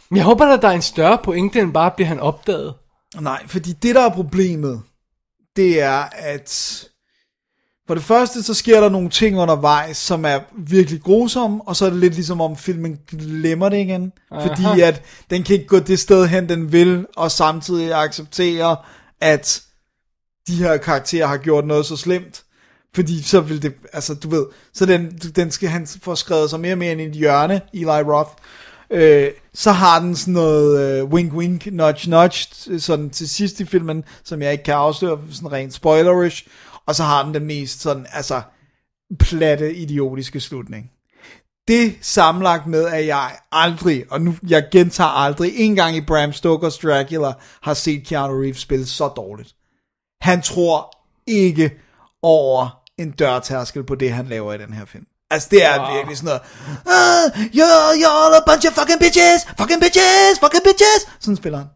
Men jeg håber, at der er en større pointe, end bare bliver han opdaget. Nej, fordi det, der er problemet, det er, at for det første, så sker der nogle ting undervejs, som er virkelig grusomme, og så er det lidt ligesom om filmen glemmer det igen. Aha. Fordi at den kan ikke gå det sted hen, den vil, og samtidig acceptere, at de her karakterer har gjort noget så slemt. Fordi så vil det, altså du ved, så den, den skal han få skrevet sig mere og mere ind i et hjørne, Eli Roth. Øh, så har den sådan noget øh, wink wink, nudge nudge, sådan til sidst i filmen, som jeg ikke kan afsløre, sådan rent spoilerish. Og så har den den mest sådan, altså, platte, idiotiske slutning. Det sammenlagt med, at jeg aldrig, og nu, jeg gentager aldrig, en gang i Bram Stokers Dracula, har set Keanu Reeves spille så dårligt. Han tror ikke over en dørtærskel på det, han laver i den her film. Altså, det er wow. virkelig sådan noget, ah, you're, you're all a bunch of fucking bitches, fucking bitches, fucking bitches. Sådan spiller han.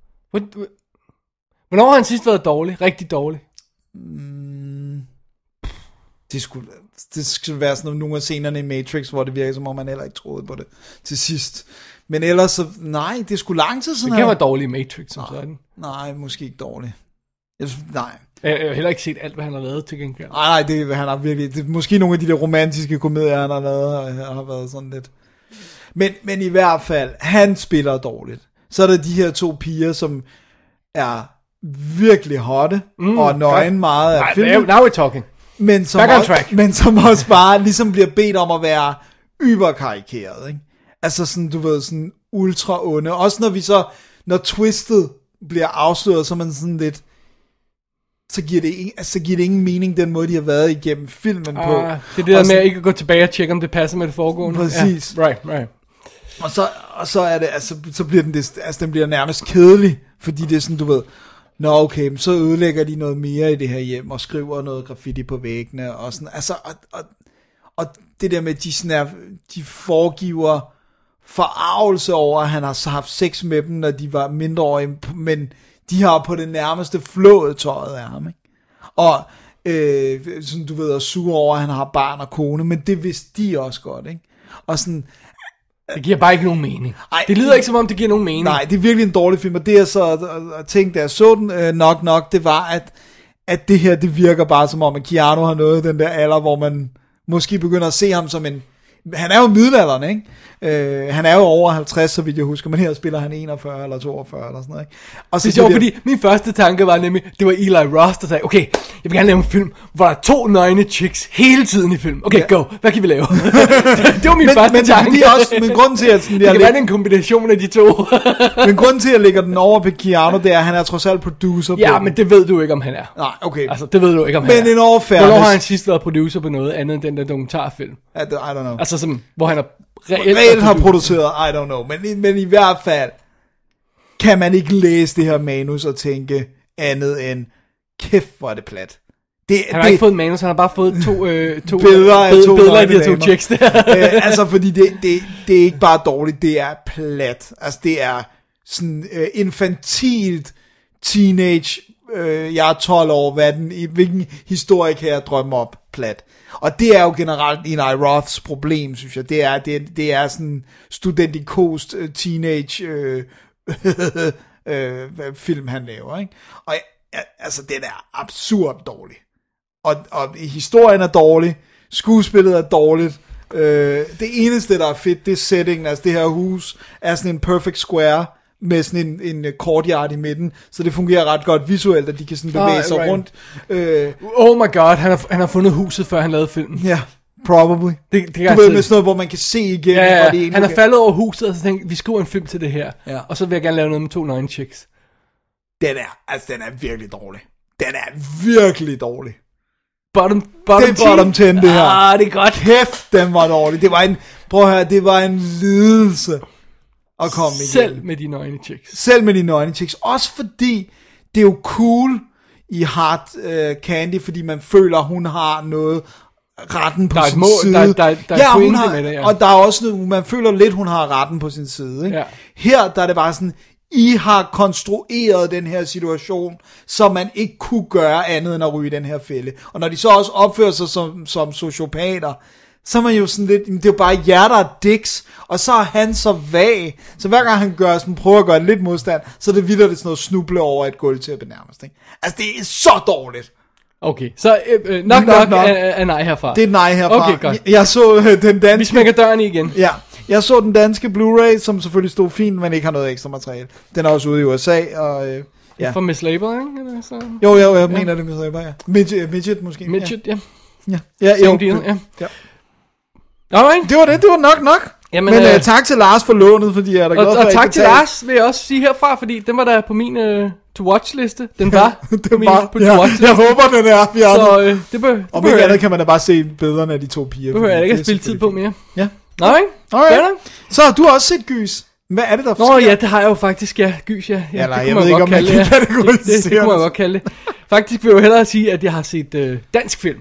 Hvornår har han sidst været dårlig? Rigtig dårlig? Mm, det skulle det skulle være sådan nogle af scenerne i Matrix, hvor det virker som om man heller ikke troede på det til sidst. Men ellers så, nej, det skulle lang tid sådan. Det kan være dårlig i Matrix som nej, sådan. Nej, måske ikke dårlig. Jeg synes, nej. Jeg, jeg har heller ikke set alt, hvad han har lavet til gengæld. Nej, nej, det han har virkelig, det, måske nogle af de der romantiske komedier, han har lavet, har, har været sådan lidt. Men, men i hvert fald, han spiller dårligt. Så er der de her to piger, som er virkelig hotte, mm, og nøgen meget af filmen. Now we're talking. Men som, også, men som også bare ligesom bliver bedt om at være yberkarikeret, ikke? Altså sådan, du ved, sådan ultra onde. Også når vi så, når twistet bliver afsløret, så er man sådan lidt, så giver det, ikke, altså, så giver det ingen mening, den måde, de har været igennem filmen uh, på. Det er det der med at ikke gå tilbage og tjekke, om det passer med det foregående. Præcis. Yeah, right, right. Og så, og så er det, altså, så bliver den, altså, den bliver nærmest kedelig, fordi det er sådan, du ved, nå okay, så ødelægger de noget mere i det her hjem, og skriver noget graffiti på væggene, og sådan, altså, og, og, og det der med, de sådan er, de foregiver forarvelse over, at han har haft sex med dem, når de var mindreårige, men de har på det nærmeste flået tøjet af ham, ikke? Og, øh, sådan, du ved, at suge over, at han har barn og kone, men det vidste de også godt, ikke? Og sådan, det giver bare ikke nogen mening. Ej, det lyder ikke som om det giver nogen mening. Nej, det er virkelig en dårlig film. Og det jeg så tænkte, da jeg så den øh, nok nok, det var at at det her, det virker bare som om at Keanu har nået den der alder, hvor man måske begynder at se ham som en, han er jo middelalderen, ikke? Øh, han er jo over halvtreds, så vidt jeg husker, men her spiller han enogfyrre eller toogfyrre eller sådan noget, ikke? Og så det er sjovt, fordi min første tanke var nemlig, det var Eli Roth, der sagde, okay, jeg vil gerne lave en film, hvor der er to nøgne chicks hele tiden i film. Okay, ja. Go, hvad kan vi lave? det, det var min men, første men, tanke. Men, også, men grunden til, at sådan, det kan være en kombination af de to. Men grunden til, at jeg lægger den over på Keanu, det er, at han er trods alt producer på ja, den. men det ved du ikke, om han er. Nej, okay. Altså, det ved du ikke, om men han er. Men en overfærdes. Hvornår har han sidst været producer på noget andet end den der dokumentarfilm? I don't know. Altså, som, hvor han er reelt, reelt har produceret, I don't know, men, men i hvert fald kan man ikke læse det her manus og tænke andet end, kæft hvor er det plat. Det, han har det, ikke fået manus, han har bare fået to, øh, to billeder af bed, to, billeder af de her to chicks der. øh, altså fordi det, det, det er ikke bare dårligt, det er plat. Altså det er sådan øh, infantilt teenage, øh, jeg er tolv år, hvad den, i hvilken historie kan jeg drømme op plat. Og det er jo generelt Eli Roths problem, synes jeg. Det er, det, det er sådan studentikost uh, teenage øh, øh, film, han laver, ikke? Og ja, altså, den er absurd dårlig. Og, og historien er dårlig, skuespillet er dårligt. Øh, det eneste, der er fedt, det er settingen. Altså, det her hus er sådan en perfect square med sådan en, en courtyard i midten, så det fungerer ret godt visuelt, at de kan sådan bevæge oh, sig right. rundt. Øh, oh my god, han har, han har fundet huset, før han lavede filmen. Ja, yeah, probably. Det, det du ved, med sådan noget, hvor man kan se igen. Ja, ja. Det han har faldet over huset, og så tænkte, vi skriver en film til det her, ja. Og så vil jeg gerne lave noget med to nøgne chicks. Den er, altså den er virkelig dårlig. Den er virkelig dårlig. Bottom, bottom det er bottom ti, det her. Ah, det er godt. Kæft, den var dårlig. Det var en, prøv at høre, det var en lidelse at komme igen. Selv med de nøgne chicks. Selv med de nøgne chicks. Også fordi, det er jo cool i Hard uh, Candy, fordi man føler, hun har noget retten på sin mål, side. Der, der, der ja, er hun har, med det, ja. Og der er også noget, man føler lidt, hun har retten på sin side. Ikke? Ja. Her, der er det bare sådan, I har konstrueret den her situation, så man ikke kunne gøre andet end at ryge den her fælde. Og når de så også opfører sig som, som sociopater, så er man jo sådan lidt, det er jo bare hjerter og dicks, og så er han så vag, så hver gang han gør, sådan, prøver at gøre lidt modstand, så er det vildt, det sådan noget snuble over et gulv til at benærmest, ikke? Altså, det er så dårligt. Okay, så øh, nok nok, nok. Er, er nej herfra. Det er nej herfra. Okay, godt. Jeg, jeg så øh, den danske... Vi smækker døren i igen. Ja, jeg så den danske Blu-ray, som selvfølgelig stod fint, men ikke har noget ekstra materiale. Den er også ude i U S A, og... Øh, ja. For Miss Labor, ikke? Eller så... Jo, jo, jeg ja. mener det, Miss Labor, ja. Midget, midget måske. Midget, ja. Ja, ja, Same jo. deal, ja. ja. Alright. Det var det, det var nok nok. Jamen, men øh, uh, tak til Lars for lånet, fordi jeg er da glad og, for, og at tak til Lars, vil jeg også sige herfra, fordi den var der på min uh, to-watch-liste. Den var det på min var, på ja, to-watch-liste. Jeg håber, den er. Vi så øh, det bør, det om ikke andet kan man da bare se billederne af de to piger. Det behøver jeg ikke at spille tid på mere. Ja. Alright. Alright. Så du har også set Gys. Hvad er det, der Nå sker? ja, det har jeg jo faktisk, ja. Gys, ja. ja, ja nej, det jeg ved ikke, om man kan kategorisere det. Det, det kunne man godt kalde det. Faktisk vil jeg jo hellere sige, at jeg har set øh, dansk film.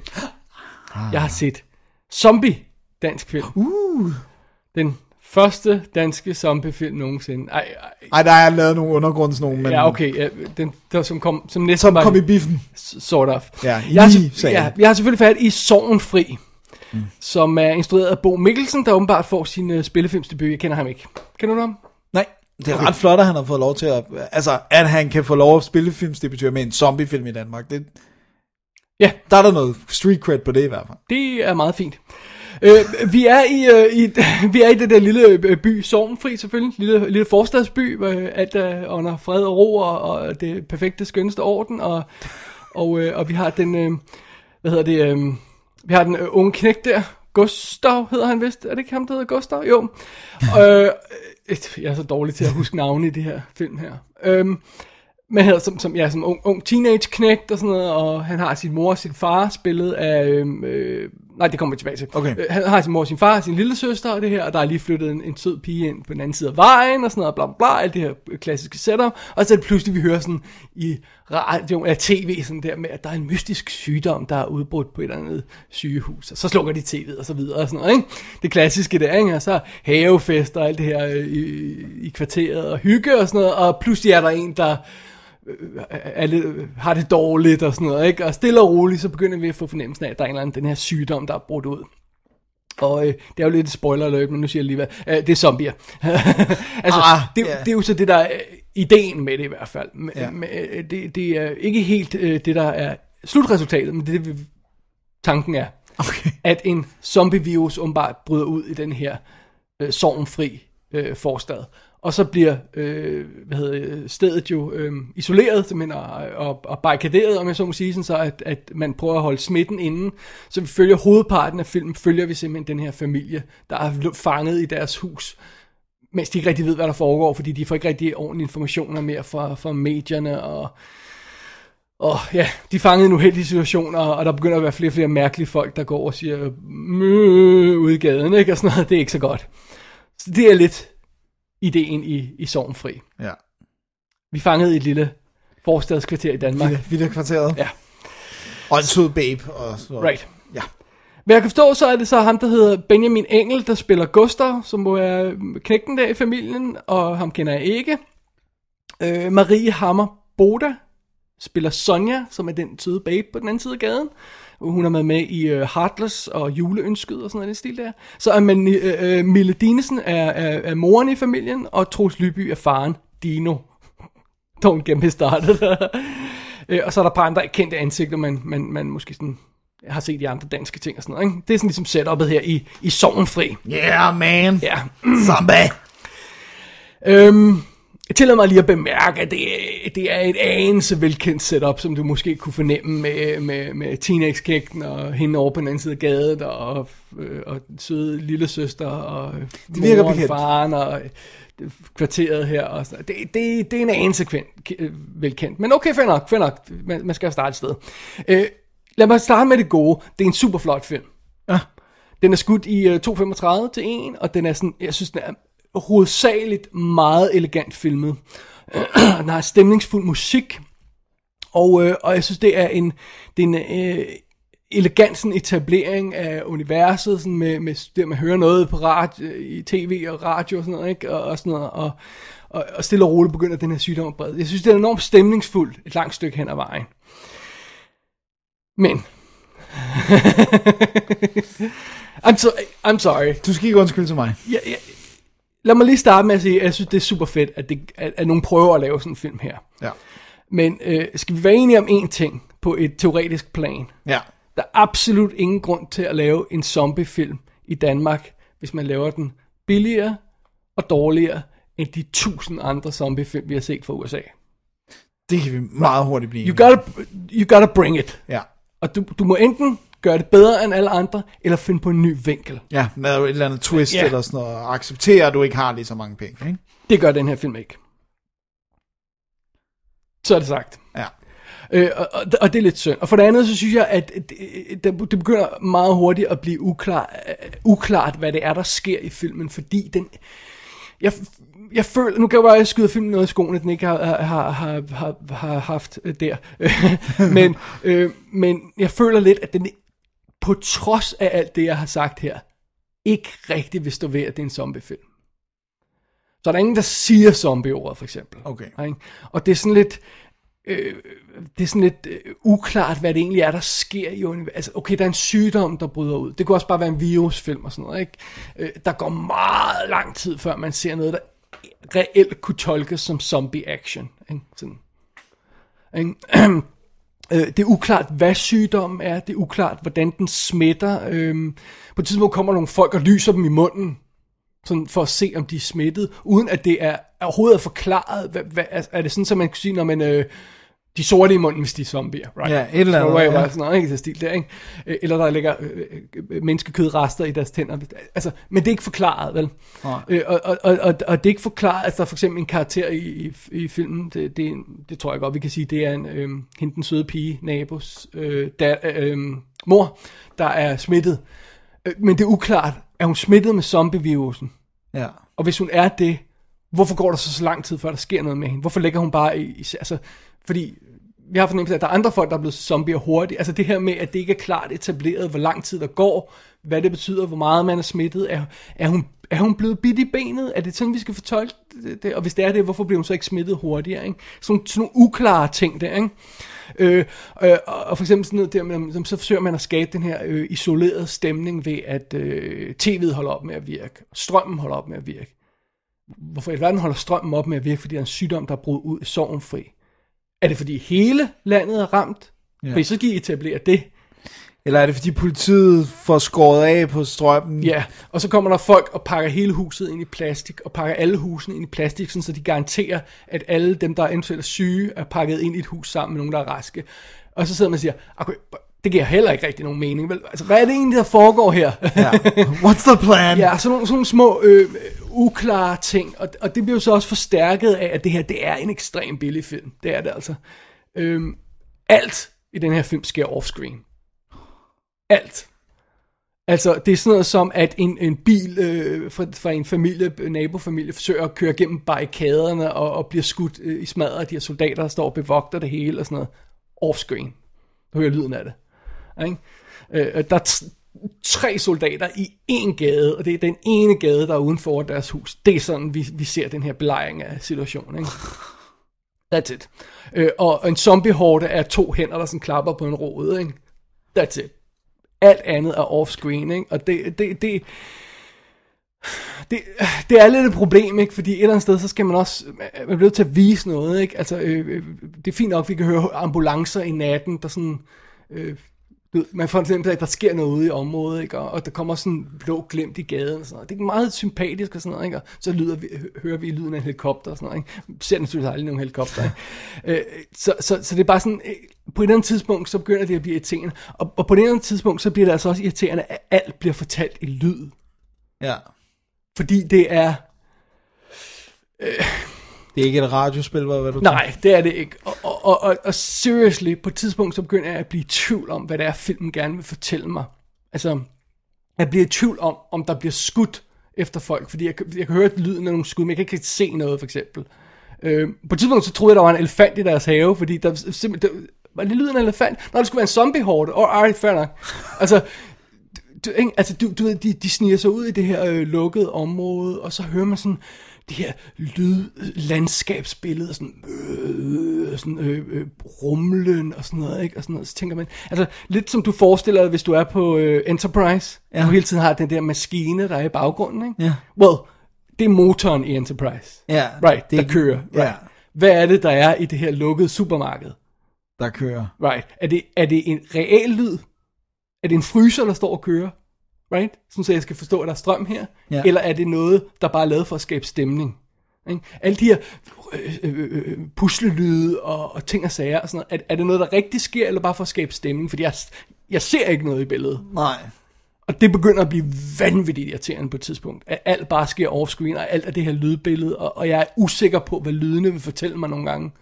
Jeg har set zombie dansk film. Uh. Den første danske zombiefilm nogensinde. Ej, ej. ej, der er lavet nogle undergrunds nogen, men... Ja, okay. Ja, den, der, som kom, som næsten som var... kom i biffen. Sort of. Ja, jeg, har, ja, jeg har selvfølgelig fat i Sorgenfri, mm. som er instrueret af Bo Mikkelsen, der åbenbart får sin uh, spillefilmsdebut. Jeg kender ham ikke. Kender du ham? Nej. Det er okay. ret flot, at han har fået lov til at... Altså, at han kan få lov at spille filmsdebutere med en zombiefilm i Danmark. Det, ja. Der er der noget street cred på det i hvert fald. Det er meget fint. Øh, vi er i, øh, i vi er i det der lille by, Sorgenfri selvfølgelig, lille, lille forstadsby, hvor alt er under fred og ro, og, og det perfekte, skønneste orden, og, og, øh, og vi har den, øh, hvad hedder det, øh, vi har den øh, unge knægt der, Gustav hedder han vist, er det ikke ham, der hedder Gustav? Jo. øh, jeg er så dårlig til at huske navne i det her film her. Øh, Men her, som, som, ja, som ung, ung teenage-knægt og sådan noget, og han har sin mor og sin far spillet af... Øh, nej, det kommer vi tilbage til. Okay. Øh, han har sin mor og sin far og sin lille søster og det her, og der er lige flyttet en, en sød pige ind på den anden side af vejen og sådan noget, bla bla bla, alt det her klassiske setup. Og så er det pludselig, vi hører sådan i radio eller tv sådan der med, at der er en mystisk sygdom, der er udbrudt på et eller andet sygehus. Og så slukker de tv'et og så videre og sådan noget, ikke? Det klassiske der, ikke? Og så havefester og alt det her øh, i, i kvarteret og hygge og sådan noget, og pludselig er der en, der... Alle har det dårligt og sådan noget, ikke? Og stille og roligt, så begynder vi at få fornemmelsen af, at der er en eller anden, den her sygdom, der er brudt ud. Og øh, det er jo lidt et spoiler alert, men nu siger jeg lige, hvad øh, det er zombier. altså, ah, det, yeah. det er jo så det, der er ideen med det i hvert fald. Yeah. Det, det er ikke helt øh, det, der er slutresultatet, men det er det, tanken er. Okay. At en zombie-virus åbenbart bryder ud i den her øh, sorgenfri øh, forstad. Og så bliver øh, hvad hedder, stedet jo øh, isoleret simpelthen, og, og, og barrikaderet, om jeg så må sige, sådan, så at, at man prøver at holde smitten inde. Så vi følger hovedparten af filmen, følger vi simpelthen den her familie, der er fanget i deres hus, mens de ikke rigtig ved, hvad der foregår, fordi de får ikke rigtig ordentlige informationer mere fra, fra medierne, og, og ja, de er fanget i en uheldig situation, og, og der begynder at være flere og flere mærkelige folk, der går og siger, møh, ude i gaden, ikke? Og sådan noget, det er ikke så godt. Så det er lidt ideen i, i Sorgenfri. Ja. Vi fangede i et lille forstadskvarter i Danmark. Lille, lille kvarteret. Ja. Og en sød babe. Og så. Right. Ja. Hvad jeg kan forstå, så er det så ham, der hedder Benjamin Engel, der spiller Gustav, som må er knægten der i familien, og ham kender jeg ikke. Øh, Marie Hammer Boda spiller Sonja, som er den søde babe på den anden side af gaden. Hun har været med i uh, Heartless og Juleønsket og sådan noget, den stil der. Så er man, uh, uh, Mille Dinesen er, er, er moren i familien, og Troels Lyby er faren, Dino. Don't get me started. uh, og så er der et par andre kendte ansigter, man, man, man måske sådan har set i andre danske ting og sådan noget. Ikke? Det er sådan ligesom setupet her i, i Sorgenfri. Yeah, man. Ja. Zombie. Øhm... Jeg tillader mig lige at bemærke, at det er, det er et anelse velkendt setup, som du måske kunne fornemme med, med, med teenage-knægten og hende over på den anden side af gaden, og, øh, og søde lille søster, og moren, faren, og øh, kvarteret her. Og sådan. Det, det, det er en anelse kvendt, velkendt. Men okay, fair nok, fair nok. Man, man skal starte et sted. Øh, lad mig starte med det gode. Det er en super flot film. Ja. Den er skudt i øh, to femogtredive til en, og den er sådan, jeg synes, den er hovedsageligt meget elegant filmet. Den har stemningsfuld musik, og, øh, og jeg synes, det er en, det er en øh, elegant sådan, etablering af universet, sådan med, med det, man hører noget på radio, i tv og radio og sådan noget, ikke? Og, og sådan noget, og, og, og stille og roligt begynder den her sygdom at brede. Jeg synes, det er enormt stemningsfuldt et langt stykke hen ad vejen. Men I'm, so, I'm sorry. Du skal ikke undskylde til mig. Ja, ja. Lad mig lige starte med at sige, at jeg synes, det er super fedt, at, det, at, at nogen prøver at lave sådan en film her. Ja. Men øh, skal vi være enige om én ting på et teoretisk plan? Ja. Der er absolut ingen grund til at lave en zombiefilm i Danmark, hvis man laver den billigere og dårligere end de tusind andre zombiefilm, vi har set fra U S A. Det kan vi meget hurtigt blive. You gotta, you gotta bring it. Ja. Og du, du må enten gøre det bedre end alle andre, eller finde på en ny vinkel. Ja, med et eller andet twist Ja. eller sådan noget, og acceptere, at du ikke har lige så mange penge, ikke? Det gør den her film ikke. Så er det sagt. Ja. Øh, og, og, og det er lidt synd. Og for det andet, så synes jeg, at det, det begynder meget hurtigt at blive uklar, uh, uklart, hvad det er, der sker i filmen, fordi den... Jeg, jeg føler... Nu kan jeg bare skyde filmen noget i skoene, den ikke har, har, har, har, har haft der. men, øh, men jeg føler lidt, at den på trods af alt det, jeg har sagt her, ikke rigtig vil stå ved, at det er en zombiefilm. Så er der ingen, der siger zombie-ordet, for eksempel. Okay. Ikke? Og det er sådan lidt... Øh, det er sådan lidt øh, uklart, hvad det egentlig er, der sker i universet. Altså, okay, der er en sygdom, der bryder ud. Det kunne også bare være en virusfilm og sådan noget, ikke? Øh, der går meget lang tid, før man ser noget, der reelt kunne tolkes som zombie-action. Ikke? Sådan. Ikke? øh, det er uklart, hvad sygdommen er. Det er uklart, hvordan den smitter. Øh, på et tidspunkt kommer nogle folk og lyser dem i munden, sådan for at se, om de er smittet, uden at det er overhovedet forklaret. Hvad, hvad, er det sådan, så man kan sige, når man... Øh, de sorte i munden, hvis de er zombier, right? Ja, et eller andet. Så Ja. var sådan noget, ikke? Så stil der, ikke? Eller der ligger øh, øh, menneskekødrester i deres tænder. Altså, men det er ikke forklaret, vel? Øh, og, og, og, og det er ikke forklaret, at der er for eksempel en karakter i, i, i filmen, det, det, det tror jeg godt, vi kan sige, det er en, øh, hende den søde pige, nabos, øh, der, øh, mor, der er smittet. Øh, men det er uklart, er hun smittet med zombievirusen? Ja. Og hvis hun er det, hvorfor går der så så lang tid, før der sker noget med hende? Hvorfor ligger hun bare i... i altså, fordi vi har fornemmelse af, at der er andre folk, der er blevet zombier hurtigt. Altså det her med, at det ikke er klart etableret, hvor lang tid der går, hvad det betyder, hvor meget man er smittet. Er, er, hun, er hun blevet bidt i benet? Er det sådan, vi skal fortolke det? Og hvis det er det, hvorfor bliver hun så ikke smittet hurtigere? Ikke? Sådan, sådan nogle uklare ting der, ikke? Øh, øh, og for eksempel sådan noget der, med, så forsøger man at skabe den her øh, isolerede stemning ved, at øh, tv'et holder op med at virke, strømmen holder op med at virke. Hvorfor i verden holder strømmen op med at virke? Fordi der er en sygdom, der er brudt ud i Sorgenfri. Er det fordi hele landet er ramt? Ja. Fordi så skal I etablere det. Eller er det fordi politiet får skåret af på strømmen? Ja, og så kommer der folk og pakker hele huset ind i plastik, og pakker alle husene ind i plastik, sådan, så de garanterer, at alle dem, der er eventuelt syge, er pakket ind i et hus sammen med nogen, der er raske. Og så sidder man og siger, okay, det giver heller ikke rigtig nogen mening. Vel? Altså, hvad er det egentlig, der foregår her? Ja. What's the plan? Ja, sådan nogle, sådan nogle små øh, uklare ting, og, og det bliver jo så også forstærket af, at det her, det er en ekstrem billig film. Det er det altså. Øhm, alt i den her film sker offscreen. Alt. Altså, det er sådan noget som, at en, en bil øh, fra, fra en familie, nabofamilie, forsøger at køre gennem barrikaderne og, og bliver skudt øh, i smadret af de her soldater, der står og bevogter det hele og sådan noget. Offscreen. Du hører lyden af det. Ikke? Øh, der er t- tre soldater i en gade, og det er den ene gade, der er uden for deres hus. Det er sådan, vi, vi ser den her belejring af situationen. Ikke? That's it. Øh, og en zombiehorde er to hænder, der sådan klapper på en rode. Ikke? That's it. Alt andet er off-screen, ikke? Og det, det, det, det, det er lidt et problem, ikke? Fordi et eller andet sted, så skal man også, man bliver nødt til at vise noget, ikke? Altså, øh, det er fint nok, vi kan høre ambulancer i natten, der sådan, øh, man får fornemmelse af, at der sker noget ude i området, ikke? Og, og der kommer sådan blå glimt i gaden og sådan noget. Det er meget sympatisk og sådan noget, ikke? Og så lyder vi, hører vi lyden af en helikopter og sådan noget, ikke? Vi ser naturligvis aldrig nogen helikopter, ikke? Øh, så, så, så det er bare sådan, på et eller andet tidspunkt, så begynder det at blive irriterende. Og, og på et eller andet tidspunkt, så bliver det altså også irriterende, at alt bliver fortalt i lyd. Ja. Fordi det er... Øh, det er ikke et radiospil, hvad du Nej, tænker? Det er det ikke. Og, og, og, og, og seriously, på et tidspunkt, så begynder jeg at blive i tvivl om, hvad det er, filmen gerne vil fortælle mig. Altså, jeg bliver i tvivl om, om der bliver skudt efter folk, fordi jeg, jeg kan høre lyden af nogle skud, men jeg kan ikke se noget, for eksempel. Øh, på et tidspunkt, så troede jeg, der var en elefant i deres have, fordi der simpelthen... Der, var det lyden af en elefant? Nå, det skulle være en zombiehorde. Åh, oh, fair nok. Altså... Du, ikke? Altså, du, du ved, de, de sniger sig ud i det her øh, lukkede område, og så hører man sådan de her lydlandskabsbilleder, sådan, øh, noget sådan øh, øh, rumlen og sådan noget, ikke? Og sådan noget, så tænker man, altså lidt som du forestiller dig, hvis du er på øh, Enterprise, ja. Og hele tiden har den der maskine, der er i baggrunden, ikke? Ja. Well, det er motoren i Enterprise, ja, right, det der kører, right. Ja. Hvad er det, der er i det her lukkede supermarked? Der kører. Right, er det, er det en reel lyd? Er det en fryser, der står og kører? Right? Sådan så jeg skal forstå, at der er strøm her. Ja. Eller er det noget, der bare er lavet for at skabe stemning? Ikke? Alle de her øh, øh, øh, puslelyde og, og ting og sager og sådan noget, er, er det noget, der rigtig sker, eller bare for at skabe stemning? Fordi jeg, jeg ser ikke noget i billedet. Nej. Og det begynder at blive vanvittigt irriterende på et tidspunkt. At alt bare sker offscreen, og alt er det her lydbillede, og, og jeg er usikker på, hvad lydene vil fortælle mig nogle gange.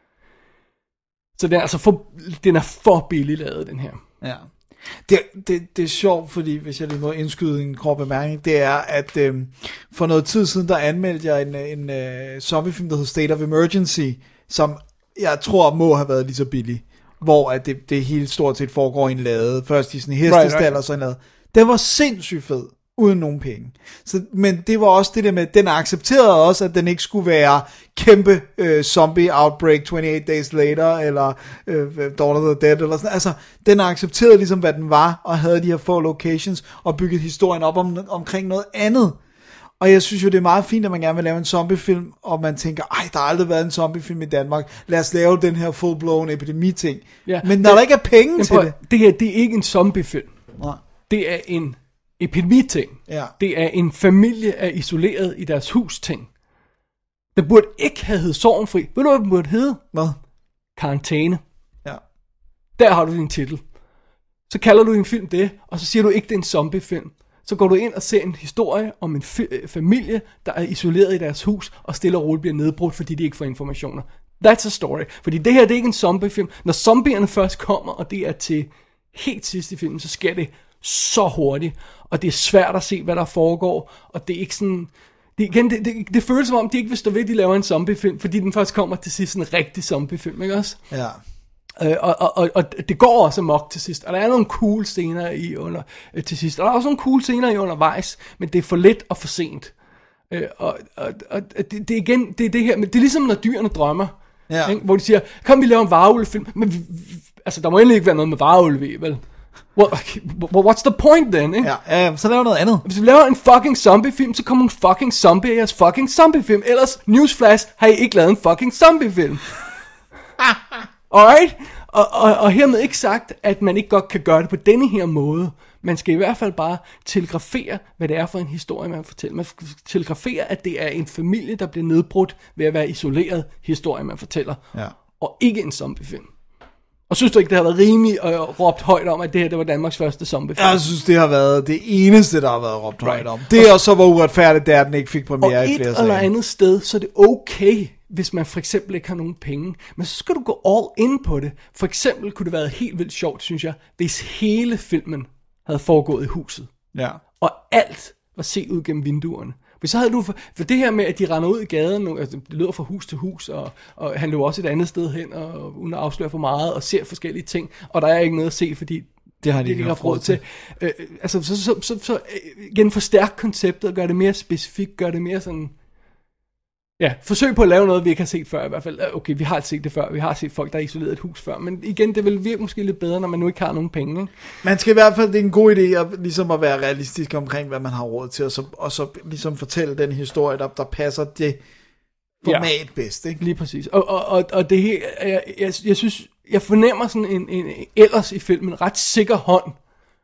Så den er altså for, den er for billig lavet, den her. Ja. Det, det, det er sjovt, fordi hvis jeg lige må indskyde en kort bemærkning, det er, at øh, for noget tid siden, der anmeldte jeg en, en øh, zombiefilm, der hedder State of Emergency, som jeg tror må have været lige så billig, hvor at det, det hele stort set foregår i en lade, først i sådan en hestestal right, right. og så en lade. Den var sindssygt fed, uden nogen penge. Så, men det var også det der med, den accepterede også, at den ikke skulle være kæmpe øh, zombie outbreak twenty-eight days later, eller øh, Dawn of the Dead, eller sådan. Altså, den accepterede ligesom, hvad den var, og havde de her få locations, og bygget historien op om, omkring noget andet. Og jeg synes jo, det er meget fint, at man gerne vil lave en zombiefilm, og man tænker, ej, der har aldrig været en zombiefilm i Danmark, lad os lave den her full-blown epidemi-ting. Ja, men når det, der ikke er penge til prøv, det. Det her, det er ikke en zombiefilm. Nej. Det er en epidemi-ting. Ja. Det er en familie er isoleret i deres hus-ting. Det burde ikke have heddet Sorgenfri. Ved du, hvad det burde hedde? Hvad? Karantæne. Ja. Der har du din titel. Så kalder du din film det, og så siger du ikke, det er en zombiefilm. Så går du ind og ser en historie om en fi- familie, der er isoleret i deres hus, og stille og roligt bliver nedbrudt, fordi de ikke får informationer. That's a story. Fordi det her, det er ikke en zombiefilm. Når zombierne først kommer, og det er til helt sidst i filmen, så sker det så hurtigt, og det er svært at se, hvad der foregår, og det er ikke sådan... Det, igen, det, det, det føles som om, de ikke vil stå ved, at de laver en zombiefilm, fordi den først kommer til sidst en rigtig zombiefilm, ikke også? Ja. Øh, og, og, og, og det går også amok til sidst, og der er nogle cool scener i under øh, til sidst, og der er også nogle cool scener i undervejs, men det er for lidt og for sent. Øh, og og, og det, det, igen, det er det her, men det er ligesom når dyrene drømmer, ja. Ikke? Hvor de siger, kom vi laver en varulvefilm, men vi, vi, altså der må endelig ikke være noget med varulve i, vel? What's the point then, ikke? Ja, øh, så laver noget andet. Hvis vi laver en fucking zombiefilm, så kommer en fucking zombie i jeres fucking zombiefilm. Ellers, newsflash, har I ikke lavet en fucking zombiefilm. Alright? Og, og, og hermed ikke sagt, at man ikke godt kan gøre det på denne her måde. Man skal i hvert fald bare telegrafere, hvad det er for en historie, man fortæller. Man skal telegrafere, at det er en familie, der bliver nedbrudt ved at være isoleret historie, man fortæller. Ja. Og ikke en zombiefilm. Og synes du ikke, det har været rimeligt og råbt højt om, at det her det var Danmarks første zombiefilm? Jeg synes, det har været det eneste, der har været råbt right. højt om. Det er også, hvor uretfærdigt det er, at den ikke fik premiere i flere Og et eller andet sted, så er det okay, hvis man for eksempel ikke har nogen penge. Men så skal du gå all in på det. For eksempel kunne det være helt vildt sjovt, synes jeg, hvis hele filmen havde foregået i huset. Ja. Og alt var set ud gennem vinduerne. For så havde du, for, for det her med, at de render ud i gaden, altså det løber fra hus til hus, og, og han løber også et andet sted hen, og uden at afsløre for meget, og ser forskellige ting, og der er ikke noget at se, fordi det har de det ikke haft råd til. til. Øh, altså, så, så, så, så igen forstærk konceptet, gør det mere specifikt, gør det mere sådan, ja, forsøg på at lave noget, vi ikke har set før i hvert fald. Okay, vi har set det før, vi har set folk, der har isoleret et hus før, men igen, det vil virke måske lidt bedre, når man nu ikke har nogen penge, ikke? Man skal i hvert fald, det er en god idé at, ligesom at være realistisk omkring, hvad man har råd til, og så, og så ligesom fortælle den historie, der, der passer det format ja, bedst, ikke? Lige præcis. Og, og, og, og det her, jeg, jeg, jeg synes, jeg fornemmer sådan en, en ellers i filmen ret sikker hånd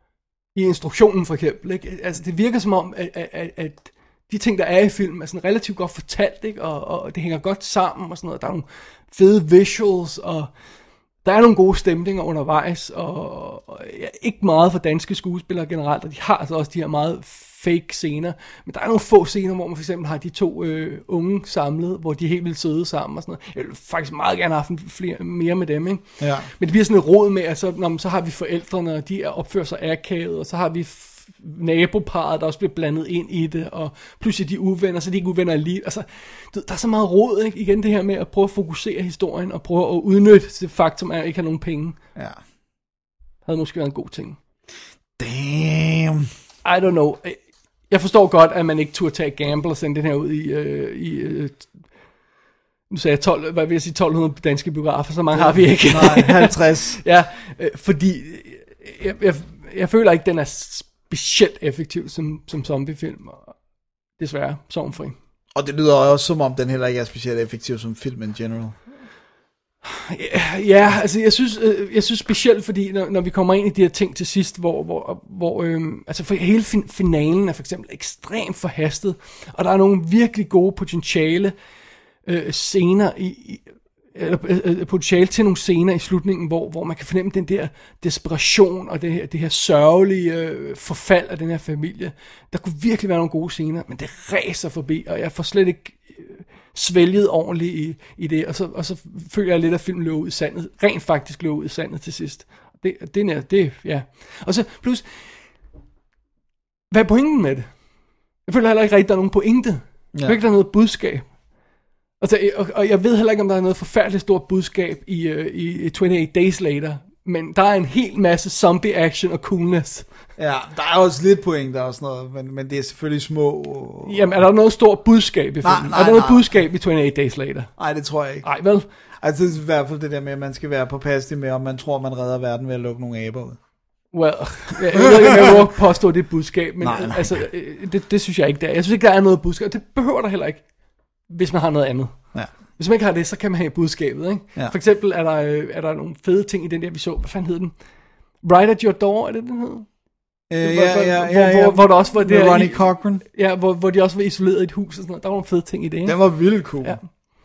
i instruktionen for eksempel, ikke? Altså det virker som om, at, at, at de ting, der er i filmen, er sådan relativt godt fortalt, ikke? Og, og det hænger godt sammen og sådan noget. Der er nogle fede visuals, og der er nogle gode stemninger undervejs, og, og ja, ikke meget for danske skuespillere generelt, og de har altså også de her meget fake scener. Men der er nogle få scener, hvor man for eksempel har de to øh, unge samlet, hvor de er helt vildt søde sammen og sådan noget. Jeg vil faktisk meget gerne have haft flere, mere med dem, ikke? Ja. Men det bliver sådan et råd med, at så, når, så har vi forældrene, og de opfører sig akavet, og så har vi naboparet, der også bliver blandet ind i det, og pludselig de uvenner, så de ikke uvenner lige. Altså, der er så meget råd, ikke? Igen det her med at prøve at fokusere historien, og prøve at udnytte det faktum, at jeg ikke har nogen penge. Ja. Havde måske været en god ting. Damn. I don't know. Jeg forstår godt, at man ikke turde tage gamble og sende den her ud i, øh, i øh, nu sagde jeg tolv, hvad vil jeg sige, tolv hundrede danske biografer, så mange har vi ikke. Nej, halvtreds. Ja, øh, fordi jeg, jeg, jeg føler ikke, den er specielt effektiv som, som zombiefilm, og desværre, sorgfri. Og det lyder også som om, den heller ikke er specielt effektiv som film in general. Ja, ja, altså jeg synes, øh, jeg synes specielt, fordi når, når vi kommer ind i de her ting til sidst, hvor, hvor, hvor øh, altså for hele fin- finalen er for eksempel ekstremt forhastet, og der er nogle virkelig gode potentiale øh, scener i, i eller øh, potentiale til nogle scener i slutningen, hvor, hvor man kan fornemme den der desperation og det her, det her sørgelige øh, forfald af den her familie. Der kunne virkelig være nogle gode scener, men det ræser forbi, og jeg får slet ikke øh, svælget ordentligt i, i det, og så, og så føler jeg lidt, at filmen løber ud i sandet, rent faktisk løber ud i sandet til sidst. Det, det, er, det ja. Og så plus, hvad er pointen med det? Jeg føler heller ikke rigtigt, at der er nogen pointe. Jeg føler ikke, der er noget budskab. Altså, og, og jeg ved heller ikke, om der er noget forfærdeligt stort budskab i, uh, i, i twenty-eight Days Later, men der er en hel masse zombie action og coolness. Ja, der er også lidt pointer og sådan noget, men, men det er selvfølgelig små... Jamen, er der noget stort budskab i filmen? Nej, nej, er der noget nej. budskab i twenty-eight Days Later? Nej, det tror jeg ikke. Nej, vel? Altså, det er i hvert fald det der med, at man skal være påpasselig med, om man tror, man redder verden ved at lukke nogle aber ud. Well, jeg, jeg ved ikke, om jeg må påstå, det er budskab, men nej, nej. altså, det, det synes jeg ikke, der er. Jeg synes ikke, der er noget budskab. Det behøver der heller ikke, hvis man har noget andet. Ja. Hvis man ikke har det, så kan man have budskabet, ikke? Ja. For eksempel er der, er der nogle fede ting i den der, vi så. Hvad fanden hed den? Right at Your Door, er det, den hed? Øh, hvor, ja, ja, hvor, ja, ja. Hvor, hvor der også var det med der... Ronnie Cochran. Ja, hvor, hvor de også var isoleret i et hus og sådan noget. Der var nogle fede ting i det, ikke? Den var vildt cool. Ja.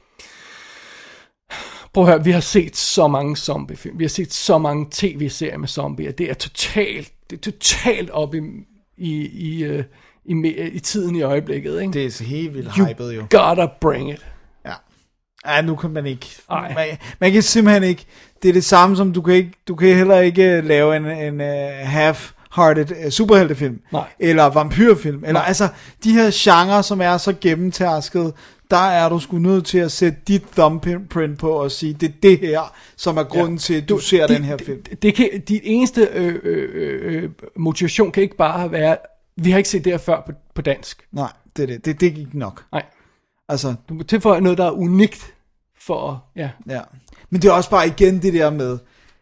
Prøv at høre, vi har set så mange zombiefilm. Vi har set så mange tv-serier med zombier. Det er totalt, det er totalt op i, i, i, uh, i, i tiden i øjeblikket, ikke? Det er helt vildt you hyped jo. gotta bring it. Ja. Ja, nu kan man ikke. Ej. Man, man kan simpelthen ikke. Det er det samme som, du kan ikke, du kan heller ikke lave en, en uh, half-hearted uh, superheltefilm. Nej. Eller vampyrfilm. Eller Nej. altså, de her genrer, som er så gennemtærsket, der er du sgu nødt til at sætte dit thumbprint på og sige, det er det her, som er grunden ja. til, at du, du ser de, den her film. Det, det kan, dit eneste øh, øh, øh, motivation kan ikke bare være, vi har ikke set det her før på, på dansk. Nej, det er det. Det, det er ikke nok. Nej. Altså, du må tilføje noget, der er unikt for, ja. Ja. Men det er også bare igen det der med,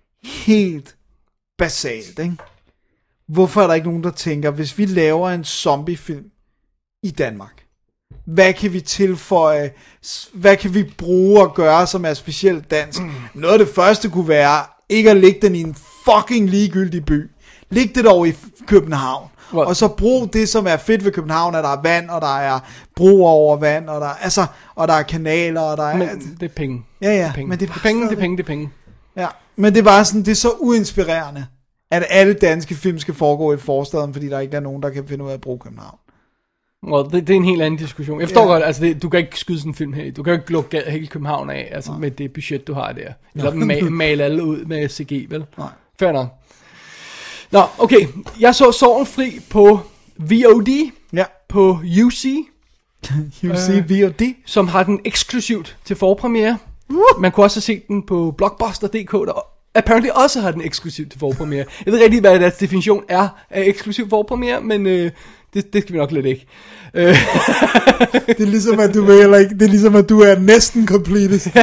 helt basalt, ikke? Hvorfor er der ikke nogen, der tænker, hvis vi laver en zombiefilm i Danmark, hvad kan vi tilføje, hvad kan vi bruge og gøre, som er specielt dansk? Mm. Noget af det første kunne være, ikke at lægge den i en fucking ligegyldig by. Læg det dog i København. What? Og så brug det, som er fedt ved København, at der er vand, og der er broer over vand, og der, altså, og der er kanaler, og der er... Men det er penge. Ja, ja. Det er penge. Men det er, det er penge, det er penge, det er penge. Ja, men det er bare sådan, det er så uinspirerende, at alle danske film skal foregå i forstaden, fordi der ikke er nogen, der kan finde ud af at bruge København. Well, det, det er en helt anden diskussion. Jeg forstår Ja. godt, altså det, du kan ikke skyde sådan en film her. Du kan jo ikke lukke hele København af, altså med det budget, du har der. Eller ma- male alle ud med C G, vel? Nej. Fair nok. Nå, okay. Jeg så Sorgenfri på V O D. Ja. På U C. U C øh, V O D. Som har den eksklusivt til forpremiere. Uh. Man kunne også have set den på Blockbuster punktum d k, der apparently også har den eksklusivt til forpremiere. Jeg ved ikke rigtig, hvad deres definition er af eksklusiv forpremiere, men øh, det, det skal vi nok lidt ikke. Øh. Det er ligesom, at du vil, ikke. Det er ligesom, at du er næsten completed.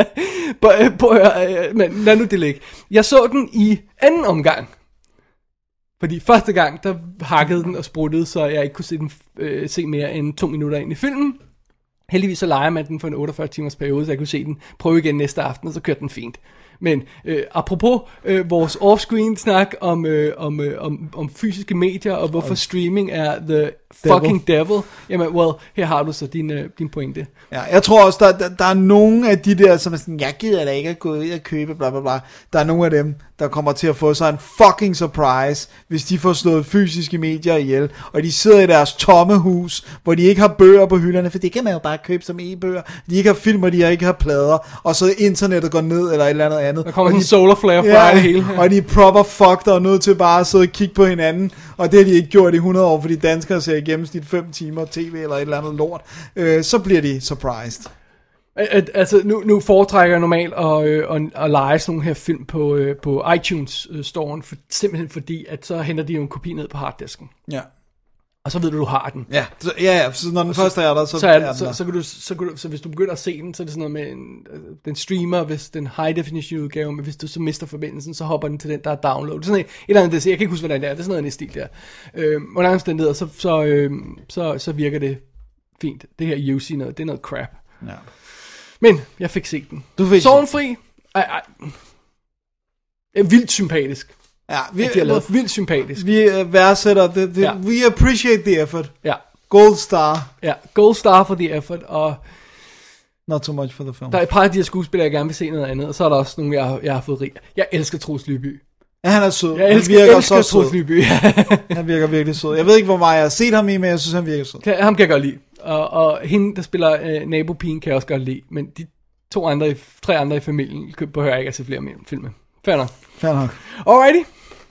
Men lad nu det ligge. Jeg så den i anden omgang. Fordi første gang, der hakkede den og spruttede, så jeg ikke kunne se, den, øh, se mere end to minutter ind i filmen. Heldigvis så leger man den for en otteogfyrre timers periode, så jeg kunne se den, prøve igen næste aften, og så kørte den fint. Men øh, apropos øh, vores off-screen snak om, øh, om, øh, om, om fysiske medier, og hvorfor streaming er the fucking devil, devil jamen, well, her har du så din, øh, din pointe. Ja, jeg tror også, der, der, der er nogle af de der, som er sådan, jeg gider da ikke at gå ud og købe, bla bla bla. Der er nogle af dem, der kommer til at få sig en fucking surprise, hvis de får slået fysiske medier ihjel, og de sidder i deres tomme hus, hvor de ikke har bøger på hylderne, for det kan man jo bare købe som e-bøger. De ikke har film, og de ikke har plader, og så internettet går ned, eller et eller andet andet. Der kommer sådan de, en solar flare fra ja, det hele. Og de er proper fucked, og er nødt til bare at sidde og kigge på hinanden, og det har de ikke gjort i hundrede år, fordi danskere ser i gennemsnit fem timer tv, eller et eller andet lort. Øh, så bliver de surprised. Altså, nu, nu foretrækker jeg normalt at, øh, at, at lege sådan nogle her film på, øh, på iTunes-storen, for, simpelthen fordi, at så henter de jo en kopi ned på harddisken. Ja. og så ved du, du har den. Ja, så, ja, ja, så når den så, første er der, så, så, er, er den så, der. så, kan du, så, kan du, så hvis du begynder at se den, så er det sådan noget med, en, den streamer, hvis den high definition udgave, men hvis du så mister forbindelsen, så hopper den til den, der er download. Det er sådan et, et eller andet, det, jeg kan ikke huske, hvordan det er, det er sådan noget en stil der. Øh, under omstændigheder, så, så, øh, så, så virker det fint. Det her U C noget, det er noget crap. Ja. Men, jeg fik set den. Du fik Sorgenfri, ej, ej, er vildt sympatisk. Ja, vi, de har lavet vildt sympatisk. Vi uh, værdsætter det, det ja. We appreciate the effort. Ja. Gold star. Ja, gold star for the effort, og not so much for the film. Der er et par af de her skuespillere, jeg gerne vil se noget andet, og så er der også nogle, jeg, jeg har fået rig. Jeg elsker Troels Lyby. Ja, han er sød. Jeg elsker, han virker elsker så Troels Lyby. Han virker virkelig sød. Jeg ved ikke, hvor meget jeg har set ham i, men jeg synes, han virker sød. Ja, ham kan jeg godt lide. Og, og hende, der spiller øh, nabopigen, kan jeg også godt lide. Men de to andre, tre andre i familien, behøver jeg ikke at se flere film med. Fair nok. Fair nok. Alrighty.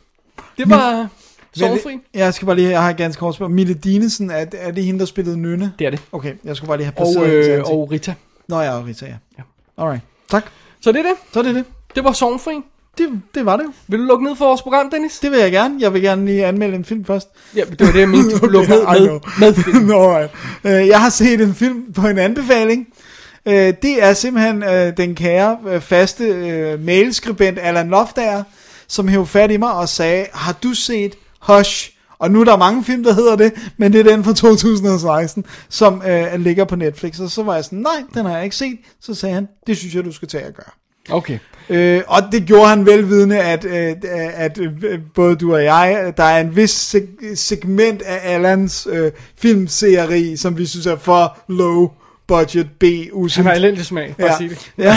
Det var Sorgenfri. Jeg skal bare lige, jeg har et ganske kort spørgsmål. Mille Dinesen, er, er det hende, der spillede Nynne? Det er det. Okay, jeg skulle bare lige have placeret og, øh, øh, og Rita. Nå ja, og Rita, ja. ja. Alright, tak. Så det er det. Så det er det. Det var Sorgenfri. Det, det var det jo. Vil du lukke ned for vores program, Dennis? Det vil jeg gerne. Jeg vil gerne lige anmelde en film først. Ja, det var det, jeg mente. Du skulle lukke ned med, med film. Alright. Uh, jeg har set en film på en anbefaling. Uh, det er simpelthen uh, den kære, uh, faste uh, mailskribent Allan Loftager, som hævde fat i mig og sagde, har du set Hush? Og nu er der mange film, der hedder det, men det er den fra to tusind og seksten, som øh, ligger på Netflix. Og så var jeg sådan, nej, den har jeg ikke set. Så sagde han, det synes jeg, du skal tage og gøre. Okay. Øh, og det gjorde han velvidende, at, øh, at øh, både du og jeg, der er en vis seg- segment af Allans øh, filmserie, som vi synes er for low budget, B, usundt. Han har elendig smag, bare ja. sige det. Ja.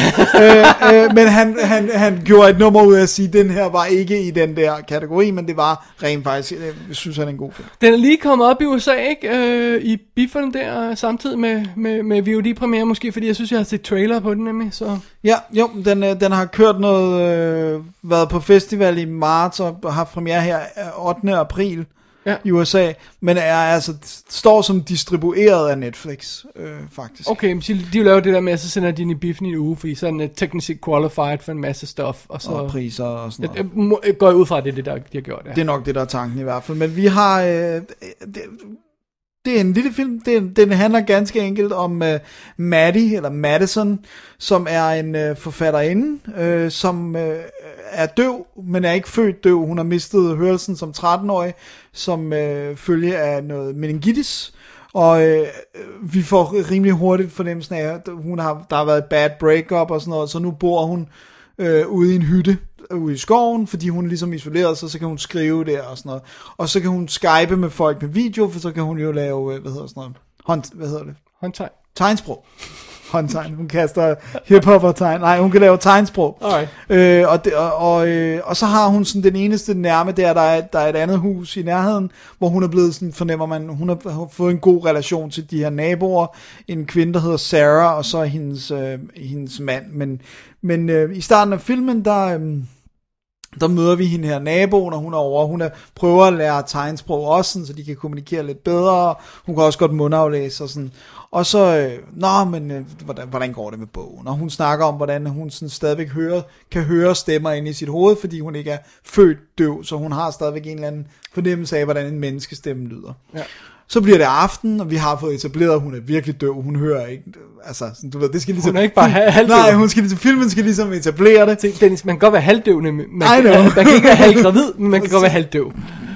øh, øh, men han, han, han gjorde et nummer ud af at sige, at den her var ikke i den der kategori, men det var rent faktisk, jeg synes, han er en god film. Den er lige kommet op i U S A, ikke? Øh, I bifferne der, samtidig med, med, med V O D-premiere måske, fordi jeg synes, jeg har set trailer på den nemlig, så... Ja, jo, den, den har kørt noget, øh, været på festival i marts, og har premiere her ottende april. Ja. I U S A, men er altså står som distribueret af Netflix, øh, faktisk. Okay, men de, de laver det der med, at så sender de den i biffen i en uge, fordi så er den technically qualified for en masse stof. Og, så, og priser og sådan noget. Jeg, jeg, må, jeg går ud fra, at det er det, der de har gjort. Ja. Det er nok det, der er tanken i hvert fald. Men vi har... Øh, det, det er en lille film. Det, den handler ganske enkelt om uh, Maddie, eller Madison, som er en uh, forfatterinde, uh, som uh, er døv, men er ikke født døv. Hun har mistet hørelsen som tretten-årig, som uh, følge af noget meningitis. Og uh, vi får rimelig hurtigt fornemmelsen af, at hun har, der har været et bad breakup og sådan noget, så nu bor hun uh, ude i en hytte ude i skoven, fordi hun ligesom isoleret sig, så kan hun skrive der og sådan noget. Og så kan hun skype med folk med video, for så kan hun jo lave, hvad hedder sådan noget, hånd, hvad hedder det? Håndtegn. Tegnsprog. Håndtegn. Hun kaster hiphop og tegn. Nej, hun kan lave tegnsprog. Alright. Øh, og, det, og, og, øh, og så har hun sådan den eneste nærme, der, der er, der er et andet hus i nærheden, hvor hun er blevet sådan, fornemmer man, hun har, har fået en god relation til de her naboer. En kvinde, der hedder Sarah, og så hendes, øh, hendes mand. Men, men øh, i starten af filmen, der... Øh, Der møder vi hende her naboen, og hun er over. Hun er, prøver at lære tegnsprog også, sådan, så de kan kommunikere lidt bedre. Hun kan også godt mundaflæse og sådan. Og så, øh, nå, men øh, hvordan, hvordan går det med bogen? Og hun snakker om, hvordan hun sådan stadigvæk hører, kan høre stemmer inde i sit hoved, fordi hun ikke er født døv, så hun har stadigvæk en eller anden fornemmelse af, hvordan en menneskestemme lyder. Ja. Så bliver det aften, og vi har fået etableret, at hun er virkelig døv. Hun hører ikke, altså, sådan, du ved, det skal ligesom... Hun er ikke bare halvdøv. Nej, hun skal ligesom, filmen skal ligesom etablere det. Se, Dennis, man kan godt være halvdøv, man, man, man kan ikke være halvgravid, men man kan godt være halvdøv.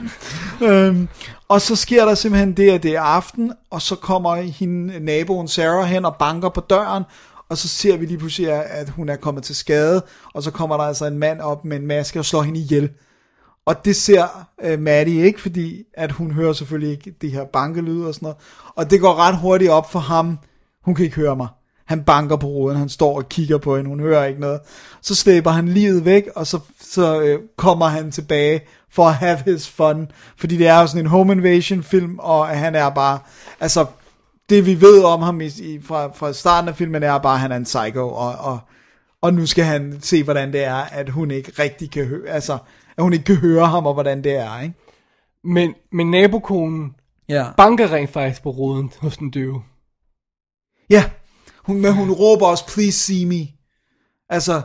øhm, og så sker der simpelthen det, at det er aften, og så kommer hende, naboen Sarah hen og banker på døren, og så ser vi lige pludselig, at hun er kommet til skade, og så kommer der altså en mand op med en maske og slår hende ihjel. Og det ser øh, Maddie ikke, fordi at hun hører selvfølgelig ikke de her bankelyde og sådan noget. Og det går ret hurtigt op for ham. Hun kan ikke høre mig. Han banker på ruden, han står og kigger på hende, hun hører ikke noget. Så slæber han livet væk, og så, så øh, kommer han tilbage for at have his fun. Fordi det er jo sådan en home invasion film, og han er bare... Altså, det vi ved om ham i, i, fra, fra starten af filmen er bare, at han er en psycho, og, og, og nu skal han se, hvordan det er, at hun ikke rigtig kan høre... Altså, at hun ikke kan høre ham, og hvordan det er, ikke? Men, men nabokonen ja. banker rent faktisk på ruden hos den døve. Ja, hun, men hun råber også, please see me. Altså,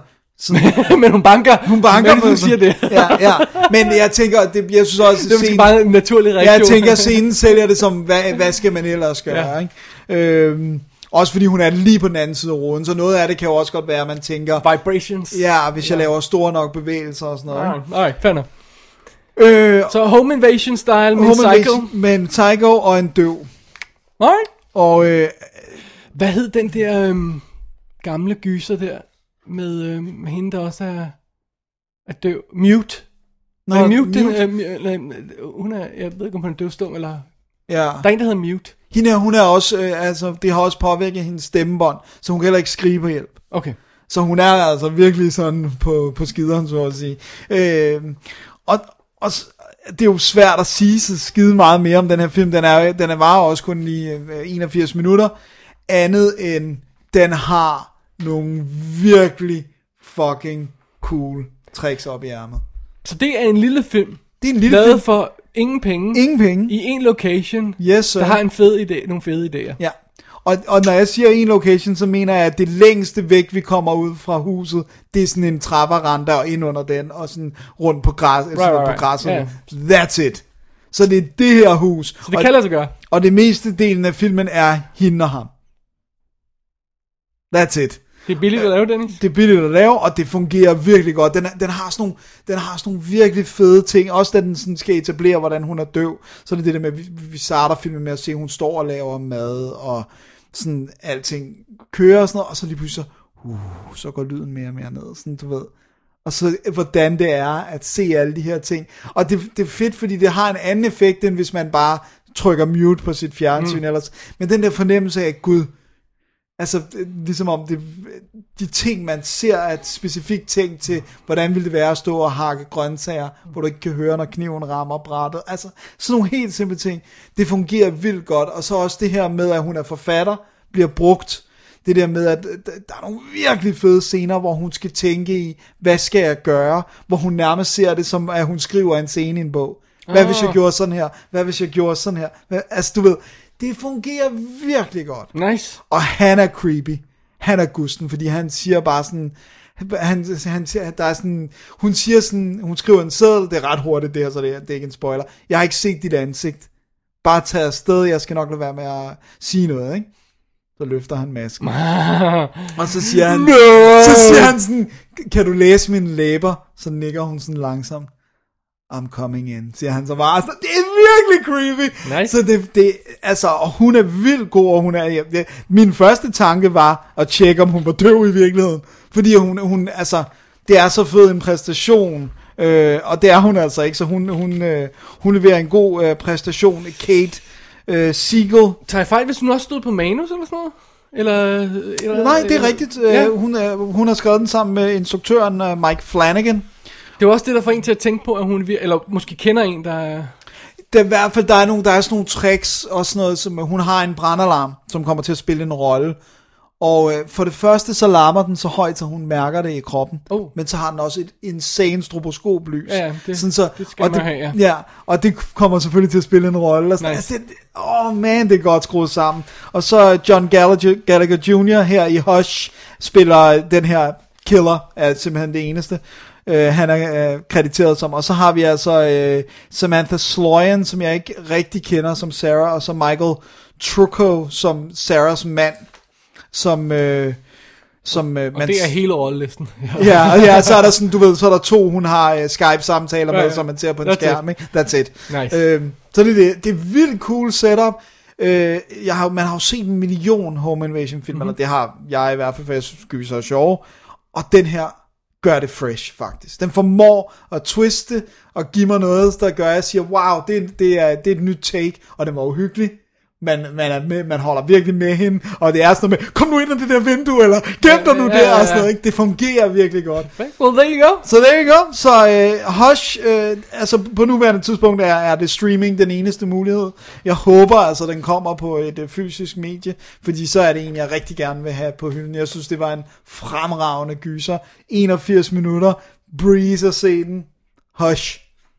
Men hun banker. Hun banker men, hun siger det. ja, ja. Men jeg tænker, det, jeg synes også, det er scenen, bare en naturlig reaktion. Jeg tænker, scenen sælger det som, hvad, hvad skal man ellers gøre, ja. Ikke? Øhm, også fordi hun er lige på den anden side af roden, så noget af det kan jo også godt være, at man tænker... Vibrations. Ja, hvis jeg ja. laver store nok bevægelser og sådan noget. Alright, alright, fair enough. Øh, så Home Invasion style med Home Psycho. Invasion med en Psycho og en døv. Alright. Og... Øh, hvad hed den der øhm, gamle gyser der, med øhm, hende, der også er, er døv? Mute. Nå, Nej, Mute, mute. Den, øh, hun er, jeg ved ikke, om hun er døvstum, eller... Ja. Der er en, der hedder Mute. Hende her, hun er også, øh, altså, det har også påvirket hendes stemmebånd, så hun kan heller ikke skrive på hjælp. Okay. Så hun er altså virkelig sådan på, på skideren, så at sige. Øh, og, og det er jo svært at sige så skide meget mere om den her film. Den er, den er var også kun lige enogfirs minutter. Andet end, den har nogle virkelig fucking cool tricks op i ærmet. Så det er en lille film. Det er en lille lavet film. for ingen penge. Ingen penge. I en location. Yes, sir. Der har en fed idé, nogle fede idéer. Ja. Og, og når jeg siger en location, så mener jeg, at det længste væk, vi kommer ud fra huset, det er sådan en trapperende og ind under den, og sådan rundt på græs, right, right, right. på græsset. Yeah. That's it. Så det er det her hus. Så det og, kan lade sig gøre. Og det meste delen af filmen er hende og ham. That's it. Det er billigt at lave, Dennis. Det er billigt at lave, og det fungerer virkelig godt. Den, er, den, har sådan nogle, den har sådan nogle virkelig fede ting. Også da den sådan skal etablere, hvordan hun er døv. Så er det det der med, at vi, vi starter filmen med at se, at hun står og laver mad, og sådan alting kører og sådan noget. Og så lige pludselig, uh, så går lyden mere og mere ned. Sådan, du ved. Og så hvordan det er at se alle de her ting. Og det, det er fedt, fordi det har en anden effekt, end hvis man bare trykker mute på sit fjernsyn mm. ellers. Men den der fornemmelse af, gud, altså, ligesom om det, de ting, man ser, er et specifikt ting til, hvordan vil det være at stå og hakke grøntsager, hvor du ikke kan høre, når kniven rammer brættet. Altså, sådan nogle helt simple ting. Det fungerer vildt godt. Og så også det her med, at hun er forfatter, bliver brugt. Det der med, at der er nogle virkelig fede scener, hvor hun skal tænke i, hvad skal jeg gøre? Hvor hun nærmest ser det som, at hun skriver en scene i en bog. Hvad oh. hvis jeg gjorde sådan her? Hvad hvis jeg gjorde sådan her? Hvad, altså, du ved... Det fungerer virkelig godt. Nice. Og han er creepy. Han er gusten, fordi han siger bare sådan, han, han siger, der er sådan, hun siger sådan, hun skriver en seddel, det er ret hurtigt det her, så det er, det er ikke en spoiler. Jeg har ikke set dit ansigt. Bare tag afsted, jeg skal nok lade være med at sige noget, ikke? Så løfter han masken. Og så siger han, no! så siger han sådan, kan du læse mine læber? Så nikker hun sådan langsomt. I'm coming in, siger han så bare. Det er virkelig creepy. Nice. Så det, det, altså, og hun er vildt god, og hun er, det, min første tanke var at tjekke, om hun var døv i virkeligheden. Fordi hun, hun altså, det er så fed en præstation, øh, og det er hun altså ikke, så hun, hun, øh, hun leverer en god øh, præstation. Kate øh, Siegel. Tager jeg fejl, hvis hun også stod på manus eller sådan noget? Eller, eller, Nej, det er eller, rigtigt. Ja. Øh, hun, er, hun har skrevet den sammen med instruktøren øh, Mike Flanagan. Det var også det, der får en til at tænke på, at hun, eller måske kender en, der... Det er i hvert fald, der er, nogle, der er sådan nogle tricks og sådan noget, som hun har en brandalarm, som kommer til at spille en rolle. Og øh, for det første, så larmer den så højt, så hun mærker det i kroppen. Oh. Men så har den også et insane stroboskoplys. Ja, det, sådan så, det skal og man det, have, ja. ja. Og det kommer selvfølgelig til at spille en rolle. Åh nice. altså, oh man, det er godt skruet sammen. Og så John Gallagher, Gallagher junior her i Hush spiller den her killer, er simpelthen det eneste. Uh, han er uh, krediteret som. Og så har vi altså uh, Samantha Sloyan, som jeg ikke rigtig kender som Sarah, og så Michael Trucco som Sarahs mand, som uh, som uh, og man det er hele rollelisten. Ja, og ja, så er der sådan, du ved, så er der to, hun har uh, Skype samtaler med, ja, ja. Som man ser på en That's skærm, it. ikke? That's it. Nice. Uh, så det er det. Det er vildt cool setup. Uh, jeg har, man har jo set en million Home Invasion film, mm-hmm. eller det har jeg i hvert fald, for jeg synes, det er så sjov. Og den her gør det fresh, faktisk. Den formår at twiste og give mig noget, der gør, at jeg siger, wow, det, det, er, det er et nyt take, og det var uhyggeligt. Man, man, er med, man holder virkelig med hende, og det er sådan noget med, kom nu ind i det der vindue, eller gem dig nu ja, ja, der, ja, ja. og sådan noget, ikke? Det fungerer virkelig godt. Well, there you go. Så there you go. Så uh, Hush, uh, altså på nuværende tidspunkt er, er det streaming den eneste mulighed. Jeg håber altså, den kommer på et uh, fysisk medie, fordi så er det en, jeg rigtig gerne vil have på hylden. Jeg synes, det var en fremragende gyser. enogfirs minutter, breeze at se den. Hush.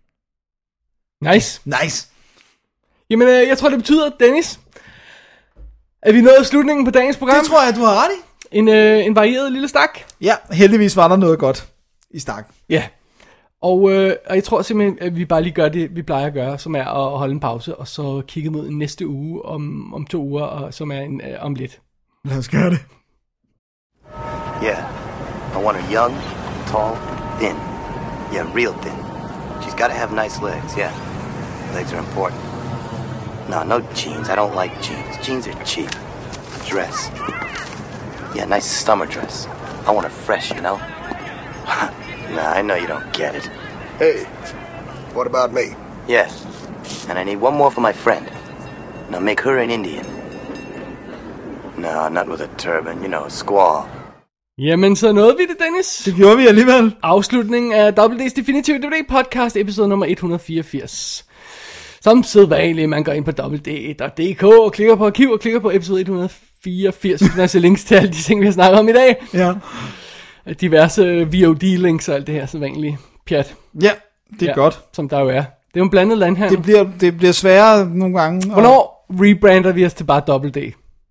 Nice. Nice. Jamen, øh, jeg tror, det betyder, Dennis, at vi nåede slutningen på dagens program. Det tror jeg, du har ret i. En, øh, en varieret lille stak. Ja, heldigvis var der noget godt i stak. Ja. Og, øh, og jeg tror simpelthen, at vi bare lige gør det, vi plejer at gøre, som er at holde en pause, og så kigge mod næste uge om, om to uger, og, som er en, øh, om lidt. Lad os gøre det. Yeah, I want her young, tall, thin. Yeah, real thin. She's got to have nice legs, yeah. Legs are important. No, no jeans. I don't like jeans. Jeans are cheap. Dress. Yeah, nice summer dress. I want her fresh, you know? Nah, I know you don't get it. Hey, what about me? Yes, and I need one more for my friend. Now make her an Indian. No, not with a turban, you know, a squaw. Jamen, så nåede vi det, Dennis. Det gjorde vi alligevel. Afslutningen af W D's Definitive D V D podcast, episode nummer et hundrede fireogfirs. Som sædvanligt, man går ind på w d punktum d k og klikker på arkiv og klikker på episode et hundrede fireogfirs, så kan se links til alle de ting, vi har snakket om i dag. Ja. Diverse V O D-links og alt det her sædvanlige pjat. Ja, det er ja, godt. Som der jo er. Det er jo en blandet landhandel. Det bliver, det bliver sværere nogle gange. Hvornår og... rebrander vi os til bare W D?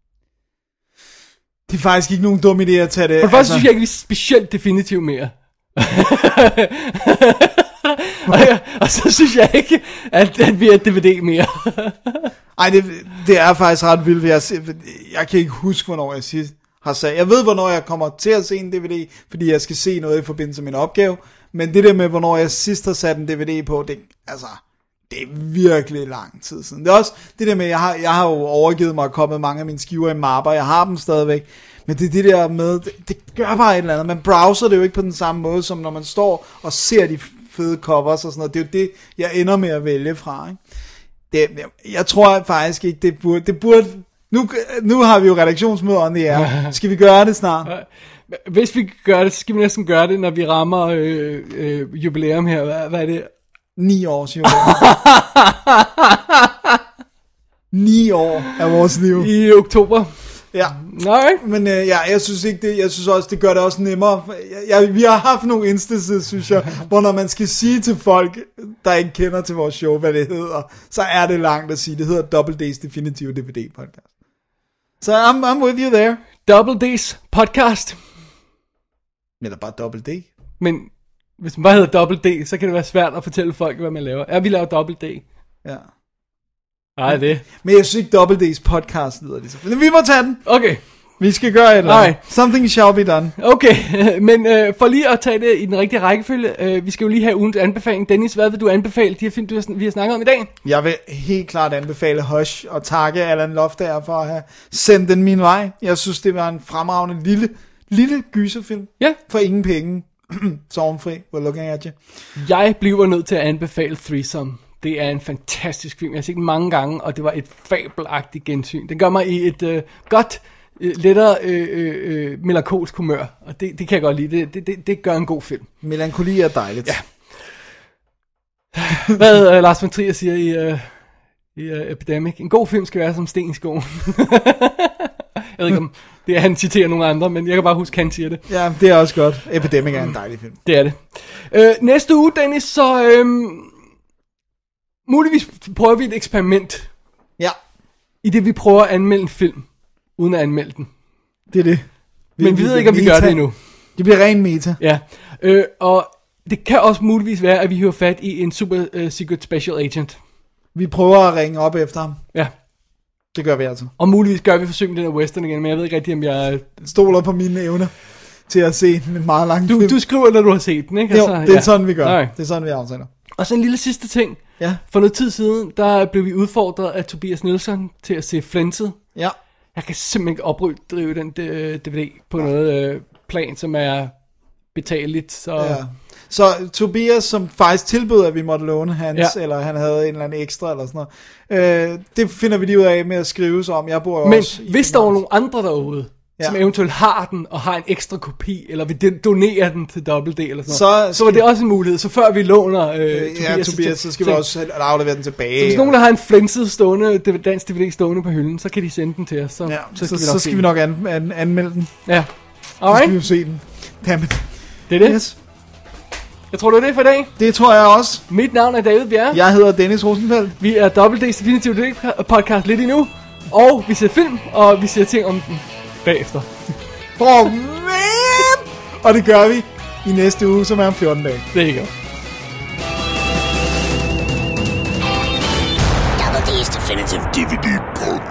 Det er faktisk ikke nogen dum idé at tage det. For det første altså... synes jeg ikke, vi er specielt definitiv mere. og, og så synes jeg ikke, at, at vi er D V D mere. Ej, det, det er faktisk ret vildt. Jeg, jeg kan ikke huske, hvornår jeg sidst har sagt. Jeg ved, hvornår jeg kommer til at se en D V D, fordi jeg skal se noget i forbindelse med en opgave. Men det der med, hvornår jeg sidst har sat en D V D på, det, altså, det er virkelig lang tid siden. Det er også det der med, jeg har, jeg har jo overgivet mig og kommet mange af mine skiver i mapper. Jeg har dem stadigvæk. Men det er det der med, det, det gør bare et eller andet. Man browser det jo ikke på den samme måde, som når man står og ser de fede covers og sådan noget. Det er jo det, jeg ender med at vælge fra, ikke? Det, jeg, jeg tror faktisk ikke, det burde... Det burde nu, nu har vi jo redaktionsmøder on the air. Skal vi gøre det snart? Hvis vi gør det, så skal vi næsten gøre det, når vi rammer øh, øh, jubilæum her. Hvad, hvad er det? Ni års jubilæum. Ni år af vores liv. I oktober. Ja. Nej. Men øh, ja, jeg synes ikke det, jeg synes også, det gør det også nemmere. Jeg, jeg, vi har haft nogle instances, synes jeg, hvor når man skal sige til folk, der ikke kender til vores show, hvad det hedder, så er det langt at sige. Det hedder W D's Definitive D V D podcast. Så I'm, I'm with you there. W D's podcast. Eller bare W D. Men hvis man bare hedder W D, så kan det være svært at fortælle folk, hvad man laver. Ja, vi laver W D. Ja. Nej, det. Men jeg synes ikke W D's podcast lyder det. Men vi må tage den. Okay. Vi skal gøre et eller andet. Something shall be done. Okay, men øh, for lige at tage det i den rigtige rækkefølge, øh, vi skal jo lige have ugens anbefaling. Dennis, hvad vil du anbefale de her film, du har, vi har snakket om i dag? Jeg vil helt klart anbefale Hush og takke Allan Loftager for at have sendt den min vej. Jeg synes, det var en fremragende lille, lille gyserfilm. Ja. For ingen penge. Sorgenfri, we're looking at you. Jeg bliver nødt til at anbefale Threesome. Det er en fantastisk film. Jeg har set den mange gange, og det var et fabelagtigt gensyn. Den gør mig i et øh, godt, øh, lettere øh, øh, melankolsk humør, og det, det kan jeg godt lide. Det, det, det, det gør en god film. Melankoli er dejligt. Ja. Hvad øh, Lars von Trier siger i, øh, i øh, Epidemic. En god film skal være som sten i skoen. Jeg ved ikke, om det er, han citerer nogle andre, men jeg kan bare huske, han siger det. Ja, det er også godt. Epidemic er en dejlig film. Det er det. Øh, næste uge, Dennis, så... Øh, muligvis prøver vi et eksperiment. Ja. I det vi prøver at anmelde en film, uden at anmelde den. Det er det. Vi, Men vi, vi ved ikke, om vi gør det endnu. Det bliver ren meta. Ja. Øh, og det kan også muligvis være, at vi hører fat i en super uh, secret special agent. Vi prøver at ringe op efter ham. Ja. Det gør vi altså. Og muligvis gør vi forsøg med den her western igen, men jeg ved ikke rigtig, om jeg... stoler på mine evner til at se en meget lang du, film. Du skriver, når du har set den, ikke? Altså, jo, det er ja. sådan, vi gør. Nej. Det er sådan, vi aftaler. Og så en lille sidste ting. Ja. For noget tid siden, der blev vi udfordret af Tobias Nielsen til at se Flenset. Ja. Jeg kan simpelthen ikke opdrive den D V D på ja. noget øh, plan, som er betaleligt. Så... Ja. Så Tobias, som faktisk tilbød, at vi måtte låne hans, ja. eller han havde en eller anden ekstra, eller sådan noget, øh, det finder vi lige ud af med at skrive sig om. Jeg bor Men også hvis der var nogle andre derude, ja. som eventuelt har den, og har en ekstra kopi, eller vil donere den til W D, eller sådan noget, så, så var det også en mulighed. Så før vi låner øh, øh, Tobias, ja, Tobias, så skal så, vi også aflevere den tilbage. Så hvis nogen, der har en Flenset stående, dansk D V D stående på hylden, så kan de sende den til os. Så, ja, så skal, så, vi, nok så skal vi nok an, an, anmelde den. Ja. Alright. Så skal vi jo se den. Dammit. Det er det. Yes. Jeg tror, det er det for i dag. Det tror jeg også. Mit navn er David Bjerre. Jeg hedder Dennis Rosenfeldt. Vi er W D's Definitive D V D podcast lidt endnu. Og vi ser film, og vi ser ting om den bagefter. Oh man! Og det gør vi i næste uge, som er om fjorten dage. Det er godt. Double D's Definitive D V D Podcast.